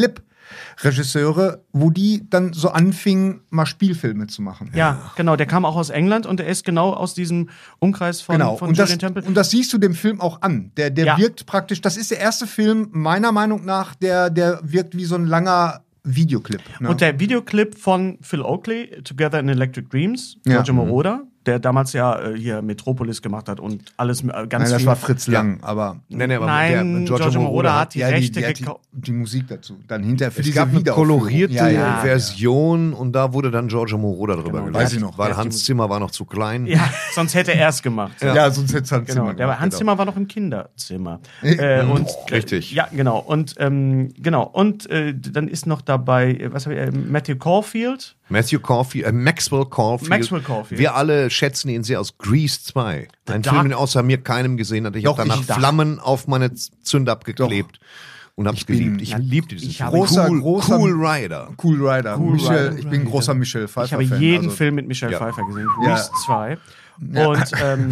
[SPEAKER 6] Videoclip-Regisseure, wo die dann so anfingen, mal Spielfilme zu machen.
[SPEAKER 4] Ja, genau, der kam auch aus England und er ist genau aus diesem Umkreis von,
[SPEAKER 6] Genau,
[SPEAKER 4] von
[SPEAKER 6] und das,
[SPEAKER 4] Julian Temple.
[SPEAKER 6] und das siehst du dem Film auch an. Der, der
[SPEAKER 4] Ja.
[SPEAKER 6] wirkt praktisch, das ist der erste Film, meiner Meinung nach, der, der wirkt wie so ein langer Videoclip. Ne?
[SPEAKER 4] Und der Videoclip von Phil Oakley, Together in Electric Dreams,
[SPEAKER 6] Ja.
[SPEAKER 4] Giorgio Moroder, der damals ja äh, hier Metropolis gemacht hat und alles äh, ganz
[SPEAKER 6] Nein, das
[SPEAKER 4] viel.
[SPEAKER 6] war Fritz Lang, aber
[SPEAKER 3] Nee, nee, aber
[SPEAKER 4] Nein, Giorgio Moroder hat die
[SPEAKER 6] ja,
[SPEAKER 4] Rechte
[SPEAKER 6] die, hat die,
[SPEAKER 4] gekauft.
[SPEAKER 6] die Musik dazu. Dann hinterher für
[SPEAKER 3] Es
[SPEAKER 6] diese
[SPEAKER 3] gab eine
[SPEAKER 6] Wiederaufführung.
[SPEAKER 3] kolorierte
[SPEAKER 6] Ja, ja, ja.
[SPEAKER 3] Version und da wurde dann Giorgio Moroder drüber
[SPEAKER 4] Genau,
[SPEAKER 3] gelegt.
[SPEAKER 6] weiß ich noch.
[SPEAKER 3] Weil
[SPEAKER 4] Ja,
[SPEAKER 3] Hans
[SPEAKER 4] die-
[SPEAKER 3] Zimmer war noch zu klein.
[SPEAKER 4] Ja, sonst hätte er es gemacht.
[SPEAKER 6] Ja, ja, sonst hätte es Hans
[SPEAKER 4] Genau,
[SPEAKER 6] Zimmer
[SPEAKER 4] der
[SPEAKER 6] gemacht,
[SPEAKER 4] Hans
[SPEAKER 6] genau.
[SPEAKER 4] Zimmer war noch im Kinderzimmer.
[SPEAKER 6] Äh,
[SPEAKER 4] äh, und,
[SPEAKER 3] richtig.
[SPEAKER 4] Ja, genau. Und ähm, genau. Und äh, dann ist noch dabei, äh, was habe ich, äh, Matthew Caulfield.
[SPEAKER 3] Matthew Caulfield, äh, Maxwell Caulfield.
[SPEAKER 4] Maxwell Caulfield.
[SPEAKER 3] Wir alle schätzen ihn sehr aus Grease zwei. Ein
[SPEAKER 4] Dark-
[SPEAKER 3] Film, den außer mir keinem gesehen hat. Ich
[SPEAKER 6] Doch,
[SPEAKER 3] habe danach
[SPEAKER 6] ich dachte-
[SPEAKER 3] Flammen auf meine Z- Zünder abgeklebt und hab's
[SPEAKER 6] bin-
[SPEAKER 3] geliebt. Ich liebte diesen
[SPEAKER 4] ich
[SPEAKER 3] Film.
[SPEAKER 4] habe-
[SPEAKER 6] Großer,
[SPEAKER 3] cool,
[SPEAKER 6] großer-
[SPEAKER 3] cool Rider.
[SPEAKER 6] Cool Rider.
[SPEAKER 4] Cool
[SPEAKER 6] Michelle,
[SPEAKER 4] Rider.
[SPEAKER 6] ich bin ein großer Michelle Pfeiffer.
[SPEAKER 4] Ich habe
[SPEAKER 6] Fan,
[SPEAKER 4] jeden
[SPEAKER 6] also.
[SPEAKER 4] Film mit Michelle
[SPEAKER 3] Ja.
[SPEAKER 4] Pfeiffer gesehen.
[SPEAKER 6] Ja.
[SPEAKER 4] Grease zwei. Und ähm,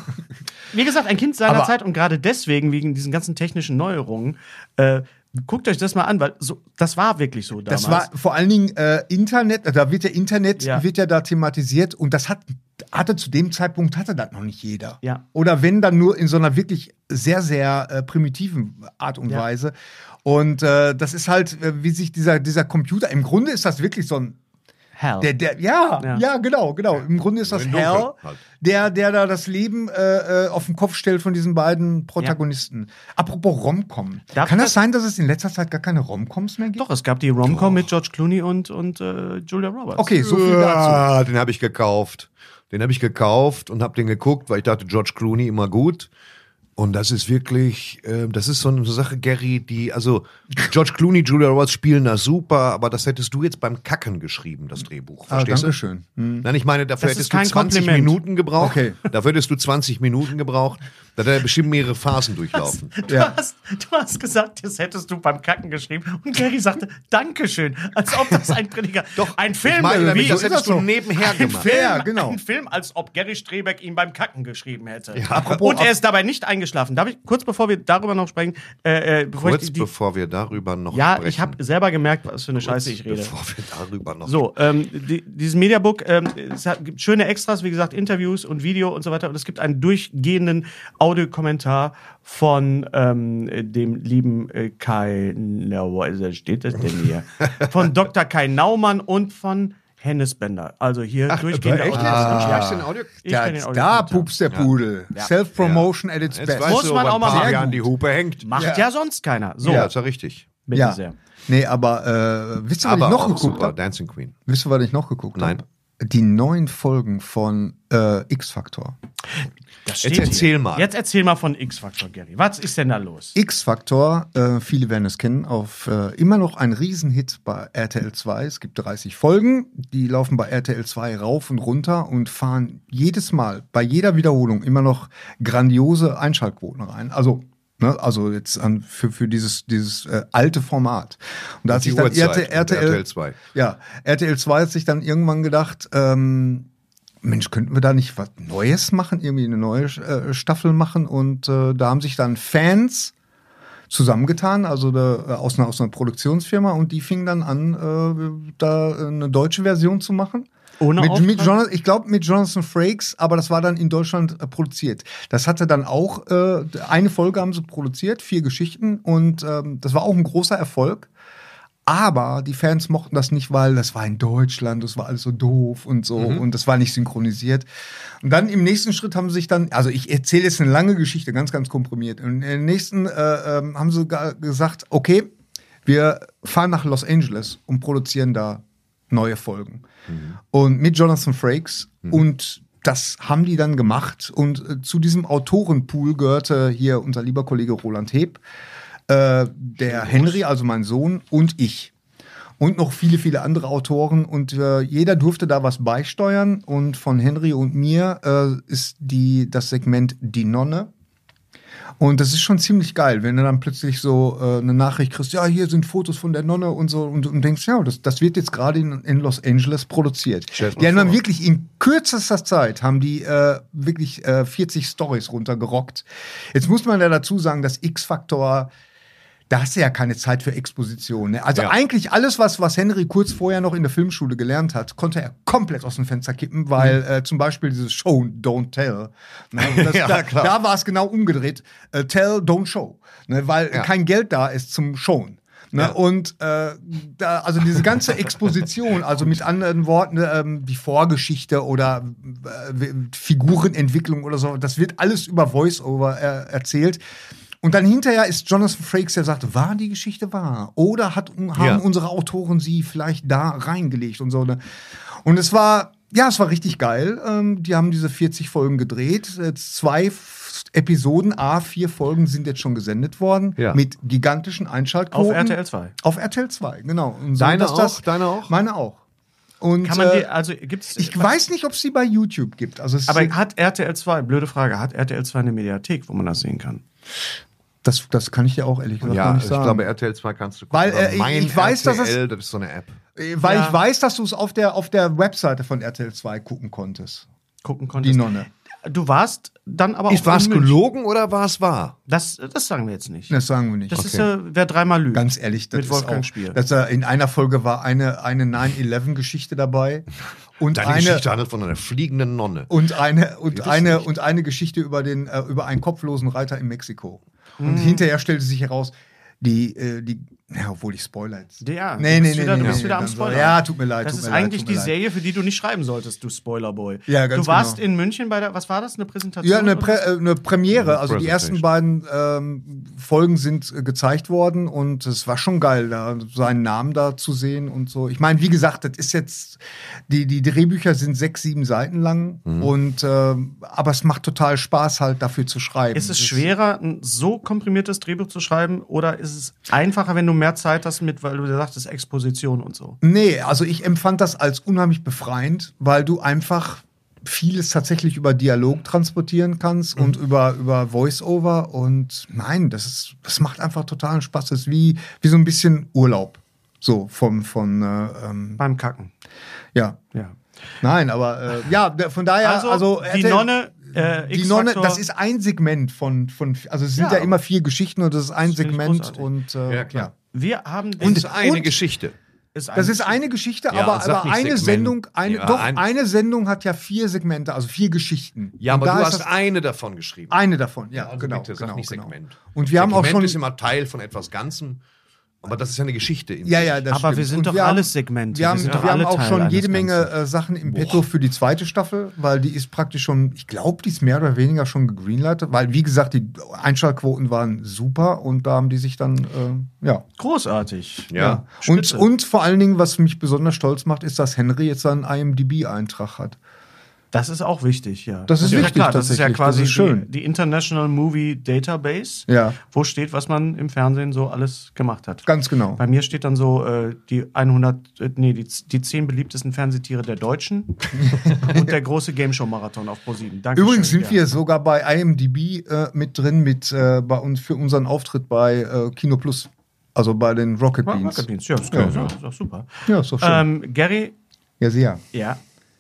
[SPEAKER 4] wie gesagt, ein Kind seiner
[SPEAKER 6] Aber-
[SPEAKER 4] Zeit und gerade deswegen, wegen diesen ganzen technischen Neuerungen, äh, guckt euch das mal an, weil so, das war wirklich so damals.
[SPEAKER 6] Das war vor allen Dingen äh, Internet, da wird ja Internet,
[SPEAKER 4] Ja.
[SPEAKER 6] wird ja da thematisiert und das hat, hatte zu dem Zeitpunkt hatte das noch nicht jeder.
[SPEAKER 4] Ja.
[SPEAKER 6] Oder wenn dann nur in so einer wirklich sehr, sehr äh, primitiven Art und
[SPEAKER 4] Ja.
[SPEAKER 6] Weise. Und äh, das ist halt, äh, wie sich dieser, dieser Computer, im Grunde ist das wirklich so ein
[SPEAKER 4] Hal.
[SPEAKER 6] Der, der, ja,
[SPEAKER 4] Ja.
[SPEAKER 6] ja, genau, genau. Im Grunde ist das
[SPEAKER 3] Im Dunkeln
[SPEAKER 6] Hal,
[SPEAKER 3] halt.
[SPEAKER 6] der, der da das Leben äh, äh, auf den Kopf stellt von diesen beiden Protagonisten. Apropos Rom-Com.
[SPEAKER 4] Darf
[SPEAKER 6] Kann
[SPEAKER 4] ich
[SPEAKER 6] das sein, dass es in letzter Zeit gar keine Rom-Coms mehr gibt?
[SPEAKER 4] Doch, es gab die Rom-Com mit George Clooney und, und äh, Julia Roberts.
[SPEAKER 6] Okay, so viel dazu.
[SPEAKER 3] Ja, den habe ich gekauft. Den habe ich gekauft und habe den geguckt, weil ich dachte, George Clooney immer gut. Und das ist wirklich, äh, das ist so eine Sache, Gary, die, also George Clooney, Julia Roberts spielen das super, aber das hättest du jetzt beim Kacken geschrieben, das Drehbuch.
[SPEAKER 6] Ah,
[SPEAKER 3] Verstehst
[SPEAKER 6] danke
[SPEAKER 3] du?
[SPEAKER 6] schön. Hm.
[SPEAKER 3] Nein, ich meine, dafür
[SPEAKER 4] Das ist
[SPEAKER 3] hättest du
[SPEAKER 4] kein
[SPEAKER 3] zwanzig
[SPEAKER 4] Kompliment.
[SPEAKER 3] Minuten gebraucht.
[SPEAKER 6] Okay.
[SPEAKER 3] Dafür hättest du zwanzig Minuten gebraucht. Da hat er bestimmt mehrere Phasen durchlaufen.
[SPEAKER 4] Du,
[SPEAKER 6] Ja.
[SPEAKER 4] hast, du hast gesagt, das hättest du beim Kacken geschrieben. Und Gary sagte, Dankeschön. Als ob das ein Prediger. Doch, ein Film.
[SPEAKER 3] Ich meine,
[SPEAKER 4] wie,
[SPEAKER 3] das
[SPEAKER 6] ist
[SPEAKER 3] hättest
[SPEAKER 6] das so?
[SPEAKER 3] du nebenher
[SPEAKER 4] ein
[SPEAKER 3] gemacht.
[SPEAKER 4] Film,
[SPEAKER 6] Ja, genau.
[SPEAKER 4] Ein Film, als ob Gary Strebeck ihn beim Kacken geschrieben hätte.
[SPEAKER 6] apropos-
[SPEAKER 4] Und er ist dabei nicht eingeschlafen. Darf ich, kurz bevor wir darüber noch sprechen, äh, äh, bevor
[SPEAKER 3] Kurz
[SPEAKER 4] ich die, die,
[SPEAKER 3] bevor wir darüber noch
[SPEAKER 4] Ja,
[SPEAKER 3] sprechen.
[SPEAKER 4] ich habe selber gemerkt, was für eine Scheiße ich rede.
[SPEAKER 3] Bevor wir darüber noch
[SPEAKER 4] So, ähm, die, dieses Mediabook, ähm, es hat, gibt schöne Extras, wie gesagt, Interviews und Video und so weiter. Und es gibt einen durchgehenden Audiokommentar von ähm, dem lieben äh, Kai, na, wo steht das denn hier? Von Doktor Kai Naumann und von Hennes Bender. Also hier durchgehende
[SPEAKER 3] echt?
[SPEAKER 4] Audio-
[SPEAKER 3] Ah. Den Audio?
[SPEAKER 4] Ich
[SPEAKER 6] Da,
[SPEAKER 4] kenn den
[SPEAKER 6] da
[SPEAKER 4] Audiokommentar.
[SPEAKER 6] pupst der Pudel.
[SPEAKER 4] Ja.
[SPEAKER 6] Self-Promotion at its
[SPEAKER 3] Jetzt
[SPEAKER 6] best.
[SPEAKER 3] weißt
[SPEAKER 4] Muss
[SPEAKER 3] du,
[SPEAKER 4] man
[SPEAKER 3] ob
[SPEAKER 4] auch
[SPEAKER 3] ein
[SPEAKER 4] mal
[SPEAKER 3] paar
[SPEAKER 4] sagen.
[SPEAKER 3] Jahren die Hupe hängt.
[SPEAKER 4] Macht ja.
[SPEAKER 6] Ja.
[SPEAKER 4] sonst keiner. So,
[SPEAKER 3] Ja, ist ja richtig.
[SPEAKER 4] bitte
[SPEAKER 6] Ja.
[SPEAKER 4] sehr.
[SPEAKER 6] Nee, aber äh, wisst ihr, was
[SPEAKER 3] Aber
[SPEAKER 6] ich noch
[SPEAKER 3] auch
[SPEAKER 6] geguckt
[SPEAKER 3] super,
[SPEAKER 6] habe?
[SPEAKER 3] Dancing Queen.
[SPEAKER 6] Wisst ihr, was ich noch geguckt habe?
[SPEAKER 3] Nein.
[SPEAKER 6] Die neuen Folgen von äh, X-Factor.
[SPEAKER 4] Das
[SPEAKER 3] Jetzt
[SPEAKER 4] steht
[SPEAKER 3] erzähl
[SPEAKER 4] hier.
[SPEAKER 3] mal.
[SPEAKER 4] Jetzt erzähl mal von X-Factor, Gary. Was ist denn da los?
[SPEAKER 6] X-Factor, äh, viele werden es kennen, auf äh, immer noch ein Riesenhit bei R T L zwei. Es gibt dreißig Folgen, die laufen bei R T L zwei rauf und runter und fahren jedes Mal, bei jeder Wiederholung immer noch grandiose Einschaltquoten rein. Also, ne, also jetzt an, für, für dieses, dieses äh, alte Format. Und da hat
[SPEAKER 3] Die
[SPEAKER 6] sich dann
[SPEAKER 3] Uhrzeit
[SPEAKER 6] R T L,
[SPEAKER 3] und R T L zwei.
[SPEAKER 6] Ja, R T L zwei hat sich dann irgendwann gedacht, ähm, Mensch, könnten wir da nicht was Neues machen, irgendwie eine neue äh, Staffel machen? Und äh, da haben sich dann Fans zusammengetan, also da, äh, aus, einer, aus einer Produktionsfirma, und die fingen dann an, äh, da eine deutsche Version zu machen.
[SPEAKER 4] Ohne
[SPEAKER 6] mit, mit
[SPEAKER 4] Auftrag?
[SPEAKER 6] Jonathan, ich glaube mit Jonathan Frakes, aber das war dann in Deutschland äh, produziert. Das hatte dann auch, äh, eine Folge haben sie produziert, vier Geschichten, und ähm, das war auch ein großer Erfolg. Aber die Fans mochten das nicht, weil das war in Deutschland, das war alles so doof und so,
[SPEAKER 3] Mhm.
[SPEAKER 6] und das war nicht synchronisiert. Und dann im nächsten Schritt haben sie sich dann, also ich erzähle jetzt eine lange Geschichte, ganz, ganz komprimiert. Und im nächsten äh, ähm, haben sie ga- gesagt, okay, wir fahren nach Los Angeles und produzieren da neue Folgen. Und mit Jonathan Frakes, und das haben die dann gemacht. Und äh, zu diesem Autorenpool gehörte hier unser lieber Kollege Roland Heb, äh, der Henry, also mein Sohn, und ich. Und noch viele, viele andere Autoren. Und äh, jeder durfte da was beisteuern. Und von Henry und mir äh, ist die, das Segment Die Nonne. Und das ist schon ziemlich geil, wenn du dann plötzlich so äh, eine Nachricht kriegst, ja, hier sind Fotos von der Nonne und so, und, und denkst, ja, das, das wird jetzt gerade in, in Los Angeles produziert.
[SPEAKER 3] Stell's mal
[SPEAKER 6] Die haben dann
[SPEAKER 3] vor.
[SPEAKER 6] wirklich in kürzester Zeit, haben die äh, wirklich äh, vierzig Storys runtergerockt. Jetzt muss man ja dazu sagen, dass X-Factor, da hast du ja keine Zeit für Exposition. Ne? Also
[SPEAKER 3] Ja.
[SPEAKER 6] eigentlich alles, was, was Henry kurz vorher noch in der Filmschule gelernt hat, konnte er komplett aus dem Fenster kippen, weil äh, zum Beispiel dieses Show, Don't Tell. Ne? Das,
[SPEAKER 3] Ja,
[SPEAKER 6] da
[SPEAKER 3] klar.
[SPEAKER 6] da war es genau umgedreht. Äh, tell, don't show. Ne? Weil
[SPEAKER 3] Ja.
[SPEAKER 6] kein Geld da ist zum Showen. Ne?
[SPEAKER 3] Ja.
[SPEAKER 6] Und äh, da, also diese ganze Exposition, also mit anderen Worten, ähm, die Vorgeschichte oder äh, Figurenentwicklung oder so, das wird alles über Voice-Over äh, erzählt. Und dann hinterher ist Jonathan Frakes, der sagt, war die Geschichte wahr? Oder hat, haben
[SPEAKER 3] Ja.
[SPEAKER 6] unsere Autoren sie vielleicht da reingelegt und so. Ne? Und es war, ja, es war richtig geil. Ähm, die haben diese vierzig Folgen gedreht. Jetzt zwei F- Episoden, a vier Folgen sind jetzt schon gesendet worden.
[SPEAKER 3] Ja.
[SPEAKER 6] Mit gigantischen Einschaltquoten.
[SPEAKER 4] Auf R T L zwei.
[SPEAKER 6] Auf R T L zwei, genau. Und so,
[SPEAKER 3] Deine
[SPEAKER 6] dass das-
[SPEAKER 3] auch? Deine auch?
[SPEAKER 6] Meine auch. Und
[SPEAKER 4] Kann man
[SPEAKER 6] äh,
[SPEAKER 4] die, also gibt's.
[SPEAKER 6] ich weiß nicht, ob es sie bei YouTube gibt. Also es
[SPEAKER 4] Aber
[SPEAKER 6] ist,
[SPEAKER 4] hat R T L zwei, blöde Frage, hat R T L zwei eine Mediathek, wo man das sehen kann?
[SPEAKER 6] das, das kann ich dir auch ehrlich gesagt
[SPEAKER 3] Ja,
[SPEAKER 6] nicht
[SPEAKER 3] ich
[SPEAKER 6] sagen.
[SPEAKER 3] glaube, R T L zwei kannst du gucken.
[SPEAKER 6] Weil, äh,
[SPEAKER 3] Aber mein
[SPEAKER 6] ich- ich weiß, dass
[SPEAKER 3] R T L, das ist so eine App.
[SPEAKER 6] Äh, Weil
[SPEAKER 4] Ja.
[SPEAKER 6] ich weiß, dass du es auf der, auf der Webseite von R T L zwei gucken konntest.
[SPEAKER 4] Gucken konntest.
[SPEAKER 6] Die Nonne.
[SPEAKER 4] Du warst dann aber
[SPEAKER 3] Ist,
[SPEAKER 4] auch
[SPEAKER 3] war es
[SPEAKER 4] in München.
[SPEAKER 3] gelogen oder war es wahr?
[SPEAKER 4] Das, das sagen wir jetzt nicht.
[SPEAKER 6] Das sagen wir nicht.
[SPEAKER 4] Das ist ja, wer dreimal lügt.
[SPEAKER 6] Ganz ehrlich, das
[SPEAKER 4] Mit
[SPEAKER 6] ist
[SPEAKER 4] Wolfgang
[SPEAKER 6] auch,
[SPEAKER 4] Spier.
[SPEAKER 6] dass er in einer Folge war eine, eine nine eleven Geschichte dabei und
[SPEAKER 3] Deine
[SPEAKER 6] eine,
[SPEAKER 3] Geschichte handelt von einer fliegenden Nonne.
[SPEAKER 6] und eine, und
[SPEAKER 3] das
[SPEAKER 6] eine,
[SPEAKER 3] nicht.
[SPEAKER 6] und eine Geschichte über den, äh, über einen kopflosen Reiter in Mexiko.
[SPEAKER 4] Mhm.
[SPEAKER 6] Und hinterher stellte sich heraus, die, äh, die Ja, obwohl ich Spoiler jetzt.
[SPEAKER 4] Ja,
[SPEAKER 6] nee,
[SPEAKER 4] du
[SPEAKER 6] nee,
[SPEAKER 4] bist
[SPEAKER 6] nee,
[SPEAKER 4] wieder,
[SPEAKER 6] nee,
[SPEAKER 4] du bist
[SPEAKER 6] nee,
[SPEAKER 4] wieder am
[SPEAKER 6] dann
[SPEAKER 4] Spoiler.
[SPEAKER 6] so. Ja, tut mir leid.
[SPEAKER 4] Das
[SPEAKER 6] tut
[SPEAKER 4] ist
[SPEAKER 6] mir leid,
[SPEAKER 4] eigentlich
[SPEAKER 6] tut mir
[SPEAKER 4] die
[SPEAKER 6] leid.
[SPEAKER 4] Serie, für die du nicht schreiben solltest, du Spoilerboy.
[SPEAKER 6] Ja, ganz
[SPEAKER 4] Du warst
[SPEAKER 6] genau.
[SPEAKER 4] in München bei der, was war das, eine Präsentation?
[SPEAKER 6] Ja, eine,
[SPEAKER 4] oder?
[SPEAKER 6] Prä äh, eine Premiere. Also die
[SPEAKER 3] Presentation.
[SPEAKER 6] ersten beiden ähm, Folgen sind äh, gezeigt worden und es war schon geil, da seinen Namen da zu sehen und so. Ich meine, wie gesagt, das ist jetzt, die, die Drehbücher sind sechs, sieben Seiten lang
[SPEAKER 3] Mhm.
[SPEAKER 6] und ähm, aber es macht total Spaß, halt dafür zu schreiben.
[SPEAKER 4] Ist es
[SPEAKER 6] Das-
[SPEAKER 4] schwerer, ein so komprimiertes Drehbuch zu schreiben oder ist es einfacher, wenn du mehr Zeit hast mit, weil du dir sagtest, Exposition und so?
[SPEAKER 6] Nee, also ich empfand das als unheimlich befreiend, weil du einfach vieles tatsächlich über Dialog transportieren kannst und über, über Voice-Over. Und nein, das ist, das macht einfach totalen Spaß. Das ist wie, wie so ein bisschen Urlaub. So vom, von, äh, ähm,
[SPEAKER 4] Beim Kacken.
[SPEAKER 6] ja.
[SPEAKER 4] Ja.
[SPEAKER 6] Nein, aber äh, ja, der- von daher,
[SPEAKER 4] Also,
[SPEAKER 6] also,
[SPEAKER 4] die
[SPEAKER 6] hätte-
[SPEAKER 4] Nonne, äh,
[SPEAKER 6] die Nonne,
[SPEAKER 4] X-Faktor-
[SPEAKER 6] das ist ein Segment von, von also es sind
[SPEAKER 4] Ja.
[SPEAKER 6] ja, immer vier Geschichten und das ist ein
[SPEAKER 4] Das finde ich
[SPEAKER 6] Segment
[SPEAKER 4] großartig.
[SPEAKER 6] und äh,
[SPEAKER 3] Ja, klar.
[SPEAKER 4] Wir haben den,
[SPEAKER 3] Und es ist eine
[SPEAKER 6] und-
[SPEAKER 3] Geschichte.
[SPEAKER 4] ist
[SPEAKER 6] Das ist eine Geschichte,
[SPEAKER 3] Ja,
[SPEAKER 6] aber,
[SPEAKER 3] sag
[SPEAKER 6] aber
[SPEAKER 3] nicht
[SPEAKER 6] eine
[SPEAKER 3] Segment.
[SPEAKER 6] Sendung, eine,
[SPEAKER 3] Ja,
[SPEAKER 6] doch,
[SPEAKER 3] ein-
[SPEAKER 6] eine Sendung hat ja vier Segmente, also vier Geschichten.
[SPEAKER 3] Ja,
[SPEAKER 6] Und
[SPEAKER 3] aber
[SPEAKER 6] da
[SPEAKER 3] du
[SPEAKER 6] ist
[SPEAKER 3] hast
[SPEAKER 6] das
[SPEAKER 3] eine davon geschrieben.
[SPEAKER 6] eine davon, ja,
[SPEAKER 3] Also
[SPEAKER 6] genau,
[SPEAKER 3] bitte, sag
[SPEAKER 6] genau,
[SPEAKER 3] nicht
[SPEAKER 6] genau.
[SPEAKER 3] Segment.
[SPEAKER 6] Und wir haben auch
[SPEAKER 3] Segment
[SPEAKER 6] schon,
[SPEAKER 3] ist immer Teil von etwas Ganzem, aber das ist ja eine Geschichte. In
[SPEAKER 6] ja,
[SPEAKER 3] sich.
[SPEAKER 6] ja, das
[SPEAKER 4] Aber
[SPEAKER 6] stimmt.
[SPEAKER 4] wir sind
[SPEAKER 6] Und
[SPEAKER 4] doch
[SPEAKER 6] wir haben-
[SPEAKER 4] alles Segmente.
[SPEAKER 6] Wir haben,
[SPEAKER 4] Wir sind
[SPEAKER 6] wir
[SPEAKER 4] doch
[SPEAKER 6] haben
[SPEAKER 4] alle
[SPEAKER 6] auch
[SPEAKER 4] Teil
[SPEAKER 6] schon
[SPEAKER 4] eines
[SPEAKER 6] jede Menge
[SPEAKER 4] Ganzen.
[SPEAKER 6] äh, Sachen im Petto für die zweite Staffel, weil die ist praktisch schon, ich glaube, die ist mehr oder weniger schon gegreenlightet, weil wie gesagt, die Einschaltquoten waren super und da haben die sich dann, äh, ja.
[SPEAKER 4] großartig.
[SPEAKER 3] Ja.
[SPEAKER 6] Und,
[SPEAKER 4] Spitze.
[SPEAKER 6] und vor allen Dingen, was mich besonders stolz macht, ist, dass Henry jetzt seinen I M D B-Eintrag hat.
[SPEAKER 4] Das ist auch wichtig, ja.
[SPEAKER 6] Das ist
[SPEAKER 4] ja
[SPEAKER 6] wichtig
[SPEAKER 4] klar, das ist ja
[SPEAKER 6] tatsächlich.
[SPEAKER 4] quasi
[SPEAKER 6] Das ist schön.
[SPEAKER 4] Die, die International Movie Database,
[SPEAKER 6] Ja.
[SPEAKER 4] wo steht, was man im Fernsehen so alles gemacht hat.
[SPEAKER 6] Ganz genau.
[SPEAKER 4] Bei mir steht dann so äh, die hundert, äh, nee, die, die zehn beliebtesten Fernsehtiere der Deutschen und der große Gameshow-Marathon auf ProSieben. Dankeschön.
[SPEAKER 6] Übrigens sind
[SPEAKER 4] ja.
[SPEAKER 6] wir sogar bei I M D B äh, mit drin mit äh, bei uns für unseren Auftritt bei äh, Kino Plus. Also bei den Rocket
[SPEAKER 4] Ja,
[SPEAKER 6] Beans.
[SPEAKER 4] Rocket Beans, ja, ist,
[SPEAKER 6] Ja.
[SPEAKER 4] ja. ist auch super.
[SPEAKER 6] Ja, ist doch schön.
[SPEAKER 4] Ähm, Gary,
[SPEAKER 6] ja, sehr.
[SPEAKER 4] ja,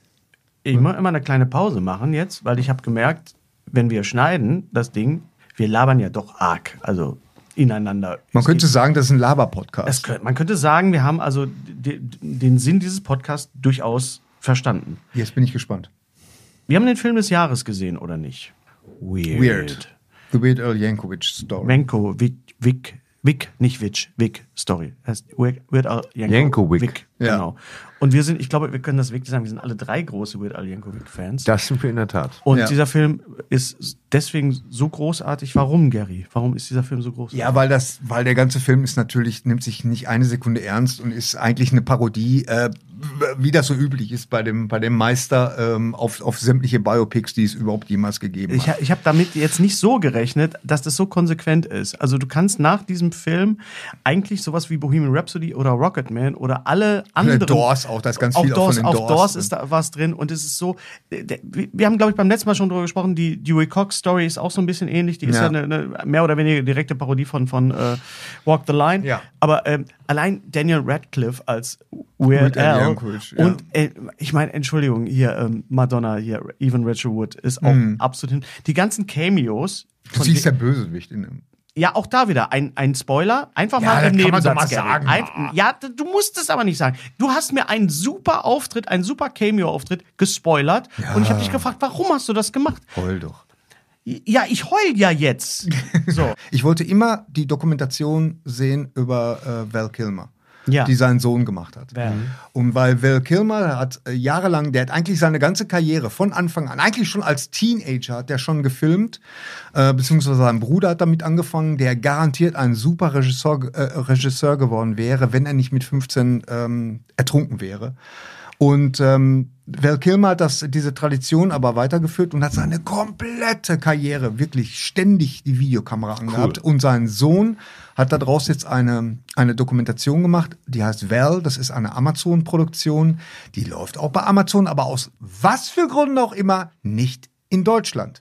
[SPEAKER 4] ich muss immer eine kleine Pause machen jetzt, weil ich habe gemerkt, wenn wir schneiden, das Ding, wir labern ja doch arg, also ineinander.
[SPEAKER 6] Man
[SPEAKER 4] Es
[SPEAKER 6] könnte
[SPEAKER 4] geht-
[SPEAKER 6] sagen, das ist ein Laber-Podcast.
[SPEAKER 4] Es könnte, man könnte sagen, wir haben also de, den Sinn dieses Podcasts durchaus verstanden.
[SPEAKER 6] Jetzt bin ich gespannt.
[SPEAKER 4] Wir haben den Film des Jahres gesehen, oder nicht? Weird.
[SPEAKER 6] Weird. The Weird Al Yankovic Story.
[SPEAKER 4] Wenko, Wick, Wick, Wick, nicht Witch, Wick Story. Heißt Weird Weird Al
[SPEAKER 3] Yankovic.
[SPEAKER 4] Wick,
[SPEAKER 6] Ja.
[SPEAKER 4] genau. Und wir sind, ich glaube, wir können das wirklich sagen, wir sind alle drei große Weird Al Yankovic-Fans.
[SPEAKER 3] Das sind wir in der Tat.
[SPEAKER 4] Und
[SPEAKER 6] Ja.
[SPEAKER 4] dieser Film ist deswegen so großartig. Warum, Gary? Warum ist dieser Film so großartig?
[SPEAKER 6] Ja, weil das, weil der ganze Film ist natürlich, nimmt sich nicht eine Sekunde ernst und ist eigentlich eine Parodie, äh, wie das so üblich ist bei dem, bei dem Meister ähm, auf, auf sämtliche Biopics, die es überhaupt jemals gegeben
[SPEAKER 4] Ich,
[SPEAKER 6] hat.
[SPEAKER 4] ha- ich habe damit jetzt nicht so gerechnet, dass das so konsequent ist. Also du kannst nach diesem Film eigentlich sowas wie Bohemian Rhapsody oder Rocketman oder alle anderen...
[SPEAKER 6] Doors auch, da ist ganz
[SPEAKER 4] auch
[SPEAKER 6] viel auch
[SPEAKER 4] Doors,
[SPEAKER 6] von den
[SPEAKER 4] auch
[SPEAKER 6] Doors
[SPEAKER 4] Doors
[SPEAKER 6] drin.
[SPEAKER 4] ist da was drin und es ist so... äh, der- Wir haben, glaube ich, beim letzten Mal schon drüber gesprochen, die Dewey Cox Story ist auch so ein bisschen ähnlich. Die ist ja,
[SPEAKER 6] Ja.
[SPEAKER 4] eine, eine mehr oder weniger direkte Parodie von, von äh, Walk the Line.
[SPEAKER 6] Ja.
[SPEAKER 4] Aber ähm, allein Daniel Radcliffe als Weird
[SPEAKER 6] Weird Al
[SPEAKER 4] Al
[SPEAKER 6] Yankovic, ja.
[SPEAKER 4] und äh, ich meine, Entschuldigung, hier ähm, Madonna, hier Evan Rachel Wood ist auch absolut hin. Die ganzen Cameos.
[SPEAKER 6] Du
[SPEAKER 4] von
[SPEAKER 6] siehst
[SPEAKER 4] de-
[SPEAKER 6] der Bösewicht in dem.
[SPEAKER 4] ja, auch da wieder ein, ein Spoiler. Einfach
[SPEAKER 6] Ja,
[SPEAKER 4] mal
[SPEAKER 6] das
[SPEAKER 4] im
[SPEAKER 6] kann man doch
[SPEAKER 4] Nebensatz.
[SPEAKER 6] mal
[SPEAKER 4] Gary.
[SPEAKER 6] sagen.
[SPEAKER 4] Ein, ja, d- du musst es aber nicht sagen. Du hast mir einen super Auftritt, einen super Cameo-Auftritt gespoilert. Und ich habe dich gefragt, warum hast du das gemacht?
[SPEAKER 6] Heul doch.
[SPEAKER 4] Ja, ich heul ja jetzt. So.
[SPEAKER 6] Ich wollte immer die Dokumentation sehen über äh, Val Kilmer,
[SPEAKER 4] Ja.
[SPEAKER 6] die seinen Sohn gemacht hat.
[SPEAKER 4] Val.
[SPEAKER 6] Und weil Val Kilmer hat äh, jahrelang, der hat eigentlich seine ganze Karriere von Anfang an, eigentlich schon als Teenager hat der schon gefilmt, äh, beziehungsweise sein Bruder hat damit angefangen, der garantiert ein super Regisseur, äh, Regisseur geworden wäre, wenn er nicht mit fünfzehn ähm, ertrunken wäre. Und ähm, Val Kilmer hat das, diese Tradition aber weitergeführt und hat seine komplette Karriere wirklich ständig die Videokamera angehabt. Und sein Sohn hat daraus jetzt eine, eine Dokumentation gemacht, die heißt Val, das ist eine Amazon-Produktion, die läuft auch bei Amazon, aber aus was für Gründen auch immer nicht in Deutschland.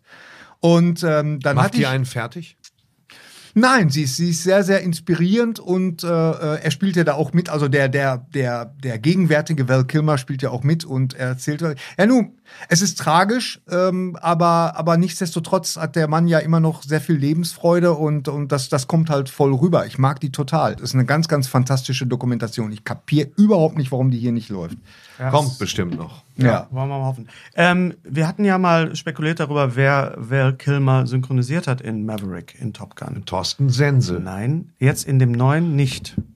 [SPEAKER 6] Und ähm, dann
[SPEAKER 3] Macht
[SPEAKER 6] hatte ich...
[SPEAKER 3] ihr einen fertig?
[SPEAKER 6] Nein, sie ist, sie ist sehr, sehr inspirierend und äh, er spielt ja da auch mit. Also der, der, der, der gegenwärtige Val Kilmer spielt ja auch mit und er erzählt. Ja, nun, es ist tragisch, ähm, aber, aber nichtsdestotrotz hat der Mann ja immer noch sehr viel Lebensfreude und, und das, das kommt halt voll rüber. Ich mag die total. Das ist eine ganz, ganz fantastische Dokumentation. Ich kapiere überhaupt nicht, warum die hier nicht läuft.
[SPEAKER 3] Kommt bestimmt noch.
[SPEAKER 4] Ja, wollen wir mal hoffen. Ähm, wir hatten ja mal spekuliert darüber, wer Val Kilmer synchronisiert hat in Maverick, in Top Gun.
[SPEAKER 3] Thorsten Sense.
[SPEAKER 4] Nein, jetzt in dem neuen nicht.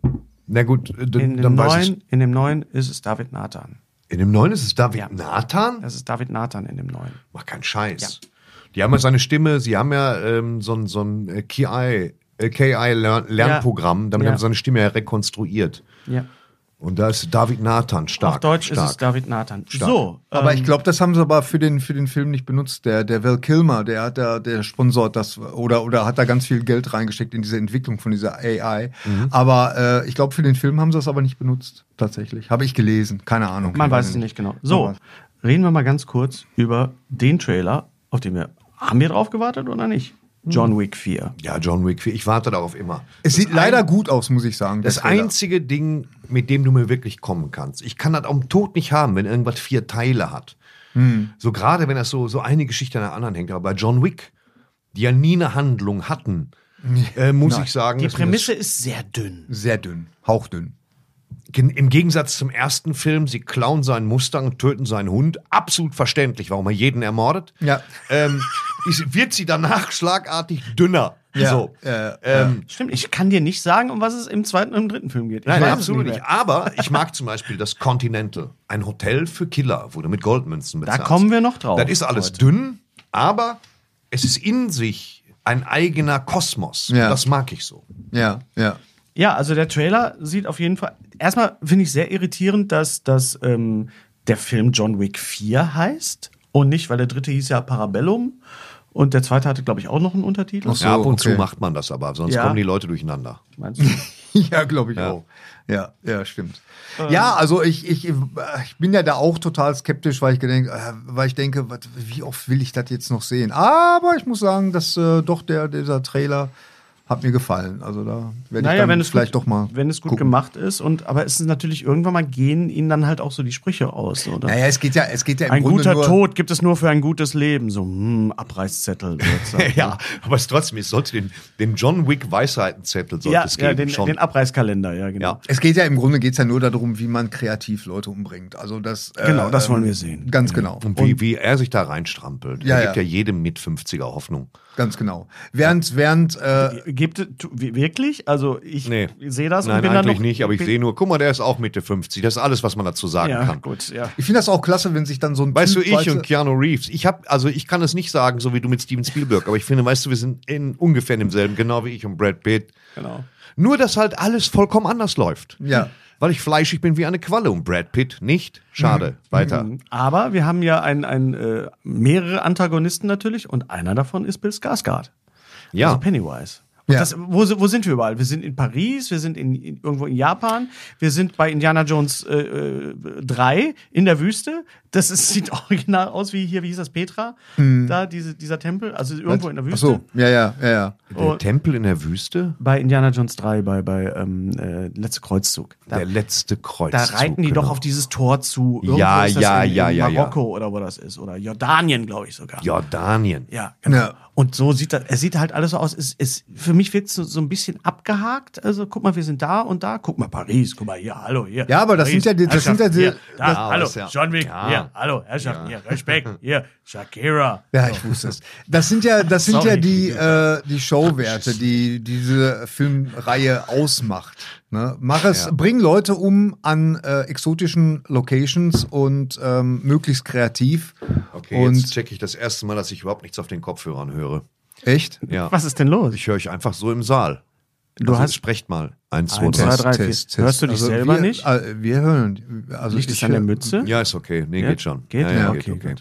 [SPEAKER 3] Na gut, d-
[SPEAKER 4] In
[SPEAKER 3] dann
[SPEAKER 4] dem,
[SPEAKER 3] weiß ich.
[SPEAKER 4] neuen, in dem neuen ist es David Nathan.
[SPEAKER 3] In dem neuen ist es David
[SPEAKER 4] Ja.
[SPEAKER 3] Nathan?
[SPEAKER 4] Das ist David Nathan in dem neuen.
[SPEAKER 3] Mach keinen Scheiß.
[SPEAKER 4] Ja.
[SPEAKER 3] Die haben ja seine Stimme, sie haben ja ähm, so ein, so ein äh, K I, äh, K I-Lernprogramm, damit
[SPEAKER 4] Ja.
[SPEAKER 3] haben sie seine Stimme ja rekonstruiert.
[SPEAKER 4] Ja.
[SPEAKER 3] Und da ist David Nathan stark.
[SPEAKER 4] Auf Deutsch
[SPEAKER 3] stark.
[SPEAKER 4] ist es David Nathan.
[SPEAKER 3] Stark.
[SPEAKER 4] So,
[SPEAKER 6] Aber
[SPEAKER 4] ähm,
[SPEAKER 6] ich glaube, das haben sie aber für den, für den Film nicht benutzt. Der, der Val Kilmer, der hat da, der sponsort das oder, oder hat da ganz viel Geld reingesteckt in diese Entwicklung von dieser A I.
[SPEAKER 4] Mhm.
[SPEAKER 6] Aber äh, ich glaube, für den Film haben sie das aber nicht benutzt. Tatsächlich. Habe ich gelesen. Keine Ahnung.
[SPEAKER 4] man weiß es nicht genau. So, reden wir mal ganz kurz über den Trailer, auf den wir. Haben wir drauf gewartet oder nicht? John Wick vier.
[SPEAKER 3] Ja, John Wick vier. Ich warte darauf immer.
[SPEAKER 6] Es sieht
[SPEAKER 3] Das
[SPEAKER 6] leider
[SPEAKER 3] ein-
[SPEAKER 6] gut aus, muss ich sagen.
[SPEAKER 3] Das
[SPEAKER 6] der Trailer.
[SPEAKER 3] einzige Ding, mit dem du mir wirklich kommen kannst. Ich kann das am Tod nicht haben, wenn irgendwas vier Teile hat.
[SPEAKER 6] Hm.
[SPEAKER 3] So gerade, wenn das so, so eine Geschichte an der anderen hängt. Aber bei John Wick, die ja nie eine Handlung hatten, äh, muss
[SPEAKER 6] Nein.
[SPEAKER 3] ich sagen,
[SPEAKER 4] Die
[SPEAKER 3] dass mir
[SPEAKER 4] Prämisse ist sehr dünn.
[SPEAKER 6] Sehr dünn. Hauchdünn.
[SPEAKER 3] das, im Gegensatz zum ersten Film, sie klauen seinen Mustang und töten seinen Hund. Absolut verständlich, warum er jeden ermordet.
[SPEAKER 6] Ja.
[SPEAKER 3] Ähm, ist, wird sie danach schlagartig dünner.
[SPEAKER 6] Ja.
[SPEAKER 3] So.
[SPEAKER 6] Äh,
[SPEAKER 3] ähm,
[SPEAKER 4] Stimmt, ich kann dir nicht sagen, um was es im zweiten und im dritten Film geht. Ich
[SPEAKER 3] Nein,
[SPEAKER 4] weiß es
[SPEAKER 3] absolut
[SPEAKER 4] nicht
[SPEAKER 3] nicht.
[SPEAKER 4] mehr.
[SPEAKER 3] Aber ich mag zum Beispiel das Continental. Ein Hotel für Killer, wo du mit Goldmünzen
[SPEAKER 4] Da
[SPEAKER 3] bezahlst.
[SPEAKER 4] kommen wir noch drauf.
[SPEAKER 3] Das ist alles
[SPEAKER 4] heute.
[SPEAKER 3] dünn, aber es ist in sich ein eigener Kosmos.
[SPEAKER 6] Ja.
[SPEAKER 3] Und das mag ich so.
[SPEAKER 6] Ja, ja.
[SPEAKER 4] Ja, also der Trailer sieht auf jeden Fall. Erstmal finde ich sehr irritierend, dass, dass ähm, der Film John Wick vier heißt und nicht, weil der dritte hieß ja Parabellum und der zweite hatte, glaube ich, auch noch einen Untertitel.
[SPEAKER 6] Ach so.
[SPEAKER 3] ja, ab und
[SPEAKER 6] okay.
[SPEAKER 3] zu macht man das aber, sonst
[SPEAKER 4] Ja.
[SPEAKER 3] kommen die Leute durcheinander.
[SPEAKER 4] Meinst du?
[SPEAKER 6] Ja, glaube ich
[SPEAKER 3] Ja.
[SPEAKER 6] auch. Ja, ja, stimmt. Ja, also ich, ich, ich bin ja da auch total skeptisch, weil ich, gedenk, äh, weil ich denke, wat, wie oft will ich das jetzt noch sehen? Aber ich muss sagen, dass äh, doch der, dieser Trailer hat mir gefallen. Also da werde ich
[SPEAKER 4] Naja,
[SPEAKER 6] dann
[SPEAKER 4] wenn es
[SPEAKER 6] vielleicht
[SPEAKER 4] gut,
[SPEAKER 6] doch mal
[SPEAKER 4] wenn es gut
[SPEAKER 6] gucken.
[SPEAKER 4] gemacht ist und aber es ist natürlich irgendwann mal gehen ihnen dann halt auch so die Sprüche aus, oder?
[SPEAKER 6] Naja, es geht ja, es geht ja im
[SPEAKER 4] Ein
[SPEAKER 6] Grunde
[SPEAKER 4] guter
[SPEAKER 6] nur,
[SPEAKER 4] Tod gibt es nur für ein gutes Leben. So, hm, Abreißzettel. sozusagen.
[SPEAKER 3] Ja, aber es trotzdem, es sollte den, den John Wick Weisheitenzettel sollte
[SPEAKER 4] ja,
[SPEAKER 3] es
[SPEAKER 4] ja
[SPEAKER 3] geben.
[SPEAKER 4] den,
[SPEAKER 3] schon.
[SPEAKER 4] den Abreißkalender, ja, genau.
[SPEAKER 3] Ja.
[SPEAKER 6] Es geht ja im Grunde geht's ja nur darum, wie man kreativ Leute umbringt. Also das äh,
[SPEAKER 4] Genau, das wollen
[SPEAKER 6] ähm,
[SPEAKER 4] wir sehen.
[SPEAKER 6] Ganz genau.
[SPEAKER 3] Und wie, wie er sich da reinstrampelt.
[SPEAKER 6] Ja,
[SPEAKER 3] er gibt
[SPEAKER 6] ja.
[SPEAKER 3] ja jedem mit fünfziger Hoffnung.
[SPEAKER 6] Ganz genau. Während, während äh,
[SPEAKER 4] Gibt es tu- wie- wirklich? Also ich
[SPEAKER 3] Nee.
[SPEAKER 4] sehe das
[SPEAKER 3] Nein,
[SPEAKER 4] und bin dann
[SPEAKER 3] eigentlich
[SPEAKER 4] noch,
[SPEAKER 3] nicht, aber ich
[SPEAKER 4] bin-
[SPEAKER 3] sehe nur, guck mal, der ist auch Mitte fünfzig. Das ist alles, was man dazu sagen
[SPEAKER 4] Ja,
[SPEAKER 3] kann.
[SPEAKER 4] gut, ja.
[SPEAKER 6] ich finde das auch klasse, wenn sich dann so ein
[SPEAKER 3] Weißt du,
[SPEAKER 6] Typ,
[SPEAKER 3] ich
[SPEAKER 6] weißt
[SPEAKER 3] und Keanu Reeves, ich habe, also ich kann es nicht sagen, so wie du mit Steven Spielberg, aber ich finde, weißt du, wir sind in ungefähr in demselben, genau wie ich und Brad Pitt.
[SPEAKER 4] Genau.
[SPEAKER 3] Nur, dass halt alles vollkommen anders läuft.
[SPEAKER 6] Ja.
[SPEAKER 3] Weil ich fleischig bin wie eine Qualle und Brad Pitt nicht. Schade. Weiter.
[SPEAKER 4] Aber wir haben ja ein, ein, äh, mehrere Antagonisten natürlich und einer davon ist Bill Skarsgård.
[SPEAKER 3] Ja.
[SPEAKER 4] Also Pennywise. Und
[SPEAKER 6] Ja.
[SPEAKER 4] das, wo, wo sind wir überall? Wir sind in Paris, wir sind in, in, irgendwo in Japan, wir sind bei Indiana Jones äh, äh, drei in der Wüste. Das ist, sieht original aus wie hier, wie hieß das, Petra? Da, diese, dieser Tempel, also irgendwo in der
[SPEAKER 6] Ach
[SPEAKER 4] Wüste.
[SPEAKER 6] so, ja, ja, ja, ja.
[SPEAKER 3] Der
[SPEAKER 4] Und-
[SPEAKER 3] Tempel in der Wüste?
[SPEAKER 4] Bei Indiana Jones drei, bei, bei ähm, äh, Letzte Kreuzzug. Da,
[SPEAKER 3] Der letzte
[SPEAKER 4] da
[SPEAKER 3] Kreuzzug.
[SPEAKER 4] reiten die
[SPEAKER 3] genau.
[SPEAKER 4] doch auf dieses Tor zu. Irgendwo
[SPEAKER 3] Ja,
[SPEAKER 4] ist das
[SPEAKER 3] ja,
[SPEAKER 4] in,
[SPEAKER 3] ja,
[SPEAKER 4] in
[SPEAKER 3] ja, ja.
[SPEAKER 4] Marokko oder wo das ist. Oder Jordanien, glaube ich sogar.
[SPEAKER 3] Jordanien.
[SPEAKER 4] Ja, genau.
[SPEAKER 6] Ja.
[SPEAKER 4] Und so sieht das, es sieht halt alles so aus. Es, es, für mich wird es so, so ein bisschen abgehakt. Also guck mal, wir sind da und da. Guck mal, Paris, guck mal hier, hallo, hier.
[SPEAKER 6] Ja, aber das
[SPEAKER 4] Paris,
[SPEAKER 6] sind ja die- das sind ja
[SPEAKER 4] Herrschaften,
[SPEAKER 6] die-
[SPEAKER 4] hier, da,
[SPEAKER 3] das-
[SPEAKER 4] hallo,
[SPEAKER 3] das ist ja-
[SPEAKER 4] John Wick,
[SPEAKER 3] ja.
[SPEAKER 4] hier, hallo, Herrschaften, hier, Respekt, hier, Shakira.
[SPEAKER 6] Ja, ich wusste es. Das sind ja, das sind
[SPEAKER 4] Sorry.
[SPEAKER 6] ja die, äh, die Showwerte, die diese Filmreihe ausmacht. Ne? Mach es,
[SPEAKER 3] Ja.
[SPEAKER 6] bring Leute um an äh, exotischen Locations und ähm, möglichst kreativ.
[SPEAKER 3] Okay,
[SPEAKER 6] und
[SPEAKER 3] jetzt checke ich das erste Mal, dass ich überhaupt nichts auf den Kopfhörern höre.
[SPEAKER 6] echt?
[SPEAKER 3] Ja.
[SPEAKER 4] Was ist denn los?
[SPEAKER 3] Ich höre euch einfach so im Saal.
[SPEAKER 4] Du
[SPEAKER 3] also
[SPEAKER 4] hast-
[SPEAKER 3] sprecht mal. Eins, zwei,
[SPEAKER 4] Eins,
[SPEAKER 3] drei.
[SPEAKER 4] zwei, drei, vier. Hörst du dich selber
[SPEAKER 6] wir,
[SPEAKER 4] nicht?
[SPEAKER 6] Äh, wir hören. Also
[SPEAKER 4] Liegt es
[SPEAKER 6] ich
[SPEAKER 4] an der
[SPEAKER 6] hör-
[SPEAKER 4] Mütze?
[SPEAKER 3] Ja, ist okay. Nee,
[SPEAKER 4] Ja?
[SPEAKER 3] geht schon.
[SPEAKER 4] Geht?
[SPEAKER 3] Ja, ja,
[SPEAKER 4] Ja,
[SPEAKER 3] geht,
[SPEAKER 4] okay,
[SPEAKER 3] okay.
[SPEAKER 4] gut.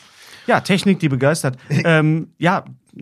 [SPEAKER 4] Ja, Technik, die begeistert. ähm, ja,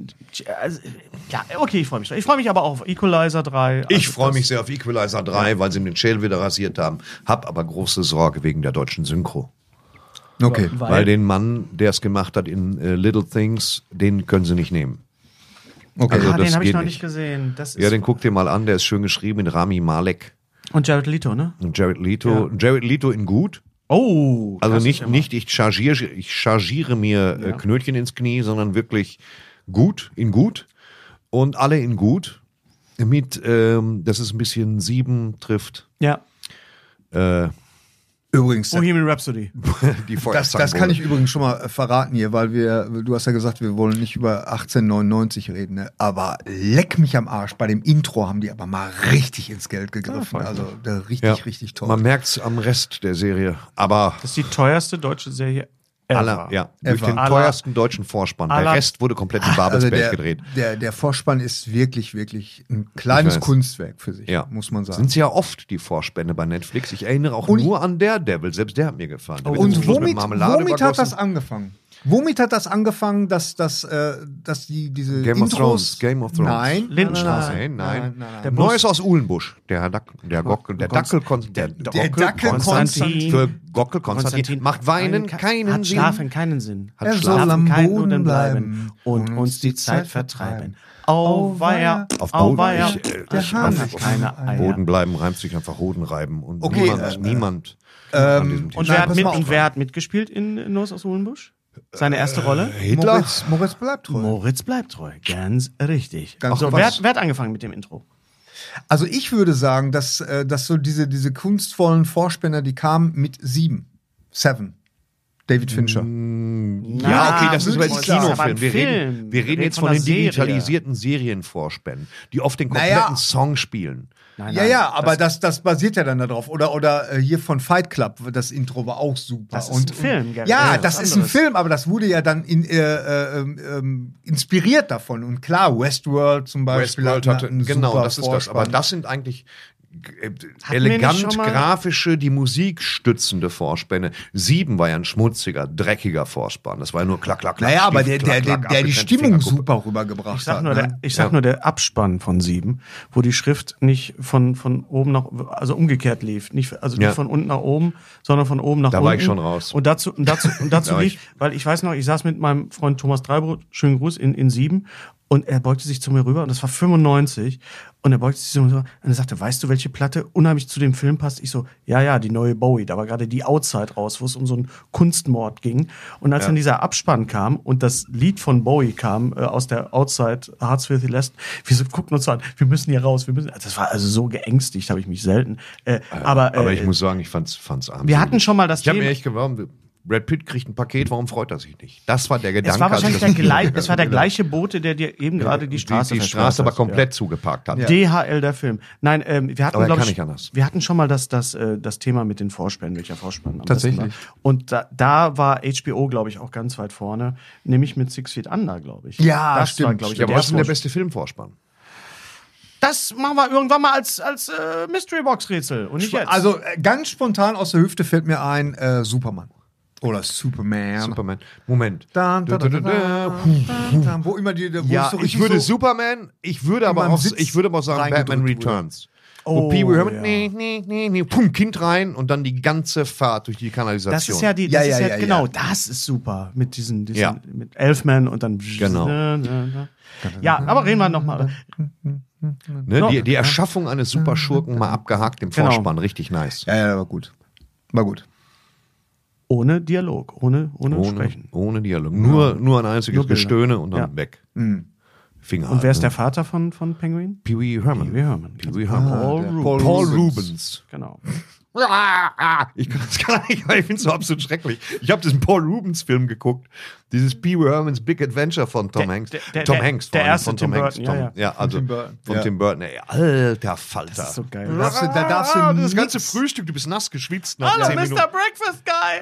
[SPEAKER 4] also, ja, okay, ich freue mich. Ich freue mich aber auch auf Equalizer drei.
[SPEAKER 3] Ich
[SPEAKER 4] Also
[SPEAKER 3] freue
[SPEAKER 4] das-
[SPEAKER 3] mich sehr auf Equalizer drei, weil sie mir den Schädel wieder rasiert haben. Hab aber große Sorge wegen der deutschen Synchro.
[SPEAKER 6] Okay.
[SPEAKER 4] Weil,
[SPEAKER 3] Weil den Mann, der es gemacht hat in äh, Little Things, den können sie nicht nehmen.
[SPEAKER 6] Okay.
[SPEAKER 3] Also
[SPEAKER 4] ah,
[SPEAKER 3] das
[SPEAKER 4] den habe ich
[SPEAKER 3] geht
[SPEAKER 4] noch
[SPEAKER 3] nicht.
[SPEAKER 4] nicht gesehen. Das ist
[SPEAKER 3] Ja, den guck dir mal an, der ist schön geschrieben in Rami Malek
[SPEAKER 4] und Jared Leto, ne?
[SPEAKER 3] und Jared Leto. Jared Leto in gut.
[SPEAKER 4] Oh,
[SPEAKER 3] Also
[SPEAKER 4] das ist
[SPEAKER 3] nicht,
[SPEAKER 4] ja
[SPEAKER 3] nicht ich, chargiere, ich chargiere mir äh, Knötchen ins Knie, sondern wirklich gut, in gut. Und alle in gut. Mit, ähm, das ist ein bisschen sieben trifft.
[SPEAKER 4] mal- Ja,
[SPEAKER 3] Äh,
[SPEAKER 6] Übrigens,
[SPEAKER 4] Bohemian Rhapsody.
[SPEAKER 3] Die
[SPEAKER 6] das, das kann ich übrigens schon mal äh, verraten hier, weil wir, du hast ja gesagt, wir wollen nicht über achtzehnhundertneunundneunzig reden, ne? Aber leck mich am Arsch. Bei dem Intro haben die aber mal richtig ins Geld gegriffen.
[SPEAKER 4] Ja,
[SPEAKER 6] also da richtig,
[SPEAKER 3] Ja.
[SPEAKER 6] richtig toll.
[SPEAKER 3] Man merkt's am Rest der Serie. Aber
[SPEAKER 4] Das ist die teuerste deutsche Serie ever.
[SPEAKER 3] aller, ja, durch
[SPEAKER 6] Ever.
[SPEAKER 3] den
[SPEAKER 4] Aller-
[SPEAKER 3] teuersten deutschen Vorspann. Der
[SPEAKER 4] aller-
[SPEAKER 3] Rest wurde komplett in
[SPEAKER 6] also
[SPEAKER 3] Babelsberg
[SPEAKER 6] der,
[SPEAKER 3] gedreht.
[SPEAKER 6] der, der Vorspann ist wirklich, wirklich ein kleines
[SPEAKER 3] Ich weiß.
[SPEAKER 6] Kunstwerk für sich,
[SPEAKER 3] Ja.
[SPEAKER 6] muss man sagen.
[SPEAKER 3] Sind sie ja oft, die Vorspänne bei Netflix. Ich erinnere auch
[SPEAKER 6] Und-
[SPEAKER 3] nur an Daredevil. Selbst der hat mir gefallen. Der wird zum
[SPEAKER 6] Und
[SPEAKER 3] Schluss mit
[SPEAKER 6] womit,
[SPEAKER 3] Marmelade
[SPEAKER 6] womit hat
[SPEAKER 3] übergossen.
[SPEAKER 6] das angefangen? Womit hat das angefangen, dass, dass, äh, dass die diese
[SPEAKER 3] Game of
[SPEAKER 6] Intros...
[SPEAKER 3] Thrones, Game of Thrones.
[SPEAKER 6] Nein,
[SPEAKER 4] Lindenstraße.
[SPEAKER 3] Nein, nein.
[SPEAKER 6] nein, nein.
[SPEAKER 4] Der
[SPEAKER 3] Neues aus Uhlenbusch. Der Herr Dack, der Gockel, der Dackel, Kon- der,
[SPEAKER 6] Der Dackel
[SPEAKER 4] Konstantin.
[SPEAKER 3] Für Gockel Konstantin. Macht Weinen keinen
[SPEAKER 4] hat
[SPEAKER 3] Sinn.
[SPEAKER 4] Schlafen keinen Sinn.
[SPEAKER 3] Hat
[SPEAKER 6] Er soll
[SPEAKER 3] Schlafen
[SPEAKER 6] am
[SPEAKER 4] kein
[SPEAKER 6] Boden
[SPEAKER 4] Nudeln
[SPEAKER 6] bleiben
[SPEAKER 4] und uns die Zeit vertreiben. Auweia,
[SPEAKER 3] Auf Boden.
[SPEAKER 4] auweia,
[SPEAKER 3] Ich, äh,
[SPEAKER 6] Der
[SPEAKER 3] ich-
[SPEAKER 6] Hahn
[SPEAKER 3] auf-
[SPEAKER 6] hat
[SPEAKER 3] auf
[SPEAKER 6] keine Eier.
[SPEAKER 3] Boden bleiben, reimt sich einfach Hoden reiben. Und
[SPEAKER 6] Okay,
[SPEAKER 3] niemand,
[SPEAKER 6] äh,
[SPEAKER 3] niemand
[SPEAKER 6] ähm,
[SPEAKER 3] an diesem
[SPEAKER 4] Und,
[SPEAKER 3] Tisch.
[SPEAKER 4] wer
[SPEAKER 6] Nein,
[SPEAKER 4] hat,
[SPEAKER 6] pass
[SPEAKER 4] mit,
[SPEAKER 6] mal auf.
[SPEAKER 4] und wer hat mitgespielt in Neues aus Uhlenbusch? Seine erste Rolle?
[SPEAKER 3] Hitler?
[SPEAKER 6] Moritz, Moritz bleibt treu.
[SPEAKER 4] Moritz bleibt treu. Ganz richtig.
[SPEAKER 6] Ganz
[SPEAKER 4] so,
[SPEAKER 6] was-
[SPEAKER 4] wer, hat, wer hat angefangen mit dem Intro?
[SPEAKER 6] Also ich würde sagen, dass, äh, dass so diese, diese kunstvollen Vorspänner, die kamen mit sieben. Seven. David Fincher.
[SPEAKER 3] Ja, okay, das ist
[SPEAKER 6] würde
[SPEAKER 3] aber ein
[SPEAKER 6] ich sagen.
[SPEAKER 3] Kinofilm.
[SPEAKER 4] Aber ein
[SPEAKER 3] Wir
[SPEAKER 4] Film.
[SPEAKER 3] reden, wir
[SPEAKER 4] Wir
[SPEAKER 3] reden jetzt
[SPEAKER 4] reden
[SPEAKER 3] von den
[SPEAKER 4] von einer Serie.
[SPEAKER 3] digitalisierten Serienvorspänen, die oft den kompletten
[SPEAKER 6] Naja.
[SPEAKER 3] Song spielen.
[SPEAKER 4] Nein,
[SPEAKER 6] Ja,
[SPEAKER 4] nein,
[SPEAKER 6] ja, aber
[SPEAKER 4] das,
[SPEAKER 6] das, das basiert ja dann darauf. Oder, oder äh, hier von Fight Club, das Intro war auch super.
[SPEAKER 4] Das ist ein Film, Gary.
[SPEAKER 6] Ja,
[SPEAKER 4] Ja,
[SPEAKER 6] das
[SPEAKER 4] was
[SPEAKER 6] ist ein
[SPEAKER 4] anderes.
[SPEAKER 6] Film, aber das wurde ja dann in, äh, äh, ähm, ähm, inspiriert davon. Und klar, Westworld zum Beispiel.
[SPEAKER 3] Westworld
[SPEAKER 6] hat
[SPEAKER 3] hatte,
[SPEAKER 6] einen
[SPEAKER 3] genau,
[SPEAKER 6] super
[SPEAKER 3] das ist das. Aber
[SPEAKER 6] Vorspann.
[SPEAKER 3] das sind eigentlich äh,
[SPEAKER 4] wir
[SPEAKER 3] elegant
[SPEAKER 4] nicht schon mal-
[SPEAKER 3] grafische, die Musik stützende Vorspänne. Sieben war ja ein schmutziger, dreckiger Vorspann. Das war ja nur klack, klack, klack.
[SPEAKER 6] Naja, aber der,
[SPEAKER 3] Stift,
[SPEAKER 6] der,
[SPEAKER 3] klack,
[SPEAKER 6] der,
[SPEAKER 3] klack,
[SPEAKER 6] der die
[SPEAKER 3] abgetrennte
[SPEAKER 6] Stimmung
[SPEAKER 3] Fingerkuppe.
[SPEAKER 6] super rübergebracht
[SPEAKER 4] ich sag,
[SPEAKER 6] hat.
[SPEAKER 4] nur, der,
[SPEAKER 6] Ne?
[SPEAKER 4] ich sag
[SPEAKER 3] Ja.
[SPEAKER 4] nur der Abspann von sieben, wo die Schrift nicht von, von oben nach, also umgekehrt lief. Nicht, also nicht
[SPEAKER 3] Ja.
[SPEAKER 4] von unten nach oben, sondern von oben nach
[SPEAKER 3] Da
[SPEAKER 4] unten.
[SPEAKER 3] war ich schon raus.
[SPEAKER 4] Und dazu, und dazu, und dazu
[SPEAKER 3] Da war
[SPEAKER 4] lief, weil ich weiß noch, ich saß mit meinem Freund Thomas Dreibrot, schönen Gruß, in, in sieben. Und er beugte sich zu mir rüber, und das war fünfundneunzig. Und er beugte sich zu mir rüber und er sagte, weißt du, welche Platte unheimlich zu dem Film passt? Ich so, ja, ja, die neue Bowie. Da war gerade die Outside raus, wo es um so einen Kunstmord ging. Und als dann dieser Abspann kam und das Lied von Bowie kam, äh, aus der Outside, Hearts Filthy Last, wir so, guckten uns so an, wir müssen hier raus, wir müssen, das war also so geängstigt, habe ich mich selten. Äh, aber, äh,
[SPEAKER 3] Aber ich muss sagen, ich fand's, fand's arm.
[SPEAKER 4] wir hatten schon mal das
[SPEAKER 3] Ich habe mir
[SPEAKER 4] Thema-
[SPEAKER 3] echt gewarnt, Brad Pitt kriegt ein Paket, warum freut er sich nicht? Das war der Gedanke.
[SPEAKER 4] es war
[SPEAKER 3] als ich
[SPEAKER 4] wahrscheinlich der,
[SPEAKER 3] das-
[SPEAKER 4] gleich, es war der gleiche Bote, der dir eben gerade die Straße
[SPEAKER 3] die, die
[SPEAKER 4] versperrt
[SPEAKER 3] Straße aber
[SPEAKER 4] hat.
[SPEAKER 3] komplett zugeparkt hat.
[SPEAKER 4] D H L, der Film. Nein, ähm, wir hatten,
[SPEAKER 3] Aber er
[SPEAKER 4] glaub
[SPEAKER 3] kann
[SPEAKER 4] ich,
[SPEAKER 3] nicht anders.
[SPEAKER 4] wir hatten schon mal das, das, äh, das Thema mit den Vorspänen, welcher Vorspann am
[SPEAKER 6] Tatsächlich.
[SPEAKER 4] besten war. Und da, da war H B O, glaube ich, auch ganz weit vorne, nämlich mit Six Feet Under, glaube ich.
[SPEAKER 6] Ja,
[SPEAKER 4] das
[SPEAKER 6] stimmt,
[SPEAKER 4] war, glaube ich,
[SPEAKER 3] Ja, aber
[SPEAKER 4] der
[SPEAKER 3] was ist denn der
[SPEAKER 4] Vorspann.
[SPEAKER 3] beste Filmvorspann?
[SPEAKER 4] Das machen wir irgendwann mal als, als äh, Mystery-Box-Rätsel und nicht jetzt.
[SPEAKER 6] Also äh, ganz spontan aus der Hüfte fällt mir ein äh, Superman. Oder Superman.
[SPEAKER 3] Superman. Moment.
[SPEAKER 6] Da, da, da, da, da, da, da, wo immer die, wo
[SPEAKER 3] Ja,
[SPEAKER 6] es so
[SPEAKER 3] ich
[SPEAKER 6] richtig
[SPEAKER 3] würde
[SPEAKER 6] so,
[SPEAKER 3] Superman, ich würde aber
[SPEAKER 6] beim
[SPEAKER 3] auch,
[SPEAKER 6] Sitz
[SPEAKER 3] ich würde aber auch sagen Batman
[SPEAKER 6] reingedrückt wurde.
[SPEAKER 3] Returns.
[SPEAKER 4] Oh,
[SPEAKER 3] Wo Pee Wee Herman,
[SPEAKER 4] ja.
[SPEAKER 3] nee, nee, nee, nee, pum, Kind rein und dann die ganze Fahrt durch die Kanalisation.
[SPEAKER 4] das ist ja die, das
[SPEAKER 6] Ja,
[SPEAKER 4] ist
[SPEAKER 6] ja,
[SPEAKER 4] ja,
[SPEAKER 6] ja,
[SPEAKER 4] genau,
[SPEAKER 6] ja.
[SPEAKER 4] das ist super mit diesen, diesen
[SPEAKER 3] Ja.
[SPEAKER 4] mit Elfman und dann
[SPEAKER 3] Genau.
[SPEAKER 4] Ja, aber reden wir nochmal.
[SPEAKER 3] ne,
[SPEAKER 4] No.
[SPEAKER 3] die, die Erschaffung eines Superschurken mal abgehakt im
[SPEAKER 4] Genau.
[SPEAKER 3] Vorspann, richtig nice.
[SPEAKER 6] Ja, ja, war gut. War gut.
[SPEAKER 4] Ohne Dialog, ohne, ohne,
[SPEAKER 3] Ohne,
[SPEAKER 4] Sprechen.
[SPEAKER 3] ohne Dialog. Nur, nur ein einziges
[SPEAKER 4] Nur Bilder.
[SPEAKER 3] Gestöhne und dann
[SPEAKER 4] Ja.
[SPEAKER 3] weg.
[SPEAKER 6] Mhm.
[SPEAKER 3] Finger
[SPEAKER 4] Und wer ist
[SPEAKER 3] halten.
[SPEAKER 4] der Vater von, von Penguin?
[SPEAKER 3] Pee Wee Herman.
[SPEAKER 4] Pee Wee Herman.
[SPEAKER 3] Pee Wee Herman.
[SPEAKER 4] Paul
[SPEAKER 6] der
[SPEAKER 4] Rubens.
[SPEAKER 6] Paul
[SPEAKER 3] Paul
[SPEAKER 6] Rubens.
[SPEAKER 3] Rubens.
[SPEAKER 4] Genau.
[SPEAKER 3] Ich kann das gar nicht, weil ich finde es so absolut schrecklich. Ich habe diesen Paul Rubens-Film geguckt, dieses Pee Wee Herman's Big Adventure von Tom
[SPEAKER 4] Der-
[SPEAKER 3] Hanks.
[SPEAKER 4] der- der-
[SPEAKER 3] Tom
[SPEAKER 4] der-
[SPEAKER 3] Hanks, vor
[SPEAKER 4] der
[SPEAKER 3] allem
[SPEAKER 4] erste
[SPEAKER 3] von
[SPEAKER 4] Tim
[SPEAKER 3] Tom Hanks.
[SPEAKER 4] Burton, ja,
[SPEAKER 3] Tom, ja, also
[SPEAKER 6] Tim Burton.
[SPEAKER 3] von
[SPEAKER 6] Ja.
[SPEAKER 3] Tim Burton. Ey, alter Falter.
[SPEAKER 4] Das ist so geil.
[SPEAKER 6] Da darfst du, da darfst du
[SPEAKER 3] Ah, das
[SPEAKER 6] nix-
[SPEAKER 3] ganze Frühstück, du bist nass geschwitzt nach
[SPEAKER 4] Hallo,
[SPEAKER 3] zehn Minuten.
[SPEAKER 4] Mister Breakfast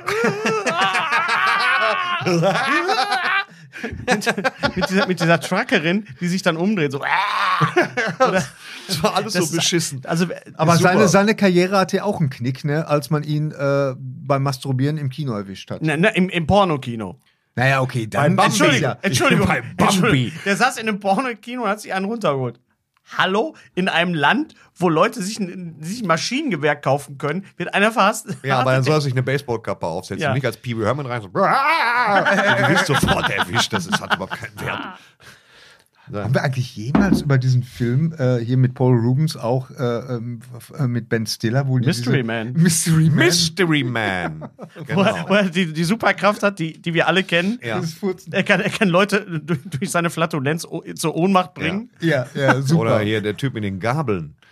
[SPEAKER 4] Guy! mit, dieser, mit dieser Truckerin, die sich dann umdreht, so. Oder,
[SPEAKER 3] Das war alles
[SPEAKER 4] das
[SPEAKER 3] so beschissen.
[SPEAKER 4] Also,
[SPEAKER 6] Aber
[SPEAKER 3] Super.
[SPEAKER 6] seine, seine Karriere hatte ja auch einen Knick, ne, als man ihn äh, beim Masturbieren im Kino erwischt hat.
[SPEAKER 4] ne, ne, im, im Pornokino.
[SPEAKER 6] Naja, okay, dann
[SPEAKER 3] Bambi.
[SPEAKER 4] Entschuldigung,
[SPEAKER 6] ja.
[SPEAKER 4] Entschuldigung,
[SPEAKER 3] Bei Bambi.
[SPEAKER 4] Entschuldigung. Der saß in einem Pornokino und hat sich einen runtergeholt. Hallo? In einem Land, wo Leute sich ein, sich ein Maschinengewehr kaufen können, wird einer verhasst.
[SPEAKER 3] Ja, aber dann soll er sich eine Baseballkappe aufsetzen
[SPEAKER 4] Ja.
[SPEAKER 3] und nicht als Pee Wee Herman rein. So, du wirst sofort erwischt, das ist, hat überhaupt keinen Wert.
[SPEAKER 6] Haben wir eigentlich jemals über diesen Film äh, hier mit Paul Rubens auch äh, ähm, f- äh, mit Ben Stiller, wo die
[SPEAKER 4] Mystery
[SPEAKER 6] diese,
[SPEAKER 4] Man.
[SPEAKER 6] Mystery Man.
[SPEAKER 3] Mystery Man.
[SPEAKER 4] Wo er,
[SPEAKER 3] Genau.
[SPEAKER 4] wo er die, die Superkraft hat, die, die wir alle kennen.
[SPEAKER 3] Ja.
[SPEAKER 6] Das Furzen.
[SPEAKER 4] Er kann, er kann Leute durch, durch seine Flatulenz o- zur Ohnmacht bringen.
[SPEAKER 6] Ja, ja, super.
[SPEAKER 3] Oder hier der Typ mit den Gabeln.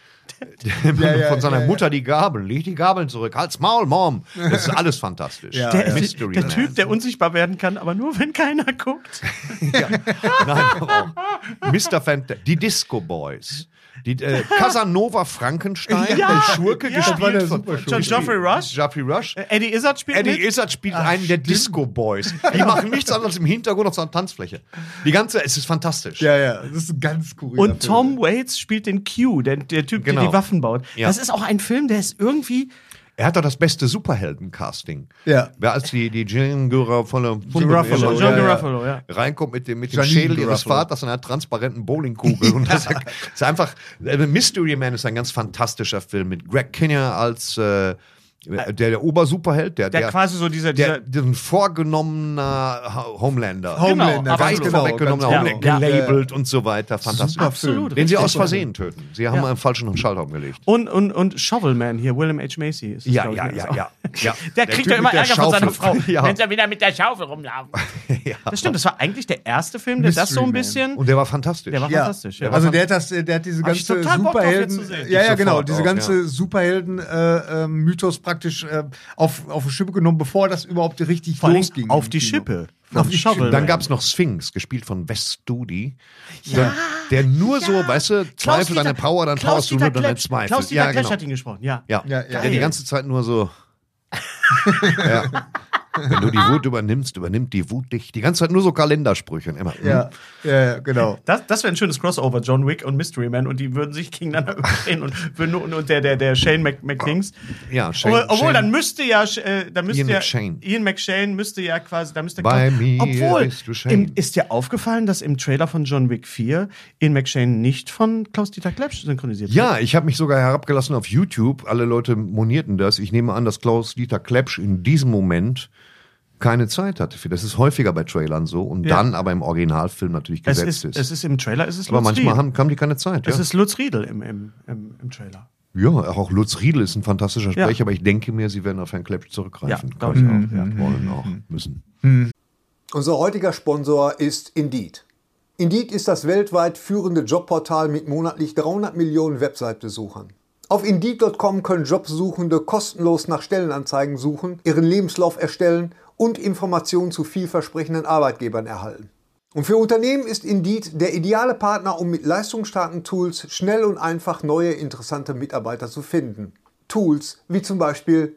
[SPEAKER 6] Ja, ja,
[SPEAKER 3] von seiner
[SPEAKER 6] ja, ja.
[SPEAKER 3] Mutter die Gabel. Leg die Gabeln zurück. Halt's Maul, Mom. Das ist alles fantastisch.
[SPEAKER 6] Ja,
[SPEAKER 4] Der,
[SPEAKER 6] ja.
[SPEAKER 3] Mystery
[SPEAKER 4] der
[SPEAKER 3] Man.
[SPEAKER 4] Typ, der unsichtbar werden kann, aber nur wenn keiner guckt.
[SPEAKER 3] Ja. Nein, auch. Mister Fant die Disco Boys. Die äh, Casanova Frankenstein,
[SPEAKER 4] Ja,
[SPEAKER 3] der Schurke,
[SPEAKER 4] ja.
[SPEAKER 3] gespielt
[SPEAKER 6] Das war der
[SPEAKER 3] von
[SPEAKER 6] super Schurke.
[SPEAKER 4] John Geoffrey Rush.
[SPEAKER 3] Geoffrey Rush.
[SPEAKER 4] Äh, Eddie Izzard spielt
[SPEAKER 3] Eddie
[SPEAKER 4] mit.
[SPEAKER 3] Izzard spielt einen der Disco Boys. Die machen nichts anderes im Hintergrund auf so einer Tanzfläche. Die ganze, es ist fantastisch.
[SPEAKER 6] Ja, ja, das ist ein ganz cool.
[SPEAKER 4] Und Tom Waits spielt den Q, der, der Typ, der
[SPEAKER 3] Genau.
[SPEAKER 4] die Waffen baut.
[SPEAKER 3] Ja.
[SPEAKER 4] Das ist auch ein Film, der ist irgendwie.
[SPEAKER 3] Er hat doch das beste Superhelden-Casting.
[SPEAKER 6] Ja.
[SPEAKER 3] Wer als die, die Jane Garofalo
[SPEAKER 4] Garofalo,
[SPEAKER 6] ja,
[SPEAKER 4] John
[SPEAKER 6] ja.
[SPEAKER 4] Garofalo, ja.
[SPEAKER 3] reinkommt mit dem, mit dem
[SPEAKER 6] Janine
[SPEAKER 3] Schädel ihres
[SPEAKER 6] Garofalo.
[SPEAKER 3] Vaters in einer transparenten Bowlingkugel. Und das ist einfach, äh, Mystery Man ist ein ganz fantastischer Film mit Greg Kinnear als äh, der, der Obersuperheld, der,
[SPEAKER 4] Der,
[SPEAKER 3] der,
[SPEAKER 4] quasi so dieser.
[SPEAKER 3] der,
[SPEAKER 4] dieser
[SPEAKER 3] der ein vorgenommener Ha- Homelander.
[SPEAKER 6] Homelander,
[SPEAKER 4] Genau,
[SPEAKER 3] Weit
[SPEAKER 4] absolut.
[SPEAKER 3] vorweggenommener
[SPEAKER 4] ganz
[SPEAKER 3] Homelander,
[SPEAKER 4] genau. Ja.
[SPEAKER 3] gelabelt und so weiter. Fantastisch.
[SPEAKER 6] Super
[SPEAKER 4] Absolut.
[SPEAKER 6] Film.
[SPEAKER 3] Den sie
[SPEAKER 4] richtig.
[SPEAKER 3] aus Versehen töten. Sie haben
[SPEAKER 4] Ja.
[SPEAKER 3] einen falschen Schalter umgelegt.
[SPEAKER 4] Und, und, und Shovelman hier, William H. Macy. Ist das,
[SPEAKER 3] Ja,
[SPEAKER 4] glaub ich,
[SPEAKER 3] ja,
[SPEAKER 4] ne?
[SPEAKER 3] ja,
[SPEAKER 4] Das
[SPEAKER 3] ja. ja.
[SPEAKER 4] Der,
[SPEAKER 3] Der
[SPEAKER 4] kriegt
[SPEAKER 3] Typ
[SPEAKER 4] ja immer
[SPEAKER 3] mit der
[SPEAKER 4] Ärger von seiner Frau.
[SPEAKER 3] Schaufel. Ja.
[SPEAKER 4] Wenn sie wieder mit der Schaufel rumlaufen.
[SPEAKER 3] ja.
[SPEAKER 4] Das stimmt, das war eigentlich der erste Film, der das
[SPEAKER 6] Mystery
[SPEAKER 4] so ein
[SPEAKER 6] Man.
[SPEAKER 4] bisschen.
[SPEAKER 3] Und der war fantastisch.
[SPEAKER 4] Der war
[SPEAKER 6] Ja.
[SPEAKER 4] fantastisch. Ja.
[SPEAKER 6] Also der hat das, der hat diese
[SPEAKER 4] Hab ich
[SPEAKER 6] ganze
[SPEAKER 4] total Bock drauf, jetzt
[SPEAKER 6] Superhelden,
[SPEAKER 4] zu sehen.
[SPEAKER 6] ja, ja,
[SPEAKER 3] Ich
[SPEAKER 6] genau,
[SPEAKER 3] sofort
[SPEAKER 6] diese
[SPEAKER 3] auch,
[SPEAKER 6] ganze
[SPEAKER 3] ja.
[SPEAKER 6] Superhelden-Mythos praktisch äh, auf, auf die Schippe genommen, bevor das überhaupt richtig
[SPEAKER 4] Vor allem
[SPEAKER 6] losging.
[SPEAKER 4] auf
[SPEAKER 6] im
[SPEAKER 4] die
[SPEAKER 6] Kino.
[SPEAKER 4] Schippe.
[SPEAKER 6] Auf die Schippe.
[SPEAKER 3] Dann gab es noch Sphinx, gespielt von Wes Studi. Ja, der nur so, weißt du, zweifelt deine Power, dann powerst du nur deine Zweifel.
[SPEAKER 4] Klaus-Dieter
[SPEAKER 3] Ja,
[SPEAKER 4] Kletsch
[SPEAKER 3] genau.
[SPEAKER 4] hat ihn gesprochen, ja.
[SPEAKER 3] Ja.
[SPEAKER 6] Ja, ja.
[SPEAKER 3] Der die ganze Zeit nur so. ja. Wenn du die Wut übernimmst, übernimmt die Wut dich. Die ganze Zeit nur so Kalendersprüche. Und immer,
[SPEAKER 6] Ja, ja, ja, genau.
[SPEAKER 4] Das, das wäre ein schönes Crossover, John Wick und Mystery Man, und die würden sich gegeneinander überstehen und, würden nur, und der, der, der Shane Mc, McDings.
[SPEAKER 3] Ja, Shane-
[SPEAKER 4] obwohl, obwohl
[SPEAKER 3] Shane-
[SPEAKER 4] dann müsste ja, äh, da müsste
[SPEAKER 3] Ian
[SPEAKER 4] ja
[SPEAKER 3] McShane.
[SPEAKER 4] Ian McShane müsste ja quasi, da müsste
[SPEAKER 3] Bei mir
[SPEAKER 4] obwohl,
[SPEAKER 3] bist du Shane.
[SPEAKER 4] im, ist dir aufgefallen, dass im Trailer von John Wick vier Ian McShane nicht von Klaus-Dieter Klepsch synchronisiert wird?
[SPEAKER 3] Ja, ich habe mich sogar herabgelassen auf YouTube. Alle Leute monierten das. Ich nehme an, dass Klaus-Dieter Klepsch in diesem Moment keine Zeit hatte für. Das ist häufiger bei Trailern so und
[SPEAKER 4] Ja.
[SPEAKER 3] dann aber im Originalfilm natürlich
[SPEAKER 4] Es
[SPEAKER 3] gesetzt
[SPEAKER 4] ist,
[SPEAKER 3] ist.
[SPEAKER 4] es ist im Trailer, es ist
[SPEAKER 3] Aber
[SPEAKER 4] Lutz
[SPEAKER 3] manchmal
[SPEAKER 4] Riedel.
[SPEAKER 3] haben, haben die keine Zeit. Ja.
[SPEAKER 4] Es ist Lutz Riedel im, im, im, im Trailer.
[SPEAKER 3] ja, auch Lutz Riedel ist ein fantastischer
[SPEAKER 4] Ja.
[SPEAKER 3] Sprecher, aber ich denke mir, sie werden auf Herrn Klepsch zurückgreifen.
[SPEAKER 4] Ja, glaub ich
[SPEAKER 3] können.
[SPEAKER 4] auch, ja.
[SPEAKER 3] Ja, wollen auch, müssen.
[SPEAKER 1] Unser heutiger Sponsor ist Indeed. Indeed ist das weltweit führende Jobportal mit monatlich dreihundert Millionen Website-Besuchern. Auf Indeed Punkt com können Jobsuchende kostenlos nach Stellenanzeigen suchen, ihren Lebenslauf erstellen und Informationen zu vielversprechenden Arbeitgebern erhalten. Und für Unternehmen ist Indeed der ideale Partner, um mit leistungsstarken Tools schnell und einfach neue interessante Mitarbeiter zu finden. Tools wie zum Beispiel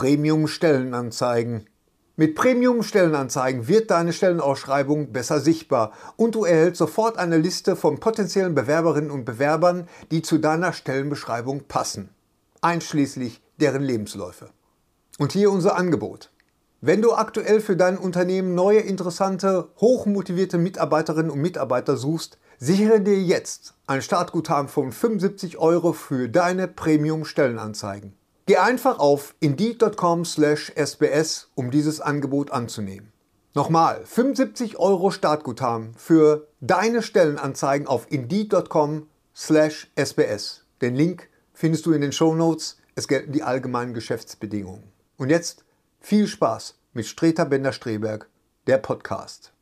[SPEAKER 1] Premium-Stellenanzeigen. Mit Premium-Stellenanzeigen wird deine Stellenausschreibung besser sichtbar und du erhältst sofort eine Liste von potenziellen Bewerberinnen und Bewerbern, die zu deiner Stellenbeschreibung passen, einschließlich deren Lebensläufe. Und hier unser Angebot. Wenn du aktuell für dein Unternehmen neue, interessante, hochmotivierte Mitarbeiterinnen und Mitarbeiter suchst, sichere dir jetzt ein Startguthaben von fünfundsiebzig Euro für deine Premium-Stellenanzeigen. Geh einfach auf indeed Punkt com slash S B S, um dieses Angebot anzunehmen. Nochmal, fünfundsiebzig Euro Startguthaben für deine Stellenanzeigen auf indeed Punkt com slash S B S. Den Link findest du in den Shownotes. Es gelten die allgemeinen Geschäftsbedingungen. Und jetzt viel Spaß mit Streter Bender-Streberg, der Podcast.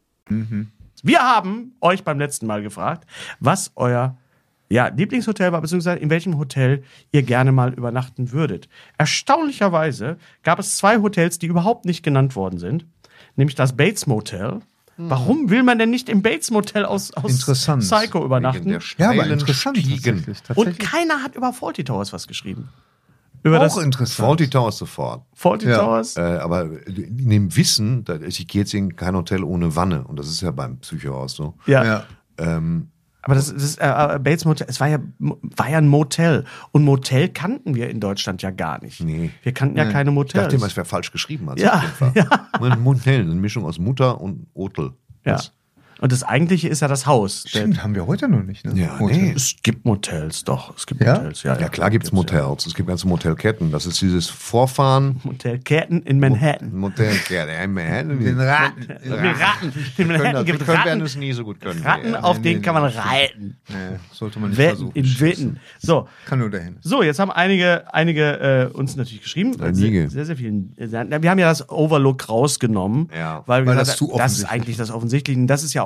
[SPEAKER 4] Wir haben euch beim letzten Mal gefragt, was euer ja, Lieblingshotel war, beziehungsweise in welchem Hotel ihr gerne mal übernachten würdet. Erstaunlicherweise gab es zwei Hotels, die überhaupt nicht genannt worden sind, nämlich das Bates Motel. Warum will man denn nicht im Bates Motel aus, aus
[SPEAKER 6] Interessant.
[SPEAKER 4] Psycho übernachten?
[SPEAKER 3] Wegen der
[SPEAKER 6] Ja, aber
[SPEAKER 3] steilen
[SPEAKER 6] interessant
[SPEAKER 3] Stiegen.
[SPEAKER 6] tatsächlich.
[SPEAKER 4] Und
[SPEAKER 6] tatsächlich.
[SPEAKER 4] keiner hat über Fawlty Towers was geschrieben. Über
[SPEAKER 6] Auch
[SPEAKER 4] das
[SPEAKER 6] interessant.
[SPEAKER 3] Fawlty Towers sofort.
[SPEAKER 6] Ja.
[SPEAKER 4] Fawlty Towers.
[SPEAKER 3] Äh, aber in dem Wissen, da- ich gehe jetzt in kein Hotel ohne Wanne. Und das ist ja beim Psychohaus so.
[SPEAKER 4] Ja.
[SPEAKER 6] Ja.
[SPEAKER 3] Ähm,
[SPEAKER 4] Aber das, das äh, äh, Bates Motel, es war ja, war ja ein Motel. Und Motel kannten wir in Deutschland ja gar nicht.
[SPEAKER 3] Nee.
[SPEAKER 4] Wir kannten ja keine
[SPEAKER 3] ich
[SPEAKER 4] Motels.
[SPEAKER 3] dachte immer, es wäre falsch geschrieben. Als
[SPEAKER 4] Ja,
[SPEAKER 3] ich Kind war. Ein Motel, eine Mischung aus Mutter und Otel.
[SPEAKER 4] ja.
[SPEAKER 3] Das-
[SPEAKER 4] Und das eigentliche ist ja das Haus.
[SPEAKER 6] Stimmt, haben wir heute noch nicht. Ne?
[SPEAKER 3] Ja,
[SPEAKER 6] Hotel.
[SPEAKER 3] nee.
[SPEAKER 4] Es gibt Motels, doch. Es gibt
[SPEAKER 6] Ja?
[SPEAKER 4] Motels, ja.
[SPEAKER 3] Ja, klar gibt's Motels. Es gibt ganze Motelketten. Das ist dieses Vorfahren.
[SPEAKER 4] Motelketten in Manhattan.
[SPEAKER 3] Motelketten. Ja, Manhattan.
[SPEAKER 6] Den Raten.
[SPEAKER 4] Wir raten. In
[SPEAKER 3] Wir können,
[SPEAKER 4] Manhattan
[SPEAKER 3] das, wir
[SPEAKER 4] gibt
[SPEAKER 3] können, werden
[SPEAKER 4] Ratten,
[SPEAKER 3] es nie so gut können.
[SPEAKER 4] Ratten
[SPEAKER 3] Ja.
[SPEAKER 4] auf
[SPEAKER 6] nee,
[SPEAKER 4] denen
[SPEAKER 6] nee,
[SPEAKER 4] kann man
[SPEAKER 6] nee, stimmt.
[SPEAKER 4] reiten.
[SPEAKER 6] Nee, sollte man nicht
[SPEAKER 4] Wetten,
[SPEAKER 6] versuchen.
[SPEAKER 4] in Wetten. So,
[SPEAKER 6] Kann nur dahin.
[SPEAKER 4] so, jetzt haben einige, einige äh, uns natürlich geschrieben.
[SPEAKER 3] Einige.
[SPEAKER 4] Sehr, sehr, sehr vielen. äh, Wir haben ja das Overlook rausgenommen.
[SPEAKER 3] Ja.
[SPEAKER 4] Weil, wir
[SPEAKER 6] Weil
[SPEAKER 4] gesagt
[SPEAKER 6] das zu
[SPEAKER 4] haben, das ist
[SPEAKER 6] offensichtlich
[SPEAKER 4] eigentlich das Offensichtliche. Und das ist ja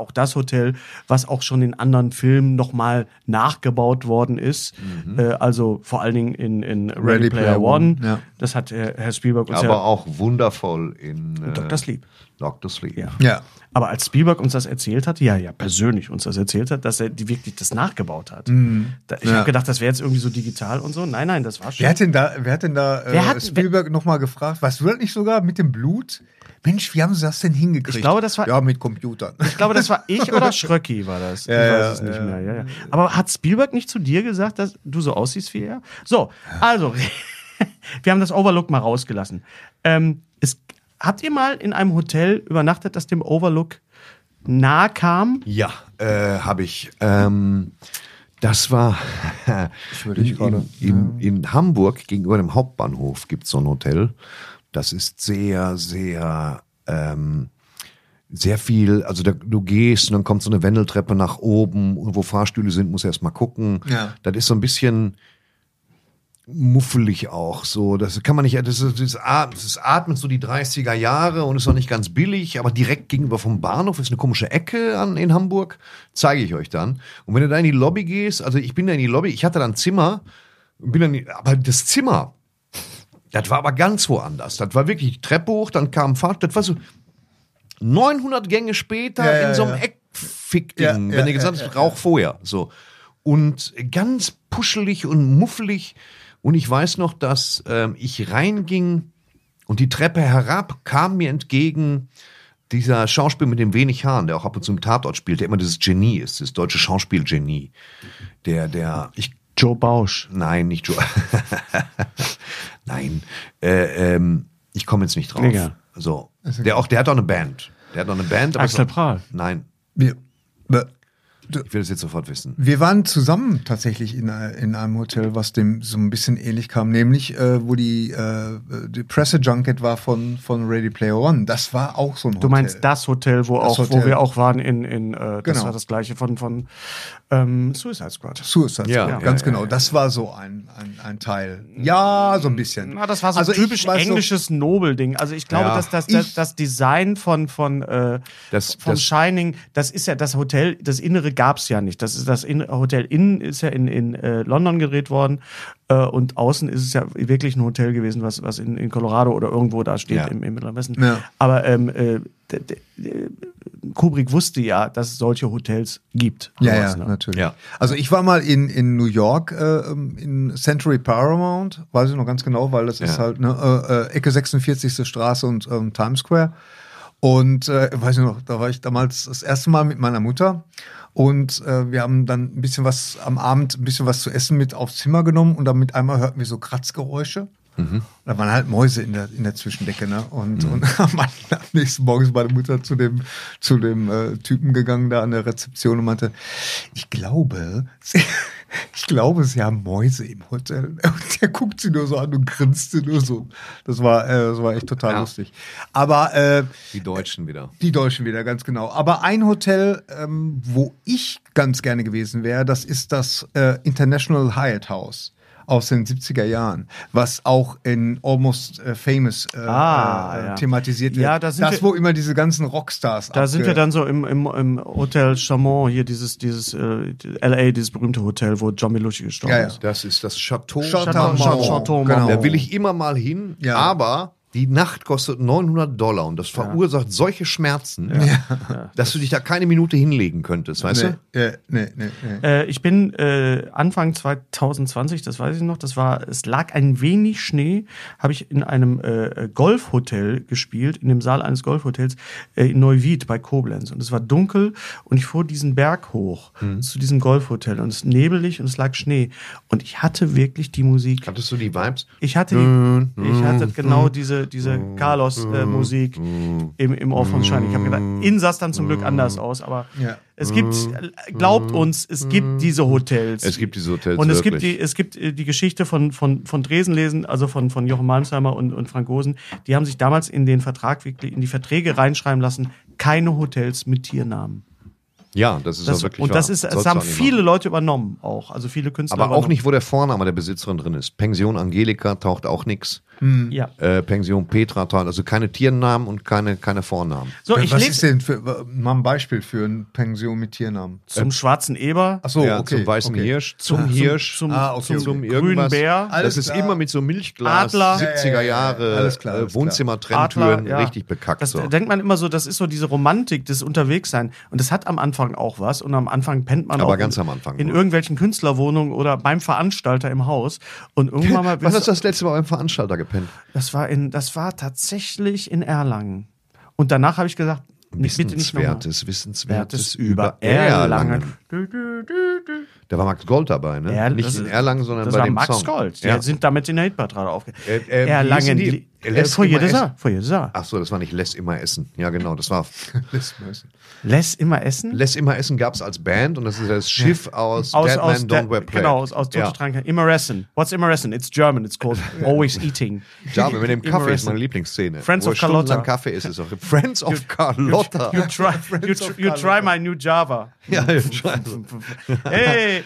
[SPEAKER 4] auch das Hotel, was auch schon in anderen Filmen nochmal nachgebaut worden ist. Mhm. Äh, also vor allen Dingen in, in Ready, Ready Player, Player One. One. Ja. Das hat äh, Herr Spielberg uns
[SPEAKER 3] Aber
[SPEAKER 4] ja
[SPEAKER 3] auch wundervoll in äh,
[SPEAKER 4] Doktor Sleep.
[SPEAKER 3] Doktor Sleep.
[SPEAKER 4] Ja.
[SPEAKER 6] ja.
[SPEAKER 4] Aber als Spielberg uns das erzählt hat, ja, ja, persönlich uns das erzählt hat, dass er die wirklich das nachgebaut hat. Mhm. Da, ich ja. habe gedacht, das wäre jetzt irgendwie so digital und so. Nein, nein, das war schon.
[SPEAKER 6] Wer hat denn da, wer hat denn da äh, wer hat, Spielberg nochmal gefragt? Weißt du das nicht sogar mit dem Blut? Mensch, wie haben sie das denn hingekriegt?
[SPEAKER 4] Ich glaube, das war.
[SPEAKER 6] Ja, mit Computern.
[SPEAKER 4] Ich glaube, das war ich oder Schröcki war das.
[SPEAKER 6] Ja,
[SPEAKER 4] ich weiß
[SPEAKER 6] ja,
[SPEAKER 4] es nicht
[SPEAKER 6] ja.
[SPEAKER 4] mehr. Ja, ja. Aber hat Spielberg nicht zu dir gesagt, dass du so aussiehst wie er? So, also, wir haben das Overlook mal rausgelassen. Ähm, es, habt ihr mal in einem Hotel übernachtet, das dem Overlook nahe kam?
[SPEAKER 3] Ja, äh, habe ich. Ähm, das war
[SPEAKER 6] ich würde in,
[SPEAKER 3] in, in, in Hamburg gegenüber dem Hauptbahnhof gibt es so ein Hotel. Das ist sehr, sehr, ähm, sehr viel, also da, du gehst und dann kommt so eine Wendeltreppe nach oben und wo Fahrstühle sind, musst du erst mal gucken.
[SPEAKER 6] Ja.
[SPEAKER 3] Das ist so ein bisschen muffelig auch so. Das kann man nicht, das ist, das ist, das ist atmet so die dreißiger Jahre und ist noch nicht ganz billig, aber direkt gegenüber vom Bahnhof ist eine komische Ecke an, in Hamburg. Zeige ich euch dann. Und wenn du da in die Lobby gehst, also ich bin da in die Lobby, ich hatte dann ein Zimmer, bin dann, aber das Zimmer, das war aber ganz woanders. Das war wirklich die Treppe hoch, dann kam Fahrt, das war so neunhundert Gänge später
[SPEAKER 6] ja, ja,
[SPEAKER 3] in so einem
[SPEAKER 6] ja.
[SPEAKER 3] Eckfick-Ding.
[SPEAKER 6] Ja,
[SPEAKER 3] Wenn
[SPEAKER 6] ja,
[SPEAKER 3] ihr gesagt
[SPEAKER 6] ja,
[SPEAKER 3] habt,
[SPEAKER 6] ja,
[SPEAKER 3] Rauch
[SPEAKER 6] ja.
[SPEAKER 3] vorher. So. Und ganz puschelig und muffelig. Und ich weiß noch, dass ähm, ich reinging und die Treppe herab kam mir entgegen dieser Schauspieler mit dem wenig Haaren, der auch ab und zu im Tatort spielt, der immer dieses Genie ist, das deutsche Schauspielgenie. Der, der, ich
[SPEAKER 4] Joe Bausch.
[SPEAKER 3] Nein, nicht Joe. Nein, äh, ähm, ich komme jetzt nicht drauf.
[SPEAKER 4] Egal.
[SPEAKER 3] So, der auch, der hat auch eine Band. Der hat auch eine Band. aber
[SPEAKER 4] Axel
[SPEAKER 3] so-
[SPEAKER 4] Prahl.
[SPEAKER 3] Nein,
[SPEAKER 6] Wir, wir,
[SPEAKER 3] ich will das jetzt sofort wissen.
[SPEAKER 6] wir waren zusammen tatsächlich in, äh, in einem Hotel, was dem so ein bisschen ähnlich kam, nämlich äh, wo die, äh, die Presse-Junket war von, von Ready Player One. Das war auch so ein Hotel.
[SPEAKER 4] Du meinst das Hotel, wo,
[SPEAKER 6] Das
[SPEAKER 4] auch,
[SPEAKER 6] Hotel.
[SPEAKER 4] wo wir auch waren in, in äh, das
[SPEAKER 6] Genau.
[SPEAKER 4] war das gleiche von, von ähm, Suicide Squad.
[SPEAKER 6] Suicide
[SPEAKER 3] Ja,
[SPEAKER 6] Squad,
[SPEAKER 3] ja,
[SPEAKER 6] ganz
[SPEAKER 3] ja,
[SPEAKER 6] genau.
[SPEAKER 3] ja.
[SPEAKER 6] Das war so ein, ein, ein Teil. Ja, so ein bisschen.
[SPEAKER 4] Na, das war so
[SPEAKER 6] Also
[SPEAKER 4] ein
[SPEAKER 6] ich
[SPEAKER 4] typisch
[SPEAKER 6] weiß so-
[SPEAKER 4] englisches Nobel-Ding. Also ich glaube,
[SPEAKER 3] Ja.
[SPEAKER 4] dass das, das,
[SPEAKER 6] Ich-
[SPEAKER 4] das Design von, von, äh,
[SPEAKER 3] Das-
[SPEAKER 4] von
[SPEAKER 3] das-
[SPEAKER 4] Shining, das ist ja das Hotel, das Innere gab's ja nicht. Das ist das In Hotel Innen ist ja in, in äh, London gedreht worden äh, und außen ist es ja wirklich ein Hotel gewesen, was, was in, in Colorado oder irgendwo da steht
[SPEAKER 3] Ja.
[SPEAKER 4] im, im Mittleren Westen.
[SPEAKER 6] Ja.
[SPEAKER 4] Aber ähm, äh, d- d- d- Kubrick wusste ja, dass es solche Hotels gibt.
[SPEAKER 6] Ja,
[SPEAKER 4] Sowas,
[SPEAKER 6] ja,
[SPEAKER 4] ne?
[SPEAKER 6] natürlich.
[SPEAKER 3] Ja.
[SPEAKER 6] Also ich war mal in, in New York äh, in Century Paramount, weiß ich noch ganz genau, weil das ist
[SPEAKER 3] Ja.
[SPEAKER 6] halt ne, äh, äh, Ecke sechsundvierzigste Straße und ähm, Times Square. Und äh, weiß ich noch, da war ich damals das erste Mal mit meiner Mutter und äh, wir haben dann ein bisschen was am Abend, ein bisschen was zu essen mit aufs Zimmer genommen und dann mit einmal hörten wir so Kratzgeräusche.
[SPEAKER 3] Mhm.
[SPEAKER 6] Da waren halt Mäuse in der, in der Zwischendecke, ne? Und, und am nächsten Morgen ist meine Mutter zu dem, zu dem äh, Typen gegangen da an der Rezeption und meinte, ich glaube, sie, ich glaube, sie haben Mäuse im Hotel. Und der guckt sie nur so an und grinste nur so. Das war, äh, das war echt total
[SPEAKER 3] Ja.
[SPEAKER 6] lustig. Aber äh,
[SPEAKER 3] Die Deutschen wieder.
[SPEAKER 6] die Deutschen wieder, ganz genau. Aber ein Hotel, ähm, wo ich ganz gerne gewesen wäre, das ist das äh, International Hyatt House aus den siebziger Jahren, was auch in Almost äh, Famous äh,
[SPEAKER 4] Ah,
[SPEAKER 6] äh,
[SPEAKER 4] ja.
[SPEAKER 6] thematisiert wird.
[SPEAKER 4] Ja, da sind
[SPEAKER 6] das,
[SPEAKER 4] wir-
[SPEAKER 6] wo immer diese ganzen Rockstars
[SPEAKER 4] Da sind
[SPEAKER 6] abge-
[SPEAKER 4] wir dann so im, im, im Hotel Chamon, hier dieses, dieses äh, L A, dieses berühmte Hotel, wo John Belushi gestorben
[SPEAKER 6] Ja, ja.
[SPEAKER 4] ist.
[SPEAKER 3] Das ist das Chateau.
[SPEAKER 6] Chateau
[SPEAKER 4] Chateau-
[SPEAKER 6] Marmont.
[SPEAKER 4] Chateau
[SPEAKER 6] Genau.
[SPEAKER 3] Da will ich immer mal hin,
[SPEAKER 6] Ja.
[SPEAKER 3] aber die Nacht kostet neunhundert Dollar und das verursacht solche Schmerzen, dass du dich da keine Minute hinlegen könntest, weißt
[SPEAKER 6] Nee,
[SPEAKER 3] du?
[SPEAKER 6] äh, nee, nee, nee.
[SPEAKER 4] Äh, ich bin äh, Anfang zwanzig zwanzig, das weiß ich noch, das war, es lag ein wenig Schnee, habe ich in einem äh, Golfhotel gespielt, in dem Saal eines Golfhotels äh, in Neuwied bei Koblenz. Und es war dunkel und ich fuhr diesen Berg hoch zu diesem Golfhotel und es ist nebelig und es lag Schnee. Und ich hatte wirklich die Musik.
[SPEAKER 3] Hattest du die Vibes?
[SPEAKER 4] Ich hatte, die, ich hatte genau diese, diese Carlos-Musik im, im Ohr von Shining. Ich habe gedacht, in sah es dann zum Glück anders aus, aber
[SPEAKER 6] Ja.
[SPEAKER 4] es gibt, glaubt uns, es gibt diese Hotels.
[SPEAKER 3] Es gibt diese Hotels
[SPEAKER 4] Und es gibt
[SPEAKER 3] wirklich.
[SPEAKER 4] die, es gibt äh, die Geschichte von, von, von Dresenlesen, also von, von Jochen Malmsheimer und, und Frank Gosen. Die haben sich damals in den Vertrag, wirklich in die Verträge reinschreiben lassen, keine Hotels mit Tiernamen.
[SPEAKER 3] Ja, das ist
[SPEAKER 4] Das,
[SPEAKER 3] auch wirklich
[SPEAKER 4] und
[SPEAKER 3] wahr.
[SPEAKER 4] das ist,
[SPEAKER 3] Sollst
[SPEAKER 4] es
[SPEAKER 3] du
[SPEAKER 4] haben
[SPEAKER 3] auch nicht
[SPEAKER 4] viele
[SPEAKER 3] machen.
[SPEAKER 4] Leute übernommen auch, also viele Künstler.
[SPEAKER 3] Aber auch
[SPEAKER 4] übernommen.
[SPEAKER 3] nicht, wo der Vorname der Besitzerin drin ist. Pension Angelika taucht auch nix.
[SPEAKER 4] Ja.
[SPEAKER 3] Äh, Pension Petra, also keine Tiernamen und keine, keine Vornamen.
[SPEAKER 4] So, ich
[SPEAKER 6] Was
[SPEAKER 4] lese
[SPEAKER 6] ist denn für, mal ein Beispiel für eine Pension mit Tiernamen?
[SPEAKER 4] zum schwarzen Eber,
[SPEAKER 6] Ach so,
[SPEAKER 3] ja,
[SPEAKER 6] okay.
[SPEAKER 3] zum weißen
[SPEAKER 6] okay.
[SPEAKER 3] Hirsch, zum
[SPEAKER 4] zum-
[SPEAKER 3] Hirsch,
[SPEAKER 4] zum-
[SPEAKER 6] Ah, okay,
[SPEAKER 3] zum,
[SPEAKER 6] okay.
[SPEAKER 3] zum
[SPEAKER 4] grünen
[SPEAKER 3] irgendwas.
[SPEAKER 4] Bär.
[SPEAKER 6] Alles
[SPEAKER 3] Das ist
[SPEAKER 6] klar.
[SPEAKER 3] immer mit so Milchglas,
[SPEAKER 4] Adler.
[SPEAKER 3] siebziger Jahre,
[SPEAKER 6] Alles klar, alles
[SPEAKER 3] äh,
[SPEAKER 6] klar.
[SPEAKER 3] Wohnzimmertrenntüren,
[SPEAKER 4] Adler, ja.
[SPEAKER 3] richtig bekackt.
[SPEAKER 4] Das
[SPEAKER 3] so.
[SPEAKER 4] denkt man immer so, das ist so diese Romantik des Unterwegssein. Und das hat am Anfang auch was. Und am Anfang pennt man
[SPEAKER 3] Aber
[SPEAKER 4] auch
[SPEAKER 3] ganz
[SPEAKER 4] in,
[SPEAKER 3] am Anfang
[SPEAKER 4] in
[SPEAKER 3] nur.
[SPEAKER 4] irgendwelchen Künstlerwohnungen oder beim Veranstalter im Haus. Und irgendwann mal.
[SPEAKER 3] Wann hast du das letzte Mal beim Veranstalter gepennt?
[SPEAKER 4] Das war in, das war tatsächlich in Erlangen. Und danach habe ich gesagt, nicht, bitte nicht nochmal.
[SPEAKER 3] Wissenswertes, Wissenswertes
[SPEAKER 4] Wertes
[SPEAKER 3] über
[SPEAKER 4] über
[SPEAKER 3] Erlangen.
[SPEAKER 4] Erlangen. Du, du, du, du.
[SPEAKER 3] Da war Max Gold dabei, ne?
[SPEAKER 4] Er-
[SPEAKER 3] Nicht
[SPEAKER 4] das
[SPEAKER 3] in
[SPEAKER 4] ist-
[SPEAKER 3] Erlangen, sondern
[SPEAKER 4] Das
[SPEAKER 3] bei
[SPEAKER 4] war
[SPEAKER 3] dem
[SPEAKER 4] Max
[SPEAKER 3] Song.
[SPEAKER 4] Gold. Die
[SPEAKER 3] Ja.
[SPEAKER 4] sind damit in der Hitparade aufge...
[SPEAKER 3] Äh, äh, wie
[SPEAKER 4] Erlangen.
[SPEAKER 3] hießen die?
[SPEAKER 4] li-
[SPEAKER 3] Er
[SPEAKER 4] Äh,
[SPEAKER 3] lässt
[SPEAKER 4] vor
[SPEAKER 3] immer
[SPEAKER 4] jeder
[SPEAKER 3] essen.
[SPEAKER 4] Saar. Vor jeder Saar.
[SPEAKER 3] Ach so, das war nicht Lässt immer essen. Ja, genau, das war
[SPEAKER 4] Lässt immer essen?
[SPEAKER 3] Lässt immer essen gab es als Band und das ist das Schiff aus,
[SPEAKER 4] aus,
[SPEAKER 3] Dead
[SPEAKER 4] aus
[SPEAKER 3] Man
[SPEAKER 4] der-
[SPEAKER 3] Don't Wear Plaid.
[SPEAKER 4] Genau, aus, aus
[SPEAKER 3] ja.
[SPEAKER 4] Tote Trank. Immeressen. What's Immeressen? It's German. It's called Always Eating.
[SPEAKER 3] Java mit dem Kaffee ist
[SPEAKER 4] Immeressen.
[SPEAKER 3] meine Lieblingsszene.
[SPEAKER 4] Friends
[SPEAKER 3] Wo
[SPEAKER 4] of
[SPEAKER 3] er stundenlang
[SPEAKER 4] Carlotta.
[SPEAKER 3] Kaffee ist es auch. Friends of Carlotta.
[SPEAKER 4] You try, you, tr- you try my new Java.
[SPEAKER 3] ja,
[SPEAKER 4] Hey,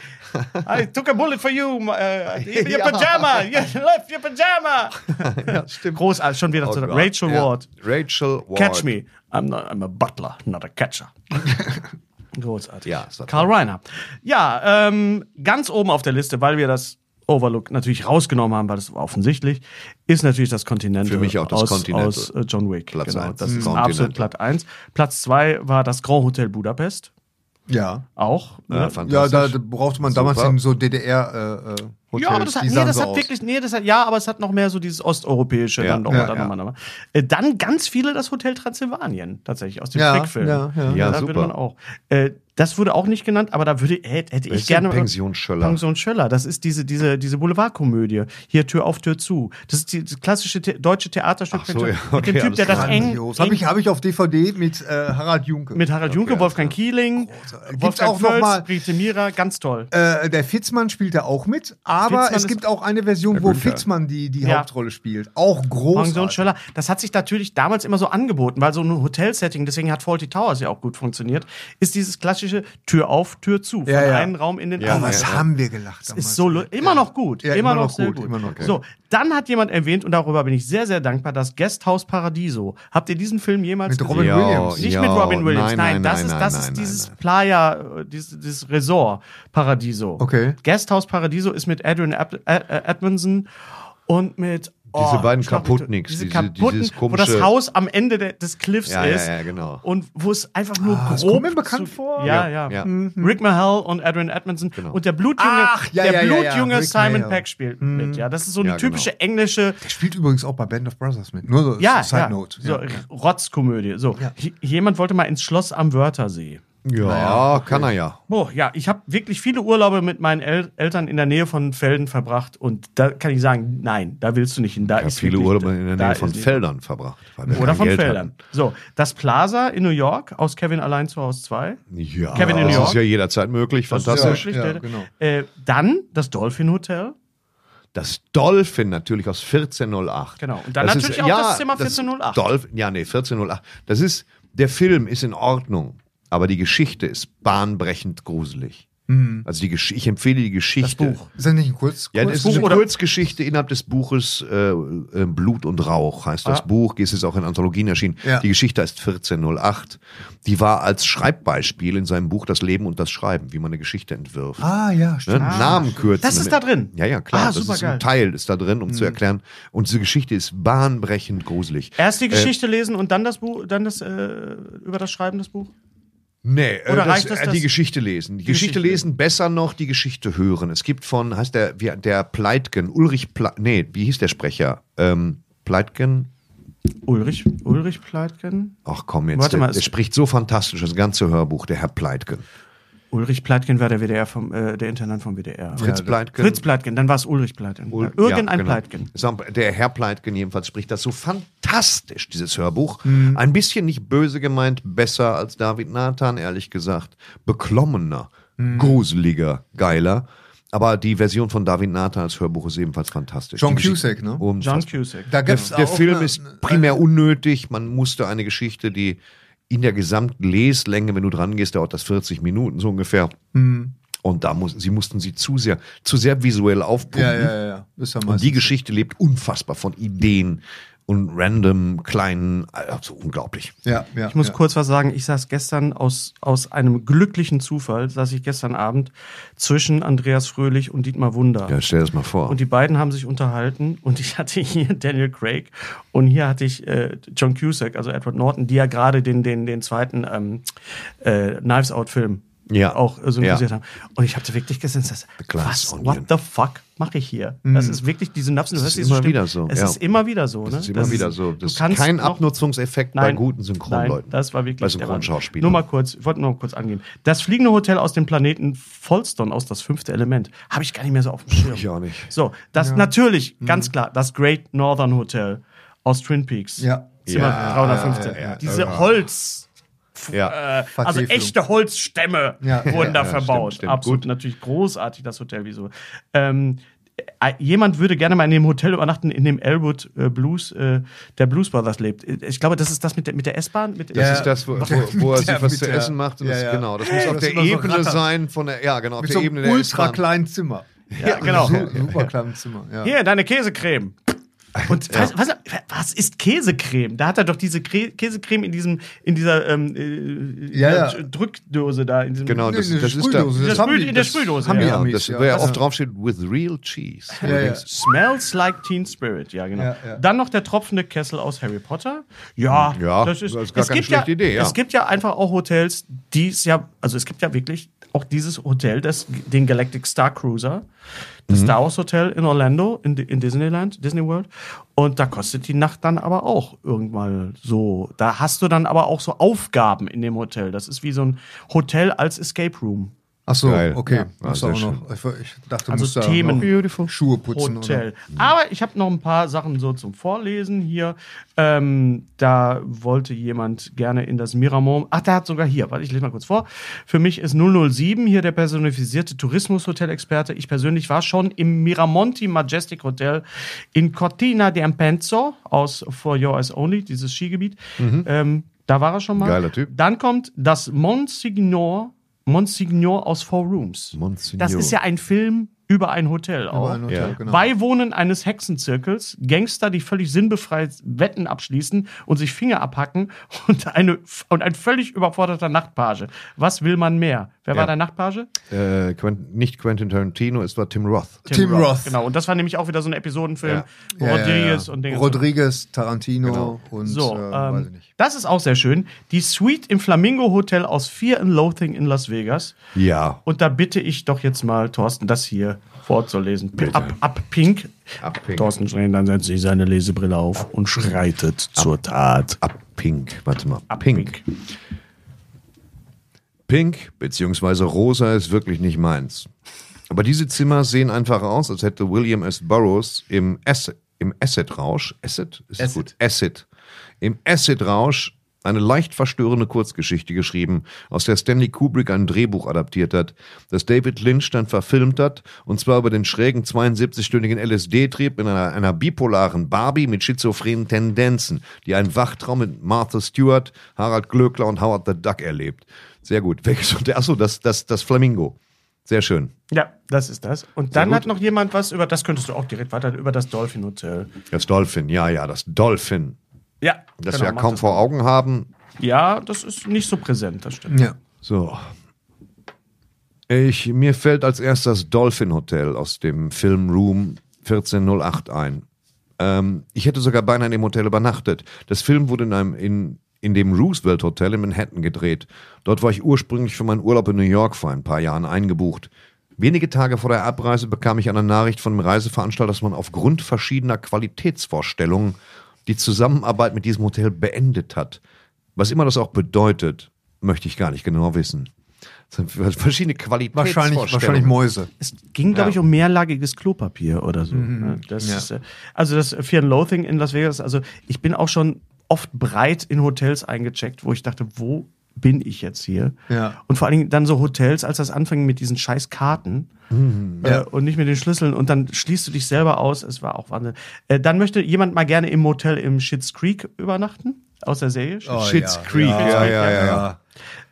[SPEAKER 4] I took a bullet for you. Uh, your
[SPEAKER 3] Ja.
[SPEAKER 4] Pyjama. You left your Pyjama.
[SPEAKER 3] ja, stimmt.
[SPEAKER 4] Großartig. Schon wieder
[SPEAKER 3] Oh
[SPEAKER 4] zu
[SPEAKER 3] Gott.
[SPEAKER 4] Rachel
[SPEAKER 3] ja.
[SPEAKER 4] Ward.
[SPEAKER 3] Rachel Ward.
[SPEAKER 4] Catch me. I'm, not, I'm a butler, not a catcher. Großartig.
[SPEAKER 3] Ja, ist das
[SPEAKER 4] Karl Reiner. Ja, ähm, ganz oben auf der Liste, weil wir das Overlook natürlich rausgenommen haben, weil das war offensichtlich, ist natürlich das Continental.
[SPEAKER 3] Für mich auch das
[SPEAKER 4] aus,
[SPEAKER 3] Continental.
[SPEAKER 4] aus äh, John Wick.
[SPEAKER 3] Platz
[SPEAKER 4] genau,
[SPEAKER 3] eins.
[SPEAKER 4] das ist
[SPEAKER 3] Continental.
[SPEAKER 4] absolut Platz eins. Platz zwei war das Grand Hotel Budapest.
[SPEAKER 6] Ja.
[SPEAKER 4] Auch.
[SPEAKER 3] Ja,
[SPEAKER 4] ne?
[SPEAKER 6] Ja,
[SPEAKER 3] fantastisch.
[SPEAKER 6] da, da brauchte man damals
[SPEAKER 3] Super.
[SPEAKER 6] in so D D R-Hotels. Äh,
[SPEAKER 4] Ja, aber das hat,
[SPEAKER 6] die
[SPEAKER 4] nee,
[SPEAKER 6] sahen
[SPEAKER 4] das
[SPEAKER 6] so
[SPEAKER 4] hat
[SPEAKER 6] aus.
[SPEAKER 4] wirklich, nee, das hat, ja, aber es hat noch mehr so dieses osteuropäische
[SPEAKER 3] Ja,
[SPEAKER 4] dann doch.
[SPEAKER 6] ja,
[SPEAKER 4] dann,
[SPEAKER 6] ja.
[SPEAKER 4] nochmal, nochmal. Äh, dann ganz viele das Hotel Transsilvanien, tatsächlich, aus dem
[SPEAKER 6] Ja,
[SPEAKER 4] Trickfilm.
[SPEAKER 6] ja, ja.
[SPEAKER 3] Ja,
[SPEAKER 4] da
[SPEAKER 3] super.
[SPEAKER 4] würde man auch. Äh, das wurde auch nicht genannt, aber da würde, hätte, hätte
[SPEAKER 3] Wer
[SPEAKER 4] ich
[SPEAKER 3] ist denn
[SPEAKER 4] gerne.
[SPEAKER 3] Pension Schöller?
[SPEAKER 4] Pension Schöller, das ist diese, diese, diese Boulevardkomödie. Hier Tür auf, Tür zu. Das ist die, das klassische The deutsche Theaterstück
[SPEAKER 3] Ach so,
[SPEAKER 4] Pension-
[SPEAKER 3] ja,
[SPEAKER 4] mit dem
[SPEAKER 3] okay,
[SPEAKER 4] Typ, der
[SPEAKER 3] alles
[SPEAKER 4] das
[SPEAKER 3] klar.
[SPEAKER 4] eng,
[SPEAKER 6] Grandios. Hab
[SPEAKER 4] eng
[SPEAKER 6] ich, hab ich auf D V D mit äh, Harald Junke.
[SPEAKER 4] mit Harald Junke,
[SPEAKER 3] Okay,
[SPEAKER 4] Wolfgang
[SPEAKER 3] alles
[SPEAKER 4] Kieling,
[SPEAKER 6] Gibt's
[SPEAKER 4] Wolfgang
[SPEAKER 6] auch noch
[SPEAKER 4] Völz,
[SPEAKER 6] mal-
[SPEAKER 4] Brigitte Mira, ganz toll.
[SPEAKER 6] Äh, der Fitzmann spielt da auch mit, aber
[SPEAKER 4] Fitzmann
[SPEAKER 6] es
[SPEAKER 4] ist-
[SPEAKER 6] gibt auch eine Version, wo
[SPEAKER 3] Günther.
[SPEAKER 6] Fitzmann die, die
[SPEAKER 4] Ja.
[SPEAKER 6] Hauptrolle spielt. Auch
[SPEAKER 4] Pension
[SPEAKER 6] großartig.
[SPEAKER 4] Schöller, das hat sich natürlich damals immer so angeboten, weil so ein Hotelsetting, deswegen hat Fawlty Towers ja auch gut funktioniert, ist dieses klassische Tür auf, Tür zu, von
[SPEAKER 6] Ja, ja.
[SPEAKER 4] einem Raum in den
[SPEAKER 3] Ja,
[SPEAKER 6] Oh,
[SPEAKER 4] anderen.
[SPEAKER 6] was
[SPEAKER 3] ja.
[SPEAKER 6] haben wir gelacht
[SPEAKER 4] Das
[SPEAKER 6] damals.
[SPEAKER 4] ist so lu- immer noch gut,
[SPEAKER 6] Ja,
[SPEAKER 4] immer,
[SPEAKER 6] immer
[SPEAKER 4] noch,
[SPEAKER 6] noch
[SPEAKER 4] sehr
[SPEAKER 6] gut,
[SPEAKER 4] gut.
[SPEAKER 6] immer noch gut.
[SPEAKER 4] So, dann hat jemand erwähnt und darüber bin ich sehr sehr dankbar, das Guesthouse Paradiso. Habt ihr diesen Film jemals
[SPEAKER 6] Mit
[SPEAKER 4] gesehen?
[SPEAKER 6] Robin
[SPEAKER 3] Ja,
[SPEAKER 6] Williams.
[SPEAKER 4] Nicht
[SPEAKER 3] ja,
[SPEAKER 4] mit Robin Williams,
[SPEAKER 3] nein,
[SPEAKER 4] nein,
[SPEAKER 3] nein,
[SPEAKER 4] das
[SPEAKER 3] nein,
[SPEAKER 4] ist
[SPEAKER 3] nein,
[SPEAKER 4] das
[SPEAKER 3] nein,
[SPEAKER 4] ist
[SPEAKER 3] nein,
[SPEAKER 4] dieses
[SPEAKER 3] nein.
[SPEAKER 4] Playa, äh, dieses, dieses Resort Paradiso.
[SPEAKER 6] Okay.
[SPEAKER 4] Guesthouse Paradiso ist mit Adrian Ed Edmondson und mit oh,
[SPEAKER 3] Diese beiden
[SPEAKER 4] schlag mich tot.
[SPEAKER 3] Kaputtnicks,
[SPEAKER 4] diese
[SPEAKER 3] diese-
[SPEAKER 4] kaputten,
[SPEAKER 3] dieses
[SPEAKER 4] wo das
[SPEAKER 3] komische-
[SPEAKER 4] Haus am Ende de, des Cliffs
[SPEAKER 3] Ja, ja,
[SPEAKER 4] ist
[SPEAKER 3] ja, genau.
[SPEAKER 4] und wo es einfach nur
[SPEAKER 6] Ah, das
[SPEAKER 4] grob
[SPEAKER 6] kommt mir bekannt
[SPEAKER 4] zu,
[SPEAKER 6] vor.
[SPEAKER 4] Ja,
[SPEAKER 3] Ja,
[SPEAKER 4] ja.
[SPEAKER 3] ja.
[SPEAKER 4] Rick Mahal und Adrian Edmondson
[SPEAKER 3] Genau.
[SPEAKER 4] und der blutjunge,
[SPEAKER 6] Ach, ja,
[SPEAKER 4] der
[SPEAKER 6] ja, ja, ja.
[SPEAKER 4] blutjunge
[SPEAKER 6] Rick
[SPEAKER 4] Simon
[SPEAKER 6] Mahal.
[SPEAKER 4] Peck spielt mit. Ja, das ist so eine
[SPEAKER 3] Ja,
[SPEAKER 4] typische
[SPEAKER 3] genau.
[SPEAKER 4] englische
[SPEAKER 6] Der spielt übrigens auch bei Band of Brothers mit. Nur so
[SPEAKER 4] ja,
[SPEAKER 6] Side
[SPEAKER 4] ja,
[SPEAKER 6] Note.
[SPEAKER 4] so
[SPEAKER 6] Ja.
[SPEAKER 4] Rotzkomödie. So,
[SPEAKER 6] Ja.
[SPEAKER 4] J- jemand wollte mal ins Schloss am Wörthersee.
[SPEAKER 3] Ja, kann er ja.
[SPEAKER 4] Boah, ja, ich habe wirklich viele Urlaube mit meinen El Eltern in der Nähe von Felden verbracht und da kann ich sagen, nein, da willst du nicht hin. Da
[SPEAKER 3] Ich habe
[SPEAKER 4] ist
[SPEAKER 3] viele
[SPEAKER 4] wirklich-
[SPEAKER 3] Urlaube in der
[SPEAKER 4] da
[SPEAKER 3] Nähe
[SPEAKER 4] ist
[SPEAKER 3] von
[SPEAKER 4] nicht-
[SPEAKER 3] Feldern verbracht. weil wir
[SPEAKER 4] Oder
[SPEAKER 3] kein
[SPEAKER 4] von
[SPEAKER 3] Geld
[SPEAKER 4] Feldern. So, das Plaza in New York aus Kevin allein zu Hause zwei.
[SPEAKER 3] hatten. Ja,
[SPEAKER 4] Kevin in New
[SPEAKER 3] das
[SPEAKER 4] York.
[SPEAKER 3] ist ja jederzeit möglich. Fantastisch.
[SPEAKER 6] Ja, ja, genau.
[SPEAKER 4] äh, dann das Dolphin Hotel.
[SPEAKER 3] Das Dolphin natürlich aus vierzehn null acht.
[SPEAKER 4] Genau. Und dann natürlich auch das Zimmer vierzehn null acht.
[SPEAKER 3] Dolphin, ja, nee, vierzehn null acht. Das ist, der Film ist in Ordnung, aber die Geschichte ist bahnbrechend gruselig. Also die Gesch ich empfehle die Geschichte.
[SPEAKER 4] Das Buch.
[SPEAKER 6] Ist das nicht ein Kurz?
[SPEAKER 3] Ja, das
[SPEAKER 6] Kurz
[SPEAKER 3] ist eine
[SPEAKER 4] oder-
[SPEAKER 3] Kurzgeschichte innerhalb des Buches äh, äh, Blut und Rauch heißt das
[SPEAKER 4] Ah.
[SPEAKER 3] Buch. Es ist auch in Anthologien erschienen.
[SPEAKER 6] Ja.
[SPEAKER 3] Die Geschichte heißt vierzehn null acht. Die war als Schreibbeispiel in seinem Buch Das Leben und das Schreiben, wie man eine Geschichte entwirft.
[SPEAKER 6] Ah, ja,
[SPEAKER 3] Ne?
[SPEAKER 6] stimmt.
[SPEAKER 3] Namen kürzen.
[SPEAKER 4] Das ist da drin?
[SPEAKER 3] Ja, ja, klar.
[SPEAKER 4] Ah,
[SPEAKER 3] das ist
[SPEAKER 4] supergeil.
[SPEAKER 3] ein Teil, ist da drin, um zu erklären. Und diese Geschichte ist bahnbrechend gruselig.
[SPEAKER 4] Erst die Geschichte lesen und dann das Buch, dann das äh, über das Schreiben des Buch.
[SPEAKER 3] Nee, äh,
[SPEAKER 4] Oder
[SPEAKER 3] das,
[SPEAKER 4] reicht es,
[SPEAKER 3] äh,
[SPEAKER 4] das-
[SPEAKER 3] die Geschichte lesen. Die,
[SPEAKER 4] Die
[SPEAKER 3] Geschichte,
[SPEAKER 4] Geschichte
[SPEAKER 3] lesen, besser noch die Geschichte hören. Es gibt von, heißt der, wie, der Pleitgen, Ulrich Ple nee, wie hieß der Sprecher? Ähm, Pleitgen?
[SPEAKER 4] Ulrich, Ulrich Pleitgen?
[SPEAKER 3] Ach komm jetzt,
[SPEAKER 4] Warte
[SPEAKER 3] der,
[SPEAKER 4] mal,
[SPEAKER 3] der
[SPEAKER 4] es-
[SPEAKER 3] spricht so fantastisch, das ganze Hörbuch, der Herr Pleitgen.
[SPEAKER 4] Ulrich Pleitgen war der W D R vom, äh, der Intendant vom W D R.
[SPEAKER 3] Fritz
[SPEAKER 6] das-
[SPEAKER 3] Pleitgen.
[SPEAKER 4] Fritz Pleitgen, dann war es Ulrich Pleitgen.
[SPEAKER 3] Ul-
[SPEAKER 4] Irgendein
[SPEAKER 3] ja, genau.
[SPEAKER 4] Pleitgen.
[SPEAKER 3] Ist auch- Der Herr Pleitgen jedenfalls spricht das so fantastisch, dieses Hörbuch.
[SPEAKER 4] Mhm.
[SPEAKER 3] Ein bisschen nicht böse gemeint, besser als David Nathan, ehrlich gesagt. Beklommener,
[SPEAKER 4] Mhm.
[SPEAKER 3] gruseliger, geiler. Aber die Version von David Nathan als Hörbuch ist ebenfalls fantastisch.
[SPEAKER 6] John
[SPEAKER 3] Die Geschichte-
[SPEAKER 6] Cusack, ne?
[SPEAKER 3] Unfassbar.
[SPEAKER 4] John Cusack.
[SPEAKER 6] Da
[SPEAKER 3] Der,
[SPEAKER 6] gibt's
[SPEAKER 3] der
[SPEAKER 6] auch
[SPEAKER 3] Film
[SPEAKER 6] eine-
[SPEAKER 3] ist primär unnötig. Man musste eine Geschichte, die in der gesamten Leslänge, wenn du dran gehst, dauert das vierzig Minuten so ungefähr.
[SPEAKER 6] Hm.
[SPEAKER 3] Und da muss, sie mussten sie zu sehr, zu sehr visuell aufpumpen.
[SPEAKER 6] Ja, ja, ja. Ist ja
[SPEAKER 3] Und die Geschichte lebt unfassbar von Ideen und random kleinen, also unglaublich.
[SPEAKER 6] Ja, ja,
[SPEAKER 4] Ich muss
[SPEAKER 6] ja.
[SPEAKER 4] kurz was sagen. Ich saß gestern aus, aus einem glücklichen Zufall, saß ich gestern Abend zwischen Andreas Fröhlich und Dietmar Wunder.
[SPEAKER 3] Ja, stell das mal vor.
[SPEAKER 4] Und die beiden haben sich unterhalten und ich hatte hier Daniel Craig und hier hatte ich äh, John Cusack, also Edward Norton, die ja gerade den, den, den zweiten ähm, äh, Knives Out Film
[SPEAKER 3] Ja.
[SPEAKER 4] auch äh, synchronisiert
[SPEAKER 3] Ja.
[SPEAKER 4] haben. Und ich hatte wirklich gesehen, das,
[SPEAKER 3] Glass
[SPEAKER 4] was,
[SPEAKER 3] Onion.
[SPEAKER 4] what the fuck mache ich hier? Das ist wirklich die Synapsen.
[SPEAKER 3] Das ist
[SPEAKER 4] du hörst diese
[SPEAKER 3] immer
[SPEAKER 4] Stimme.
[SPEAKER 3] wieder so,
[SPEAKER 4] Es
[SPEAKER 3] ja.
[SPEAKER 4] ist immer wieder so. Ne?
[SPEAKER 3] Das ist immer wieder so.
[SPEAKER 4] du
[SPEAKER 3] Das ist
[SPEAKER 4] kannst
[SPEAKER 3] kein
[SPEAKER 4] noch-
[SPEAKER 3] Abnutzungseffekt bei
[SPEAKER 4] Nein,
[SPEAKER 3] guten Synchronleuten.
[SPEAKER 4] Nein, das war wirklich
[SPEAKER 3] Bei
[SPEAKER 4] der
[SPEAKER 3] Synchronschauspielern.
[SPEAKER 4] Wahnsinn. Nur mal kurz, ich wollte nur mal kurz angehen. Das fliegende Hotel aus dem Planeten Folston aus Das fünfte Element habe ich gar nicht mehr so auf dem Schirm.
[SPEAKER 3] Ich auch nicht.
[SPEAKER 4] So, das natürlich, ganz klar, das Great Northern Hotel aus Twin Peaks.
[SPEAKER 6] Ja.
[SPEAKER 4] Zimmer
[SPEAKER 3] Ja,
[SPEAKER 4] dreihundertfünfzehn.
[SPEAKER 6] ja, ja.
[SPEAKER 4] Diese
[SPEAKER 6] Ja.
[SPEAKER 4] Holz.
[SPEAKER 3] Ja.
[SPEAKER 4] Äh, also
[SPEAKER 6] Vertäfelung.
[SPEAKER 4] echte Holzstämme
[SPEAKER 6] Ja.
[SPEAKER 4] wurden da
[SPEAKER 3] Ja,
[SPEAKER 4] verbaut.
[SPEAKER 3] stimmt, stimmt.
[SPEAKER 4] Absolut,
[SPEAKER 3] Gut.
[SPEAKER 4] natürlich großartig, das Hotel, wieso. Ähm, äh, jemand würde gerne mal in dem Hotel übernachten, in dem Elwood äh, Blues, äh, der Blues Brothers lebt. Ich glaube, das ist das mit der, mit der S-Bahn. Mit,
[SPEAKER 3] Das
[SPEAKER 6] Ja.
[SPEAKER 3] ist das, wo, wo, wo er sich
[SPEAKER 6] Der
[SPEAKER 3] was
[SPEAKER 6] mit
[SPEAKER 3] zu
[SPEAKER 6] der-
[SPEAKER 3] essen macht. Und
[SPEAKER 6] Ja,
[SPEAKER 3] das,
[SPEAKER 6] ja.
[SPEAKER 3] Genau, das muss
[SPEAKER 6] Ja,
[SPEAKER 3] auf
[SPEAKER 6] das
[SPEAKER 3] der
[SPEAKER 6] ist immer so
[SPEAKER 3] Ebene
[SPEAKER 6] ratter.
[SPEAKER 3] sein von der, ja genau, auf
[SPEAKER 6] Mit
[SPEAKER 3] der
[SPEAKER 6] so einem
[SPEAKER 3] Ebene der
[SPEAKER 6] ultra
[SPEAKER 3] S-Bahn.
[SPEAKER 6] kleinen Zimmer.
[SPEAKER 4] Ja, genau.
[SPEAKER 6] So, super kleinen Zimmer. Ja.
[SPEAKER 4] Hier, deine Käsecreme. Und was, was, was ist Käsecreme? Da hat er doch diese Kre- Käsecreme in diesem, in dieser ähm, äh,
[SPEAKER 6] Ja, ja.
[SPEAKER 4] Drückdose da. In diesem
[SPEAKER 3] Genau, das,
[SPEAKER 6] Nee,
[SPEAKER 3] das
[SPEAKER 6] eine
[SPEAKER 3] ist da.
[SPEAKER 6] Sprühdose,
[SPEAKER 4] Das
[SPEAKER 6] das haben
[SPEAKER 4] Sprüh-
[SPEAKER 6] die-
[SPEAKER 4] in der
[SPEAKER 6] das
[SPEAKER 4] Sprühdose,
[SPEAKER 6] haben die
[SPEAKER 4] ja.
[SPEAKER 3] Ja,
[SPEAKER 6] Amis,
[SPEAKER 3] das,
[SPEAKER 6] ja.
[SPEAKER 3] wo ja
[SPEAKER 6] Das-
[SPEAKER 3] oft draufsteht, with real cheese.
[SPEAKER 6] Ja, ja.
[SPEAKER 4] Smells like Teen Spirit, ja, genau.
[SPEAKER 6] Ja, ja.
[SPEAKER 4] Dann noch der tropfende Kessel aus Harry Potter. Ja,
[SPEAKER 3] Ja,
[SPEAKER 4] das ist,
[SPEAKER 3] das ist gar
[SPEAKER 4] es
[SPEAKER 3] keine
[SPEAKER 4] gibt ja,
[SPEAKER 3] schlechte Idee, ja.
[SPEAKER 4] Es gibt ja einfach auch Hotels, die es ja, also es gibt ja wirklich auch dieses Hotel, das, den Galactic Star Cruiser, das Star Wars Hotel in Orlando, in, in Disneyland, Disney World. Und da kostet die Nacht dann aber auch irgendwann so. Da hast du dann aber auch so Aufgaben in dem Hotel. Das ist wie so ein Hotel als Escape Room.
[SPEAKER 6] Ach so,
[SPEAKER 3] Geil.
[SPEAKER 6] okay.
[SPEAKER 3] Ja.
[SPEAKER 6] Machst
[SPEAKER 3] Ah,
[SPEAKER 6] du auch
[SPEAKER 3] sehr
[SPEAKER 6] noch. Ich, ich dachte, du
[SPEAKER 4] Also
[SPEAKER 6] musst da
[SPEAKER 4] Themen.
[SPEAKER 6] noch Schuhe putzen.
[SPEAKER 4] Hotel.
[SPEAKER 6] Oder?
[SPEAKER 4] Aber ich habe noch ein paar Sachen so zum Vorlesen hier. Ähm, da wollte jemand gerne in das Miramont. Ach, der hat sogar hier. Warte, ich lese mal kurz vor. Für mich ist null null sieben hier der personifizierte Tourismus-Hotel-Experte. Ich persönlich war schon im Miramonti Majestic Hotel in Cortina d'Ampezzo aus For Your Eyes Only, dieses Skigebiet. Ähm, da war er schon mal.
[SPEAKER 3] Geiler Typ.
[SPEAKER 4] Dann kommt das Monsignor, Monsignor aus Four Rooms.
[SPEAKER 3] Monsignor.
[SPEAKER 4] Das ist ja ein Film über ein Hotel auch.
[SPEAKER 6] Aber ein Hotel,
[SPEAKER 3] Ja.
[SPEAKER 6] genau.
[SPEAKER 4] Beiwohnen eines Hexenzirkels, Gangster, die völlig sinnbefreit Wetten abschließen und sich Finger abhacken und, eine, und ein völlig überforderter Nachtpage. Was will man mehr? Wer
[SPEAKER 3] Ja.
[SPEAKER 4] war der Nachtpage?
[SPEAKER 3] Äh, Quent, nicht Quentin Tarantino, es war Tim Roth.
[SPEAKER 6] Tim Roth.
[SPEAKER 4] Genau, und das war nämlich auch wieder so ein Episodenfilm,
[SPEAKER 3] Ja.
[SPEAKER 4] wo
[SPEAKER 6] Ja, ja,
[SPEAKER 4] Rodriguez
[SPEAKER 6] ja.
[SPEAKER 4] und Dinge.
[SPEAKER 6] Rodriguez, Tarantino
[SPEAKER 3] Genau.
[SPEAKER 6] und
[SPEAKER 4] So,
[SPEAKER 6] äh, weiß ich
[SPEAKER 4] ähm,
[SPEAKER 6] nicht.
[SPEAKER 4] das ist auch sehr schön. Die Suite im Flamingo Hotel aus Fear and Loathing in Las Vegas.
[SPEAKER 3] Ja.
[SPEAKER 4] Und da bitte ich doch jetzt mal, Thorsten, das hier vorzulesen. Ab, ab Pink.
[SPEAKER 3] Ab Pink.
[SPEAKER 4] Thorsten Strähn, dann setzt sich seine Lesebrille auf und schreitet zur Tat.
[SPEAKER 3] Ab Pink. Warte mal.
[SPEAKER 4] Ab
[SPEAKER 3] Pink. Pink beziehungsweise rosa ist wirklich nicht meins. Aber diese Zimmer sehen einfach aus, als hätte William S. Burroughs im Acid, im Acid-Rausch, Acid? Ist
[SPEAKER 6] Acid.
[SPEAKER 3] gut. Acid. Im Acid-Rausch eine leicht verstörende Kurzgeschichte geschrieben, aus der Stanley Kubrick ein Drehbuch adaptiert hat, das David Lynch dann verfilmt hat, und zwar über den schrägen zweiundsiebzig-stündigen L S D-Trip in einer, einer bipolaren Barbie mit schizophrenen Tendenzen, die einen Wachtraum mit Martha Stewart, Harald Glöckler und Howard the Duck erlebt. Sehr gut. Welches Hotel? Achso, das, das, das Flamingo. Sehr schön.
[SPEAKER 4] Ja, das ist das. Und dann
[SPEAKER 3] gut.
[SPEAKER 4] hat noch jemand was über, das könntest du auch direkt weiter, über das Dolphin Hotel.
[SPEAKER 3] Das Dolphin, ja, ja, das Dolphin.
[SPEAKER 4] Ja,
[SPEAKER 3] Das
[SPEAKER 4] genau,
[SPEAKER 3] wir ja
[SPEAKER 4] mach
[SPEAKER 3] kaum
[SPEAKER 4] das
[SPEAKER 3] vor
[SPEAKER 4] mal.
[SPEAKER 3] Augen haben.
[SPEAKER 4] Ja, das ist nicht so präsent, das stimmt.
[SPEAKER 6] Ja.
[SPEAKER 3] So. Ich, mir fällt als erstes das Dolphin Hotel aus dem Film Room vierzehn null acht ein. Ähm, ich hätte sogar beinahe in dem Hotel übernachtet. Das Film wurde in einem, in, in dem Roosevelt Hotel in Manhattan gedreht. Dort war ich ursprünglich für meinen Urlaub in New York vor ein paar Jahren eingebucht. Wenige Tage vor der Abreise bekam ich eine Nachricht von dem Reiseveranstalter, dass man aufgrund verschiedener Qualitätsvorstellungen die Zusammenarbeit mit diesem Hotel beendet hat. Was immer das auch bedeutet, möchte ich gar nicht genau wissen. Es sind verschiedene Qualitätsvorstellungen.
[SPEAKER 6] Wahrscheinlich, wahrscheinlich Mäuse.
[SPEAKER 4] Es ging, glaube ich, um mehrlagiges Klopapier oder so. ne? Das
[SPEAKER 6] Ja.
[SPEAKER 4] ist, äh, also das Fear and Loathing in Las Vegas, also ich bin auch schon oft breit in Hotels eingecheckt, wo ich dachte, wo bin ich jetzt hier?
[SPEAKER 6] Ja.
[SPEAKER 4] Und vor allen Dingen dann so Hotels, als das anfing mit diesen scheiß Karten äh,
[SPEAKER 6] Ja.
[SPEAKER 4] und nicht mit den Schlüsseln und dann schließt du dich selber aus. Es war auch Wahnsinn. Äh, dann möchte jemand mal gerne im Hotel im Schitt's Creek übernachten, aus der Serie.
[SPEAKER 6] Oh,
[SPEAKER 3] Schitt's
[SPEAKER 6] ja,
[SPEAKER 3] Creek,
[SPEAKER 6] ja,
[SPEAKER 3] ja, ja,
[SPEAKER 6] ja,
[SPEAKER 3] ja.
[SPEAKER 6] ja.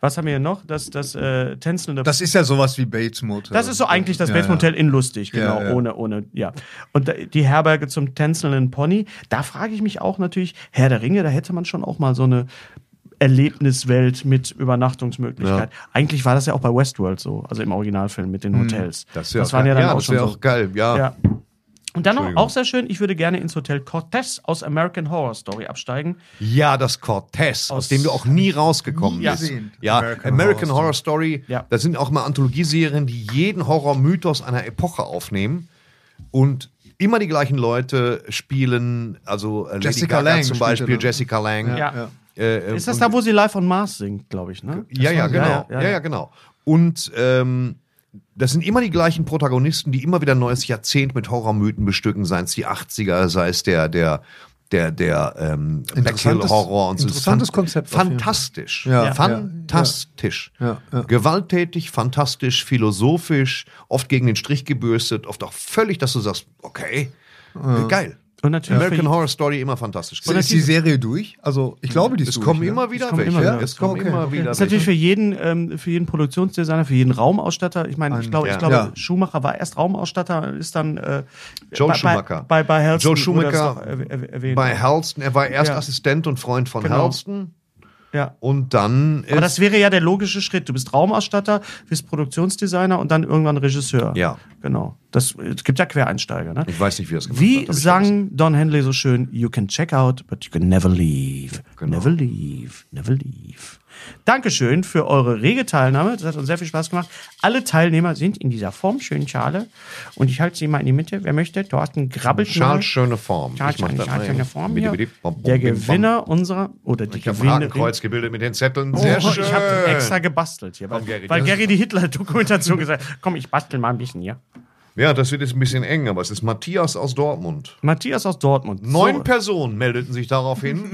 [SPEAKER 4] Was haben wir hier noch? Das, das äh, tänzelnde...
[SPEAKER 6] Das ist ja sowas wie Bates Motel.
[SPEAKER 4] Das ist so eigentlich das
[SPEAKER 6] Ja,
[SPEAKER 4] Bates
[SPEAKER 6] ja.
[SPEAKER 4] Motel in lustig, genau,
[SPEAKER 6] Ja, ja.
[SPEAKER 4] ohne, ohne, ja. Und da- die Herberge zum tänzelnden Pony, da frage ich mich auch natürlich, Herr der Ringe, da hätte man schon auch mal so eine Erlebniswelt mit Übernachtungsmöglichkeit. Eigentlich war das ja auch bei Westworld so, also im Originalfilm mit den Hotels.
[SPEAKER 3] Das, ist ja
[SPEAKER 4] waren ja dann auch
[SPEAKER 3] das
[SPEAKER 4] schon
[SPEAKER 3] wär
[SPEAKER 4] so.
[SPEAKER 3] auch geil, ja.
[SPEAKER 4] Ja. Und dann noch
[SPEAKER 3] Entschuldigung.
[SPEAKER 4] auch sehr schön, ich würde gerne ins Hotel Cortez aus American Horror Story absteigen.
[SPEAKER 3] Ja, das Cortez, aus,
[SPEAKER 4] Aus-
[SPEAKER 3] dem du auch nie rausgekommen
[SPEAKER 4] Ja.
[SPEAKER 3] bist.
[SPEAKER 6] gesehen.
[SPEAKER 3] Ja,
[SPEAKER 6] American
[SPEAKER 3] American,
[SPEAKER 6] Horror
[SPEAKER 3] Horror Story,
[SPEAKER 4] Ja.
[SPEAKER 3] das sind auch mal Anthologieserien, die jeden Horrormythos einer Epoche aufnehmen und immer die gleichen Leute spielen, also äh, Lady
[SPEAKER 6] Jessica
[SPEAKER 3] Gaga
[SPEAKER 6] Lange
[SPEAKER 3] zum
[SPEAKER 6] spielte,
[SPEAKER 3] Beispiel,
[SPEAKER 6] ne?
[SPEAKER 3] Jessica Lange.
[SPEAKER 4] Ja.
[SPEAKER 6] Ja.
[SPEAKER 3] Äh,
[SPEAKER 4] Ist das
[SPEAKER 3] und-
[SPEAKER 4] da, wo sie live on Mars singt, glaube ich, ne?
[SPEAKER 3] Ja, ja,
[SPEAKER 4] Das war-
[SPEAKER 3] genau.
[SPEAKER 4] Ja,
[SPEAKER 3] Ja, ja, genau. Und ähm, das sind immer die gleichen Protagonisten, die immer wieder ein neues Jahrzehnt mit Horrormythen bestücken, seien es die achtziger, sei es der, der, der, der ähm, Black Hill
[SPEAKER 1] Interessantes-
[SPEAKER 3] Horror und so.
[SPEAKER 1] interessantes
[SPEAKER 3] Fan-
[SPEAKER 1] Konzept auf jeden Fall.
[SPEAKER 3] Fantastisch.
[SPEAKER 1] Ja, ja,
[SPEAKER 3] Fantastisch.
[SPEAKER 1] ja, ja.
[SPEAKER 3] Gewalttätig, fantastisch, philosophisch, oft gegen den Strich gebürstet, oft auch völlig, dass du sagst, okay, geil.
[SPEAKER 4] Und natürlich für
[SPEAKER 3] American
[SPEAKER 4] die-
[SPEAKER 3] Horror Story immer fantastisch.
[SPEAKER 6] Ist die Serie durch? Also, ich glaube, die ist
[SPEAKER 3] Es
[SPEAKER 6] durch.
[SPEAKER 3] kommen
[SPEAKER 6] ne?
[SPEAKER 3] immer wieder
[SPEAKER 4] kommen
[SPEAKER 3] welche.
[SPEAKER 4] immer wieder.
[SPEAKER 3] Es kommen
[SPEAKER 6] Okay,
[SPEAKER 3] immer
[SPEAKER 6] okay.
[SPEAKER 3] wieder
[SPEAKER 4] Das ist natürlich
[SPEAKER 3] welche.
[SPEAKER 4] für jeden, ähm, für jeden Produktionsdesigner, für jeden Raumausstatter. Ich meine, ich glaube,
[SPEAKER 3] ja.
[SPEAKER 4] ich glaube,
[SPEAKER 6] Ja.
[SPEAKER 4] Schumacher war erst Raumausstatter, ist dann äh,
[SPEAKER 3] Joel
[SPEAKER 4] bei,
[SPEAKER 3] Schumacher.
[SPEAKER 4] Bei, bei, bei Halston
[SPEAKER 3] Joe Schumacher
[SPEAKER 4] wurde das doch erw- erw- erwähnt.
[SPEAKER 3] Bei Halston, er war erst
[SPEAKER 4] Ja.
[SPEAKER 3] Assistent und Freund von
[SPEAKER 4] Genau.
[SPEAKER 3] Halston
[SPEAKER 4] ja.
[SPEAKER 3] und dann
[SPEAKER 4] Aber
[SPEAKER 3] ist,
[SPEAKER 4] das wäre ja der logische Schritt. Du bist Raumausstatter, bist Produktionsdesigner und dann irgendwann Regisseur.
[SPEAKER 3] Ja.
[SPEAKER 4] Genau. Das, es gibt ja Quereinsteiger. Ne?
[SPEAKER 3] ich weiß nicht, wie das gemacht
[SPEAKER 4] Wie
[SPEAKER 3] hat. aber ich
[SPEAKER 4] sang Don Henley so schön, you can check out, but you can never leave.
[SPEAKER 3] Genau.
[SPEAKER 4] Never leave, never leave. Dankeschön für eure rege Teilnahme. Das hat uns sehr viel Spaß gemacht. Alle Teilnehmer sind in dieser formschönen Schale. Und ich halte sie mal in die Mitte. Wer möchte? Thorsten grabbelt
[SPEAKER 3] weiß.
[SPEAKER 4] mal.
[SPEAKER 3] Charles, schöne Form.
[SPEAKER 4] Charles,
[SPEAKER 3] Ich mach das
[SPEAKER 4] Charles,
[SPEAKER 3] mal.
[SPEAKER 4] schöne Form
[SPEAKER 3] Bitte,
[SPEAKER 4] hier.
[SPEAKER 3] bitte. Bom, bom,
[SPEAKER 4] Der
[SPEAKER 3] bim, bom.
[SPEAKER 4] Gewinner unserer, oder die
[SPEAKER 3] Ich habe ein
[SPEAKER 4] Gewinnerin.
[SPEAKER 3] Hakenkreuz gebildet mit den Zetteln.
[SPEAKER 4] Oh,
[SPEAKER 3] Sehr schön.
[SPEAKER 4] ich habe extra gebastelt hier, weil,
[SPEAKER 3] Komm, Gary,
[SPEAKER 4] weil
[SPEAKER 3] das-
[SPEAKER 4] Gary die Hitler-Dokumentation gesagt hat. Komm, ich bastel mal ein bisschen hier.
[SPEAKER 3] Ja, das wird jetzt ein bisschen eng, aber es ist Matthias aus Dortmund.
[SPEAKER 4] Matthias aus Dortmund.
[SPEAKER 3] Neun
[SPEAKER 4] So.
[SPEAKER 3] Personen meldeten sich darauf hin.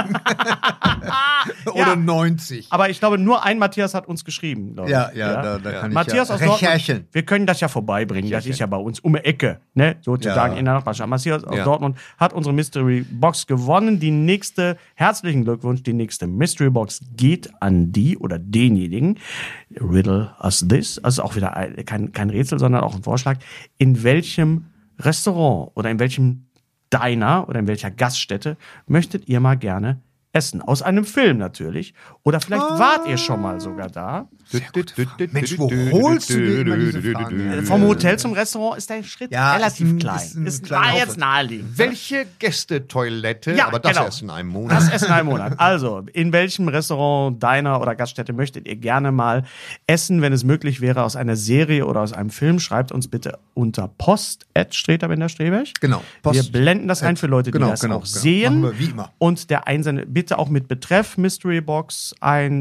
[SPEAKER 6] Oder
[SPEAKER 4] Ja.
[SPEAKER 6] neunzig.
[SPEAKER 4] Aber ich glaube, nur ein Matthias hat uns geschrieben. glaube ich.
[SPEAKER 6] Ja, ja, da, da kann
[SPEAKER 4] Matthias
[SPEAKER 6] ich
[SPEAKER 4] aus
[SPEAKER 6] ja
[SPEAKER 4] Dortmund,
[SPEAKER 6] recherchen.
[SPEAKER 4] wir können das ja vorbeibringen. Das ist ja bei uns um die Ecke, ne? sozusagen
[SPEAKER 6] Ja.
[SPEAKER 4] in der Nachbarschaft. Matthias aus
[SPEAKER 3] Ja.
[SPEAKER 4] Dortmund hat unsere Mystery Box gewonnen. Die nächste, herzlichen Glückwunsch, die nächste Mystery Box geht an die oder denjenigen. Riddle us this, also auch wieder ein, kein, kein Rätsel, sondern auch ein Vorschlag. In welchem Restaurant oder in welchem Diner oder in welcher Gaststätte möchtet ihr mal gerne essen? Aus einem Film natürlich. Oder vielleicht wart ihr schon mal sogar da.
[SPEAKER 6] Mensch, wo holst du dir immer diese Fragen her?
[SPEAKER 4] Vom Hotel zum Restaurant ist der Schritt
[SPEAKER 6] Ja,
[SPEAKER 4] relativ
[SPEAKER 6] ist ein-
[SPEAKER 4] klein.
[SPEAKER 6] ist ein
[SPEAKER 4] Ist,
[SPEAKER 6] kleiner
[SPEAKER 4] war jetzt
[SPEAKER 6] Aufwand.
[SPEAKER 4] naheliegend.
[SPEAKER 3] Welche Gästetoilette?
[SPEAKER 4] Ja,
[SPEAKER 3] aber das
[SPEAKER 4] genau.
[SPEAKER 3] erst in einem Monat.
[SPEAKER 4] Das Essen in einem Monat. Also, in welchem Restaurant, Diner oder Gaststätte möchtet ihr gerne mal essen, wenn es möglich wäre, aus einer Serie oder aus einem Film? Schreibt uns bitte unter post at streterbender-streberg.
[SPEAKER 6] Genau.
[SPEAKER 4] Wir
[SPEAKER 6] Post-
[SPEAKER 4] blenden das ein für Leute, die
[SPEAKER 6] Genau,
[SPEAKER 4] das
[SPEAKER 6] genau,
[SPEAKER 4] auch
[SPEAKER 6] genau.
[SPEAKER 4] sehen.
[SPEAKER 6] Machen wir wie immer.
[SPEAKER 4] Und der Einsende bitte auch mit Betreff Mystery Box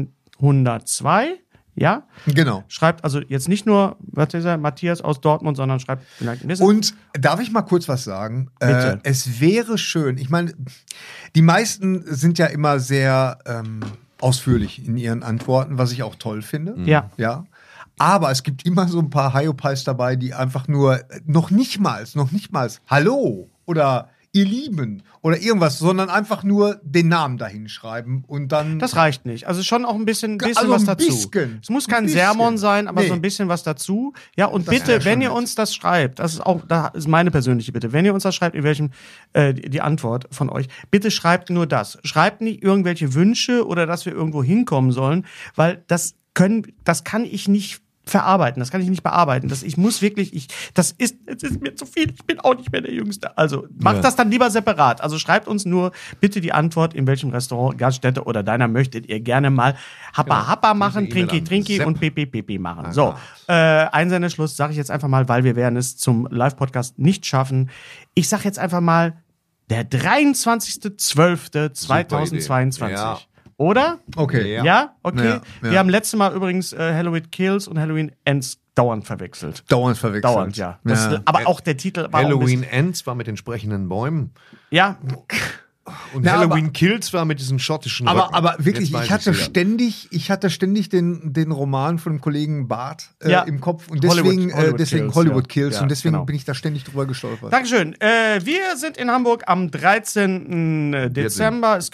[SPEAKER 4] hundertzwei. Ja?
[SPEAKER 6] Genau.
[SPEAKER 4] Schreibt also jetzt nicht nur, was ist er, Matthias aus Dortmund, sondern schreibt vielleicht ein bisschen.
[SPEAKER 6] Und darf ich mal kurz was sagen?
[SPEAKER 4] Bitte.
[SPEAKER 6] Äh, es wäre schön, ich meine, die meisten sind ja immer sehr ähm, ausführlich in ihren Antworten, was ich auch toll finde.
[SPEAKER 4] Ja.
[SPEAKER 6] Ja. Aber es gibt immer so ein paar Hyopies dabei, die einfach nur äh, noch nicht mal, noch nicht mal Hallo oder ihr Lieben oder irgendwas, sondern einfach nur den Namen dahin schreiben und dann.
[SPEAKER 4] Das reicht nicht. Also schon auch ein bisschen, bisschen
[SPEAKER 6] Also
[SPEAKER 4] was
[SPEAKER 6] ein
[SPEAKER 4] dazu.
[SPEAKER 6] bisschen.
[SPEAKER 4] Es muss kein
[SPEAKER 6] Ein bisschen.
[SPEAKER 4] Sermon sein, aber
[SPEAKER 6] Nee.
[SPEAKER 4] so ein bisschen was dazu. Ja, und
[SPEAKER 6] Das
[SPEAKER 4] bitte,
[SPEAKER 6] wär schon
[SPEAKER 4] wenn ihr
[SPEAKER 6] nett.
[SPEAKER 4] uns das schreibt, das ist auch, da ist meine persönliche Bitte, wenn ihr uns das schreibt, in welchem, äh, die die Antwort von euch, bitte schreibt nur das. Schreibt nicht irgendwelche Wünsche oder dass wir irgendwo hinkommen sollen, weil das können, das kann ich nicht verarbeiten, das kann ich nicht bearbeiten. Das, ich muss wirklich, ich, das ist, es ist mir zu viel, ich bin auch nicht mehr der Jüngste. Also macht
[SPEAKER 3] Ja.
[SPEAKER 4] das dann lieber separat. Also schreibt uns nur bitte die Antwort, in welchem Restaurant, Gaststätte oder Diner möchtet ihr gerne mal Happa Happa machen,
[SPEAKER 3] Diese E-Mail
[SPEAKER 4] Trinki
[SPEAKER 3] an
[SPEAKER 4] Trinki
[SPEAKER 3] Sepp.
[SPEAKER 4] und Pipi Pipi machen. So, äh, Einsendeschluss sage ich jetzt einfach mal, weil wir werden es zum Live-Podcast nicht schaffen. Ich sage jetzt einfach mal, der dreiundzwanzigster zwölfter zweitausendzweiundzwanzig.
[SPEAKER 3] Ja.
[SPEAKER 4] Oder?
[SPEAKER 6] Okay.
[SPEAKER 3] Ja.
[SPEAKER 4] Ja, okay.
[SPEAKER 6] Ja, ja.
[SPEAKER 4] Wir haben letztes Mal übrigens äh, Halloween Kills und Halloween Ends dauernd verwechselt.
[SPEAKER 6] Dauernd verwechselt.
[SPEAKER 4] Dauernd, ja. Das,
[SPEAKER 6] ja.
[SPEAKER 4] Aber auch der Titel war auch ein
[SPEAKER 3] Halloween
[SPEAKER 4] bisschen-
[SPEAKER 3] Ends war mit den sprechenden Bäumen.
[SPEAKER 4] Ja,
[SPEAKER 3] Und
[SPEAKER 6] Na,
[SPEAKER 3] Halloween
[SPEAKER 6] aber-
[SPEAKER 3] Kills war mit diesen schottischen
[SPEAKER 6] Aber,
[SPEAKER 3] Röcken.
[SPEAKER 6] aber wirklich,
[SPEAKER 3] Jetzt weiß
[SPEAKER 6] ich hatte
[SPEAKER 3] ich's wieder.
[SPEAKER 6] ständig, ich hatte ständig den, den Roman von dem Kollegen Barth äh,
[SPEAKER 4] Ja.
[SPEAKER 6] im Kopf und
[SPEAKER 4] Hollywood-
[SPEAKER 6] deswegen
[SPEAKER 4] Hollywood
[SPEAKER 6] äh, deswegen
[SPEAKER 4] Kills,
[SPEAKER 6] Hollywood
[SPEAKER 4] ja.
[SPEAKER 6] Kills
[SPEAKER 4] Ja,
[SPEAKER 6] und deswegen
[SPEAKER 4] genau.
[SPEAKER 6] bin ich da ständig drüber gestolpert.
[SPEAKER 4] Dankeschön. Äh, wir sind in Hamburg am dreizehnten Dezember. Es gibt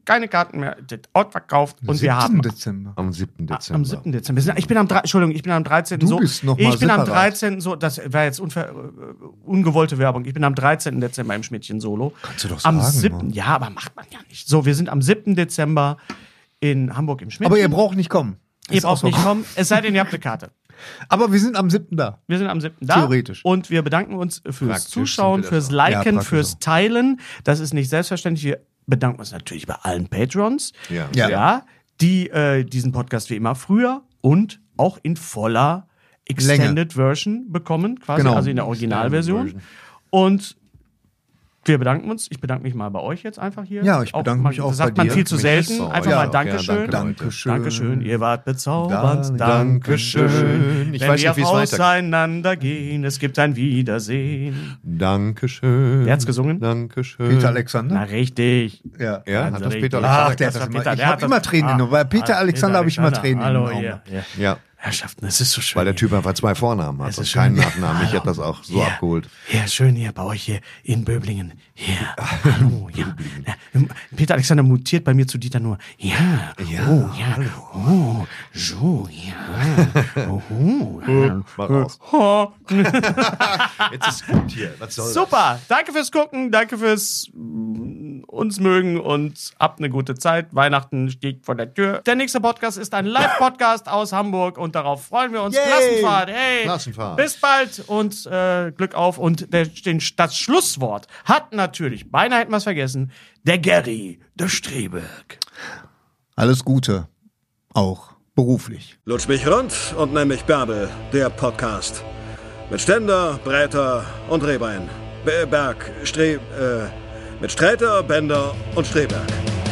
[SPEAKER 4] keine Karten mehr, das ausverkauft und wir haben
[SPEAKER 6] Dezember.
[SPEAKER 3] Am siebten Dezember.
[SPEAKER 4] am siebten Dezember. Wir sind- Ich bin am, drei- Entschuldigung, ich bin am dreizehnten
[SPEAKER 6] Du
[SPEAKER 4] so.
[SPEAKER 6] bist noch mal
[SPEAKER 4] ich bin am
[SPEAKER 6] separat.
[SPEAKER 4] dreizehnten so, das wäre jetzt unver, äh, ungewollte Werbung. Ich bin am dreizehnten Dezember im Schmidtchen Solo.
[SPEAKER 6] Kannst du doch
[SPEAKER 4] am
[SPEAKER 6] sagen,
[SPEAKER 4] siebten
[SPEAKER 6] Mann.
[SPEAKER 4] Ja, aber macht man ja nicht. So, wir sind am siebten Dezember in Hamburg im Schmidtchen.
[SPEAKER 6] Aber ihr braucht nicht kommen.
[SPEAKER 4] Ihr
[SPEAKER 6] Ist auch
[SPEAKER 4] braucht
[SPEAKER 6] so.
[SPEAKER 4] nicht kommen, es sei denn, ihr habt eine Karte.
[SPEAKER 6] Aber wir sind am siebten da.
[SPEAKER 4] Wir sind am siebten da.
[SPEAKER 6] Theoretisch.
[SPEAKER 4] Und wir bedanken uns fürs
[SPEAKER 3] Praktisch
[SPEAKER 4] Zuschauen,
[SPEAKER 3] sind wir das
[SPEAKER 4] fürs
[SPEAKER 3] auch.
[SPEAKER 4] Liken,
[SPEAKER 6] Ja, praktisch
[SPEAKER 4] fürs
[SPEAKER 6] auch.
[SPEAKER 4] Teilen. Das ist nicht selbstverständlich. Wir bedanken uns natürlich bei allen Patrons.
[SPEAKER 3] Ja.
[SPEAKER 6] Ja.
[SPEAKER 4] Ja, die äh, diesen Podcast wie immer früher und auch in voller Extended Version bekommen, quasi,
[SPEAKER 6] Genau.
[SPEAKER 4] also in der Originalversion.
[SPEAKER 3] Extended
[SPEAKER 4] Und wir bedanken uns. Ich bedanke mich mal bei euch jetzt einfach hier.
[SPEAKER 6] Ja, ich bedanke
[SPEAKER 4] man,
[SPEAKER 6] mich auch
[SPEAKER 4] das sagt
[SPEAKER 6] bei
[SPEAKER 4] man
[SPEAKER 6] dir.
[SPEAKER 4] viel zu
[SPEAKER 3] Mich
[SPEAKER 4] selten.
[SPEAKER 3] auch.
[SPEAKER 4] Einfach
[SPEAKER 3] Ja,
[SPEAKER 4] mal
[SPEAKER 3] auch.
[SPEAKER 4] Dankeschön.
[SPEAKER 3] Ja, danke, Leute.
[SPEAKER 6] Dankeschön.
[SPEAKER 4] Dankeschön, ihr wart bezaubernd.
[SPEAKER 6] Danke.
[SPEAKER 4] Dankeschön.
[SPEAKER 3] Ich
[SPEAKER 4] Wenn
[SPEAKER 3] weiß
[SPEAKER 4] wir
[SPEAKER 3] nicht, wie es weitergeht.
[SPEAKER 4] auseinandergehen, es gibt ein Wiedersehen.
[SPEAKER 3] Dankeschön.
[SPEAKER 4] Wer hat's gesungen?
[SPEAKER 3] Dankeschön.
[SPEAKER 6] Peter
[SPEAKER 4] Na,
[SPEAKER 6] Alexander?
[SPEAKER 4] richtig.
[SPEAKER 6] Ja.
[SPEAKER 3] Ja, hat
[SPEAKER 4] Also
[SPEAKER 3] das Peter
[SPEAKER 4] richtig.
[SPEAKER 3] Alexander
[SPEAKER 6] Ach, der hat
[SPEAKER 4] Das
[SPEAKER 6] das
[SPEAKER 4] war
[SPEAKER 6] immer.
[SPEAKER 4] Peter,
[SPEAKER 6] Ich
[SPEAKER 4] der
[SPEAKER 6] habe
[SPEAKER 4] hat
[SPEAKER 6] immer
[SPEAKER 4] das-
[SPEAKER 6] Tränen in den Augen. Bei Peter
[SPEAKER 4] Ah,
[SPEAKER 6] Alexander habe ich immer
[SPEAKER 4] Alexander.
[SPEAKER 6] Tränen in
[SPEAKER 4] Hallo,
[SPEAKER 6] den Augen.
[SPEAKER 4] ja, ja.
[SPEAKER 3] Ja,
[SPEAKER 4] Herrschaften, es ist so schön.
[SPEAKER 3] weil der
[SPEAKER 4] hier.
[SPEAKER 3] Typ einfach zwei Vornamen hat
[SPEAKER 4] Es
[SPEAKER 3] und
[SPEAKER 4] ist
[SPEAKER 3] keinen
[SPEAKER 4] schön.
[SPEAKER 3] Nachnamen. Ich hätte das auch so
[SPEAKER 4] Ja.
[SPEAKER 3] abgeholt.
[SPEAKER 4] Ja, schön hier bei euch hier in Böblingen. Ja, hallo, ja. Ja, Peter Alexander mutiert bei mir zu Dieter nur. Ja, oh, ja, oh, so, ja. Oh, oh, ja.
[SPEAKER 3] Mal raus.
[SPEAKER 4] Oh.
[SPEAKER 3] Jetzt ist gut hier. Was soll
[SPEAKER 4] Super, danke fürs Gucken, danke fürs mm, uns mögen und habt eine gute Zeit. Weihnachten steht vor der Tür. Der nächste Podcast ist ein Live-Podcast aus Hamburg und darauf freuen wir uns.
[SPEAKER 6] Yay!
[SPEAKER 4] Klassenfahrt, hey,
[SPEAKER 3] Klassenfahrt.
[SPEAKER 4] bis bald und äh, Glück auf. Und der, den, das Schlusswort hat natürlich, beinahe hätten wir es vergessen, der Gary de Streberg.
[SPEAKER 6] Alles Gute. Auch beruflich.
[SPEAKER 5] Lutsch mich rund und nenn mich Bärbel, der Podcast. Mit Ständer, Breiter und Rehbein. Be- Berg, Stre... Äh, mit Sträter, Bender und Streberg.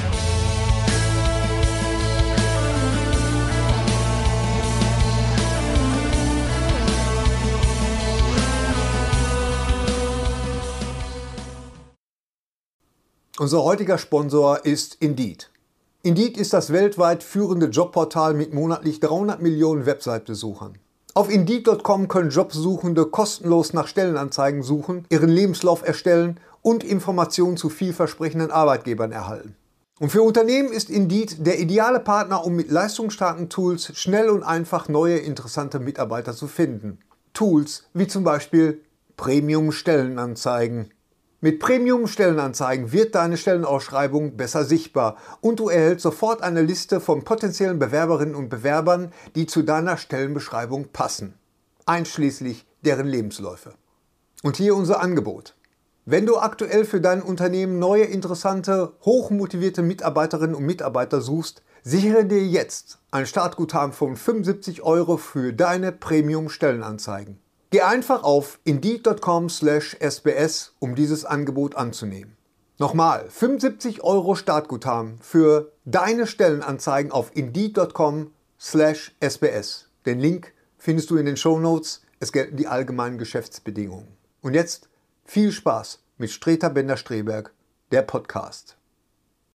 [SPEAKER 1] Unser heutiger Sponsor ist Indeed. Indeed ist das weltweit führende Jobportal mit monatlich dreihundert Millionen Website-Besuchern. Auf Indeed Punkt com können Jobsuchende kostenlos nach Stellenanzeigen suchen, ihren Lebenslauf erstellen und Informationen zu vielversprechenden Arbeitgebern erhalten. Und für Unternehmen ist Indeed der ideale Partner, um mit leistungsstarken Tools schnell und einfach neue interessante Mitarbeiter zu finden. Tools wie zum Beispiel Premium-Stellenanzeigen. Mit Premium-Stellenanzeigen wird deine Stellenausschreibung besser sichtbar und du erhältst sofort eine Liste von potenziellen Bewerberinnen und Bewerbern, die zu deiner Stellenbeschreibung passen, einschließlich deren Lebensläufe. Und hier unser Angebot. Wenn du aktuell für dein Unternehmen neue, interessante, hochmotivierte Mitarbeiterinnen und Mitarbeiter suchst, sichere dir jetzt ein Startguthaben von fünfundsiebzig Euro für deine Premium-Stellenanzeigen. Geh einfach auf Indeed Punkt com slash S B S, um dieses Angebot anzunehmen. Nochmal, fünfundsiebzig Euro Startguthaben für deine Stellenanzeigen auf Indeed Punkt com slash S B S. Den Link findest du in den Shownotes. Es gelten die allgemeinen Geschäftsbedingungen. Und jetzt viel Spaß mit Streter Bender Streberg, der Podcast.